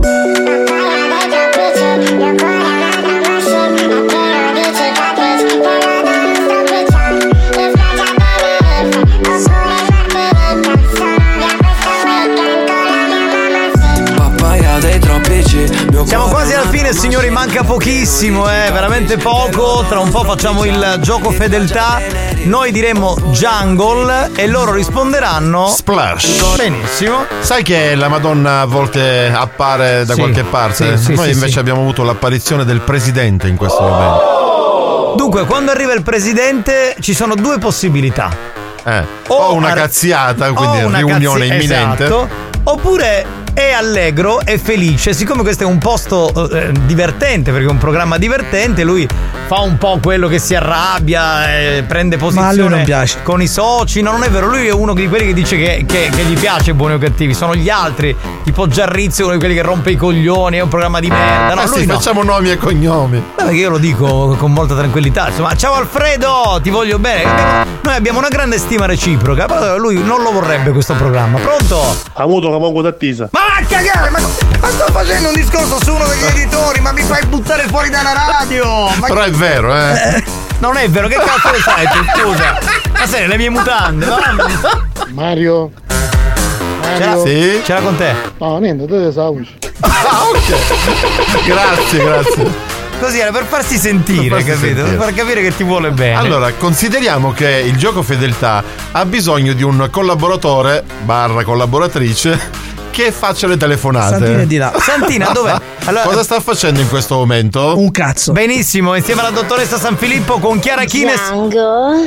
Siamo quasi alla fine, signori, manca pochissimo, veramente poco. Tra un po' facciamo il gioco fedeltà. Noi diremo Jungle e loro risponderanno Splash. Benissimo. Sai che la Madonna a volte appare da qualche parte? Noi invece abbiamo avuto l'apparizione del presidente in questo momento. Dunque, quando arriva il presidente ci sono due possibilità. O una cazziata, quindi una riunione imminente. Esatto. Oppure è allegro, è felice, siccome questo è un posto divertente, perché è un programma divertente, lui fa un po' quello che si arrabbia, prende posizione, ma a lui non piace con i soci. No, non è vero, lui è uno di quelli che dice che gli piace Buoni o Cattivi, sono gli altri, tipo Giarrizio, uno di quelli che rompe i coglioni, è un programma di merda. No, lui facciamo nomi e cognomi. Perché io lo dico con molta tranquillità, insomma. Ciao Alfredo, ti voglio bene. Noi abbiamo una grande stima reciproca, però lui non lo vorrebbe questo programma. Pronto? Ha avuto una poco d'attesa. Ma va a cagare, ma sto facendo un discorso su uno degli editori, ma mi fai buttare fuori dalla radio. Però è vero, non è vero, che cazzo ne sai tu, scusa? Ma sei le mie mutande, no? Mario. Sì? C'era con te? No, niente, te ne sai. Ok. Grazie. Così era per farsi sentire, capito? Per far capire che ti vuole bene. Allora, consideriamo che il gioco fedeltà ha bisogno di un collaboratore / collaboratrice che faccia le telefonate. Santina è di là. Santina, dov'è? Allora, cosa sta facendo in questo momento? Un cazzo. Benissimo, insieme alla dottoressa San Filippo con Chiara Chines. Django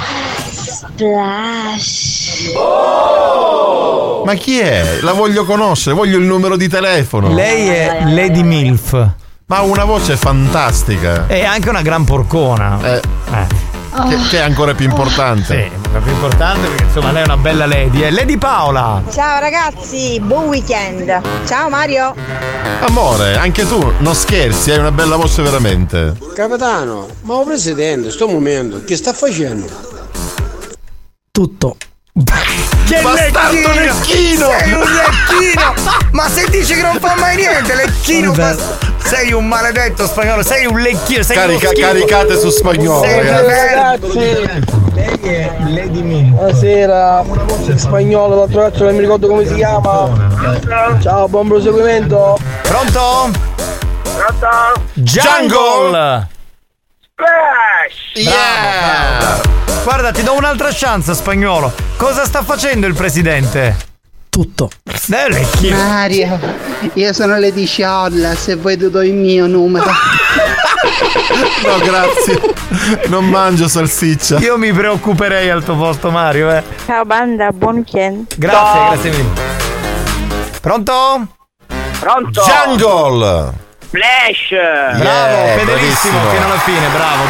Splash. Ma chi è? La voglio conoscere, voglio il numero di telefono. Lei è Lady Milf. Ma ha una voce fantastica. E anche una gran porcona. Che è ancora più importante. Sì, più importante perché insomma lei è una bella lady. È Lady Paola. Ciao ragazzi, buon weekend. Ciao Mario. Amore, anche tu non scherzi, hai una bella voce veramente. Capitano, ma il presidente, sto momento, che sta facendo? Tutto. Che bastardo lecchino! Sei un lecchino! Ma se dici che non fa mai niente, lecchino! Sei un maledetto spagnolo, sei un lecchino, sei caricate su spagnolo, ragazzi. Lei è Lady Min. Buonasera, spagnolo, l'altro ragazzo non mi ricordo come si chiama. Ciao, buon proseguimento. Pronto? Pronto? Jungle! Splash! Bravo. Guarda, ti do un'altra chance, spagnolo. Cosa sta facendo il presidente? Tutto. Mario, io sono Lady Ciolla, se vuoi ti do il mio numero. No, grazie. Non mangio salsiccia. Io mi preoccuperei al tuo posto, Mario, Ciao banda, buon weekend. Grazie mille. Pronto? Pronto? Jungle! Flash! Bravo, fedelissimo fino alla fine,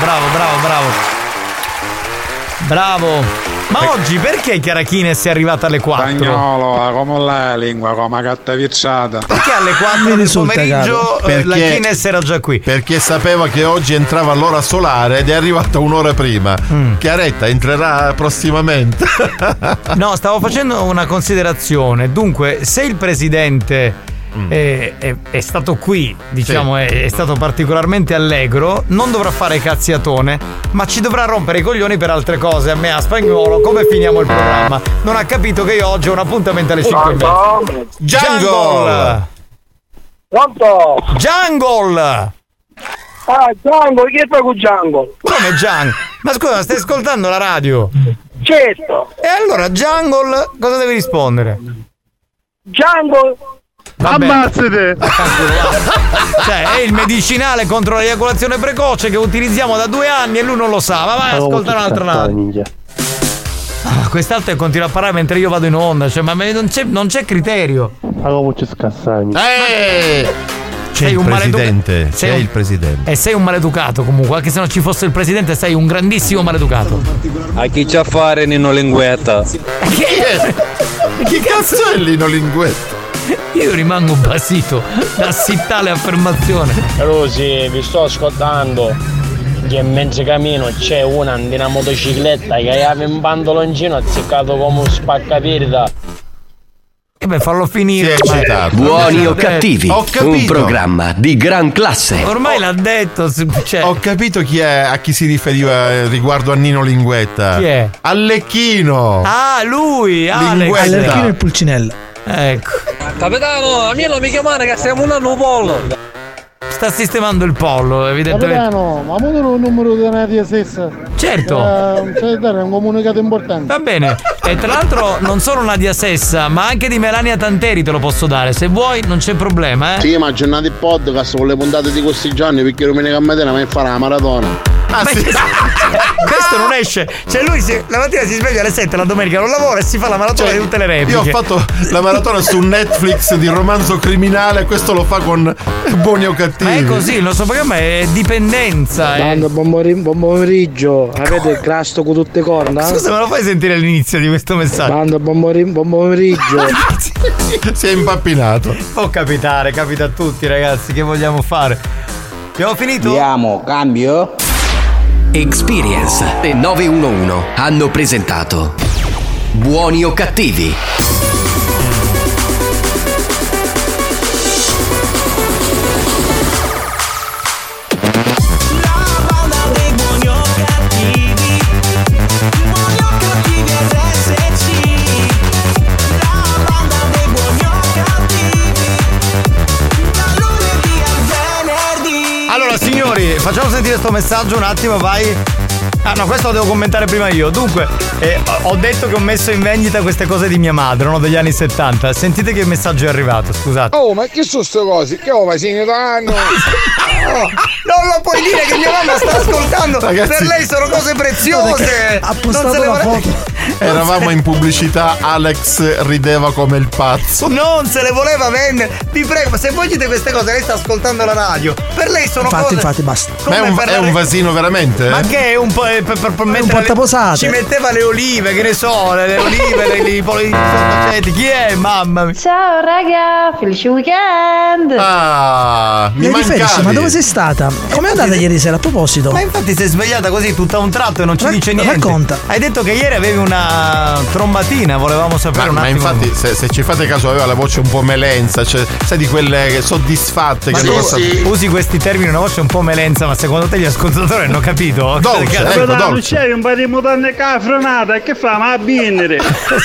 bravo. Ma oggi perché Chiara Chines è arrivata alle 4? Spagnolo, come la lingua, come cattavizzata. Perché alle 4 del pomeriggio la Chines era già qui? Perché sapeva che oggi entrava l'ora solare ed è arrivata un'ora prima. Chiaretta entrerà prossimamente. No, stavo facendo una considerazione. Dunque, se il presidente è stato qui, diciamo, è stato particolarmente allegro, non dovrà fare cazziatone, ma ci dovrà rompere i coglioni per altre cose. A me, a spagnolo, come finiamo il programma? Non ha capito che io oggi ho un appuntamento alle 5:30. Jungle! Pronto? Jungle! Ah, Jungle, chi sta con Jungle? Come Jungle? Ma scusa, stai ascoltando la radio? Certo. E allora Jungle cosa devi rispondere? Jungle Vabbè. Ammazzate! Cioè, è il medicinale contro l'eiaculazione precoce che utilizziamo da 2 anni e lui non lo sa. Ma vai a ascoltare un'altra. Quest'altro continua a parlare mentre io vado in onda. Cioè, ma non c'è criterio. C'è il presidente. C'è il presidente. E sei un maleducato comunque. Anche se non ci fosse il presidente, sei un grandissimo maleducato. A chi c'ha a fare Nino Linguetta? Chi cazzo è Nino Linguetta? Io rimango basito da tale affermazione. Rosi, vi sto ascoltando. Che in mezzo cammino c'è una di una motocicletta che aveva un pantaloncino azzeccato come un spaccapirita. E beh, fallo finire. Buoni o cattivi? Un programma di gran classe. Ormai l'ha detto. Cioè. Ho capito chi è, a chi si riferiva riguardo a Nino Linguetta. Chi è? Allecchino. Ah, lui, Allecchino e Pulcinella. Ecco. Capitano, a me non mi chiamare che stiamo andando un pollo. Sta sistemando il pollo, evidentemente. Capitano, ma il numero della Nadia stessa? Certo. C'è da dare un comunicato importante. Va bene. E tra l'altro non solo Nadia Sessa, ma anche di Melania Tanteri te lo posso dare. Se vuoi non c'è problema, Sì, ma aggiornate il podcast con le puntate di questi giorni perché domenica mattina mi farà la maratona. Sì. Questo non esce. Cioè lui la mattina si sveglia alle 7, la domenica non lavora e si fa la maratona di tutte le repliche. Io ho fatto la maratona su Netflix di romanzo criminale e questo lo fa con Buoni o Cattivi. Ma è così, il nostro programma è dipendenza. Buon pomeriggio. Avete il crasto con tutte corna? Scusa, me lo fai sentire l'inizio di questo messaggio? Buon pomeriggio. Si è impappinato. Può capitare, capita a tutti ragazzi, che vogliamo fare? Abbiamo finito? Andiamo, cambio. Experience e 911 hanno presentato Buoni o Cattivi. Allora signori, facciamo sentire sto messaggio un attimo, vai. Ah no, questo lo devo commentare prima io. Dunque, ho detto che ho messo in vendita queste cose di mia madre, no, degli anni 70. Sentite che messaggio è arrivato, scusate. Oh, ma che sono queste cose? Che ma si ne danno? Non lo puoi dire che mia mamma sta ascoltando. Ragazzi, per lei sono cose preziose. Ha postato la foto. Eravamo in pubblicità, Alex rideva come il pazzo. Non se le voleva vendere. Vi prego, se voi dite queste cose, lei sta ascoltando la radio. Per lei sono cose. Infatti, basta. Ma è un vasino veramente? Ma che è un po' per mettere un portaposate. Ci metteva le olive, che ne so, le olive, i polli. Chi è? Mamma mia. Ciao raga, felice weekend. Mi mancavi. Ma dove sei stata? Come è andata ieri sera a proposito? Ma infatti sei svegliata così tutta a un tratto e non ci dice niente. Racconta. Hai detto che ieri avevi una trombatina, volevamo sapere un attimo. Ma infatti se ci fate caso aveva la voce un po' melenza, cioè sai di quelle soddisfatte ma che hanno passato. Usi questi termini, una voce un po' melenza, ma secondo te gli ascoltatori hanno capito? Dolce, non c'è un po' di mutande ca frenata, che fa? Ma a bindere.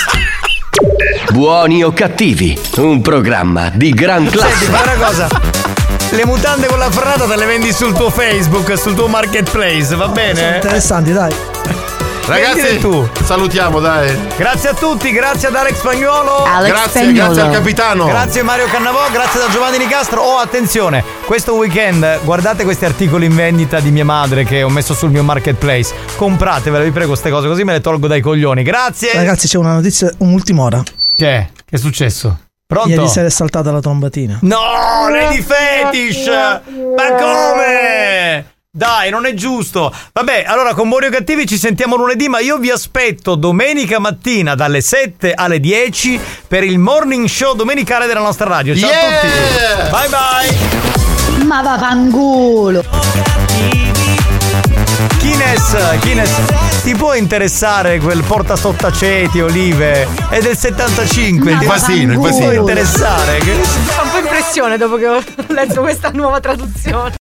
Buoni o Cattivi, un programma di gran classe. Senti, fai una cosa. Le mutande con la frenata te le vendi sul tuo Facebook, sul tuo marketplace, va bene? Sono interessanti, dai. Ragazzi, salutiamo, dai. Grazie a tutti, grazie ad Alex Spagnuolo. Grazie al capitano. Grazie Mario Cannavò, grazie da Giovanni Nicastro. Oh, attenzione, questo weekend guardate questi articoli in vendita di mia madre che ho messo sul mio marketplace. Compratevele, vi prego, queste cose, così me le tolgo dai coglioni. Grazie. Ragazzi, c'è una notizia, un'ultima ora. Che è? Che è successo? Pronto? Ieri sera è saltata la trombatina. No, Lady Fetish! Ma come? Dai, non è giusto. Vabbè, allora con Buoni o Cattivi ci sentiamo lunedì, ma io vi aspetto domenica mattina dalle 7 alle 10 per il morning show domenicale della nostra radio. Ciao a tutti. Bye bye. Ma vaffanculo. Kines, ti può interessare quel porta sottaceti, olive? È del 75. Il vasino. Ti può interessare? Fa un po' impressione dopo che ho letto questa nuova traduzione.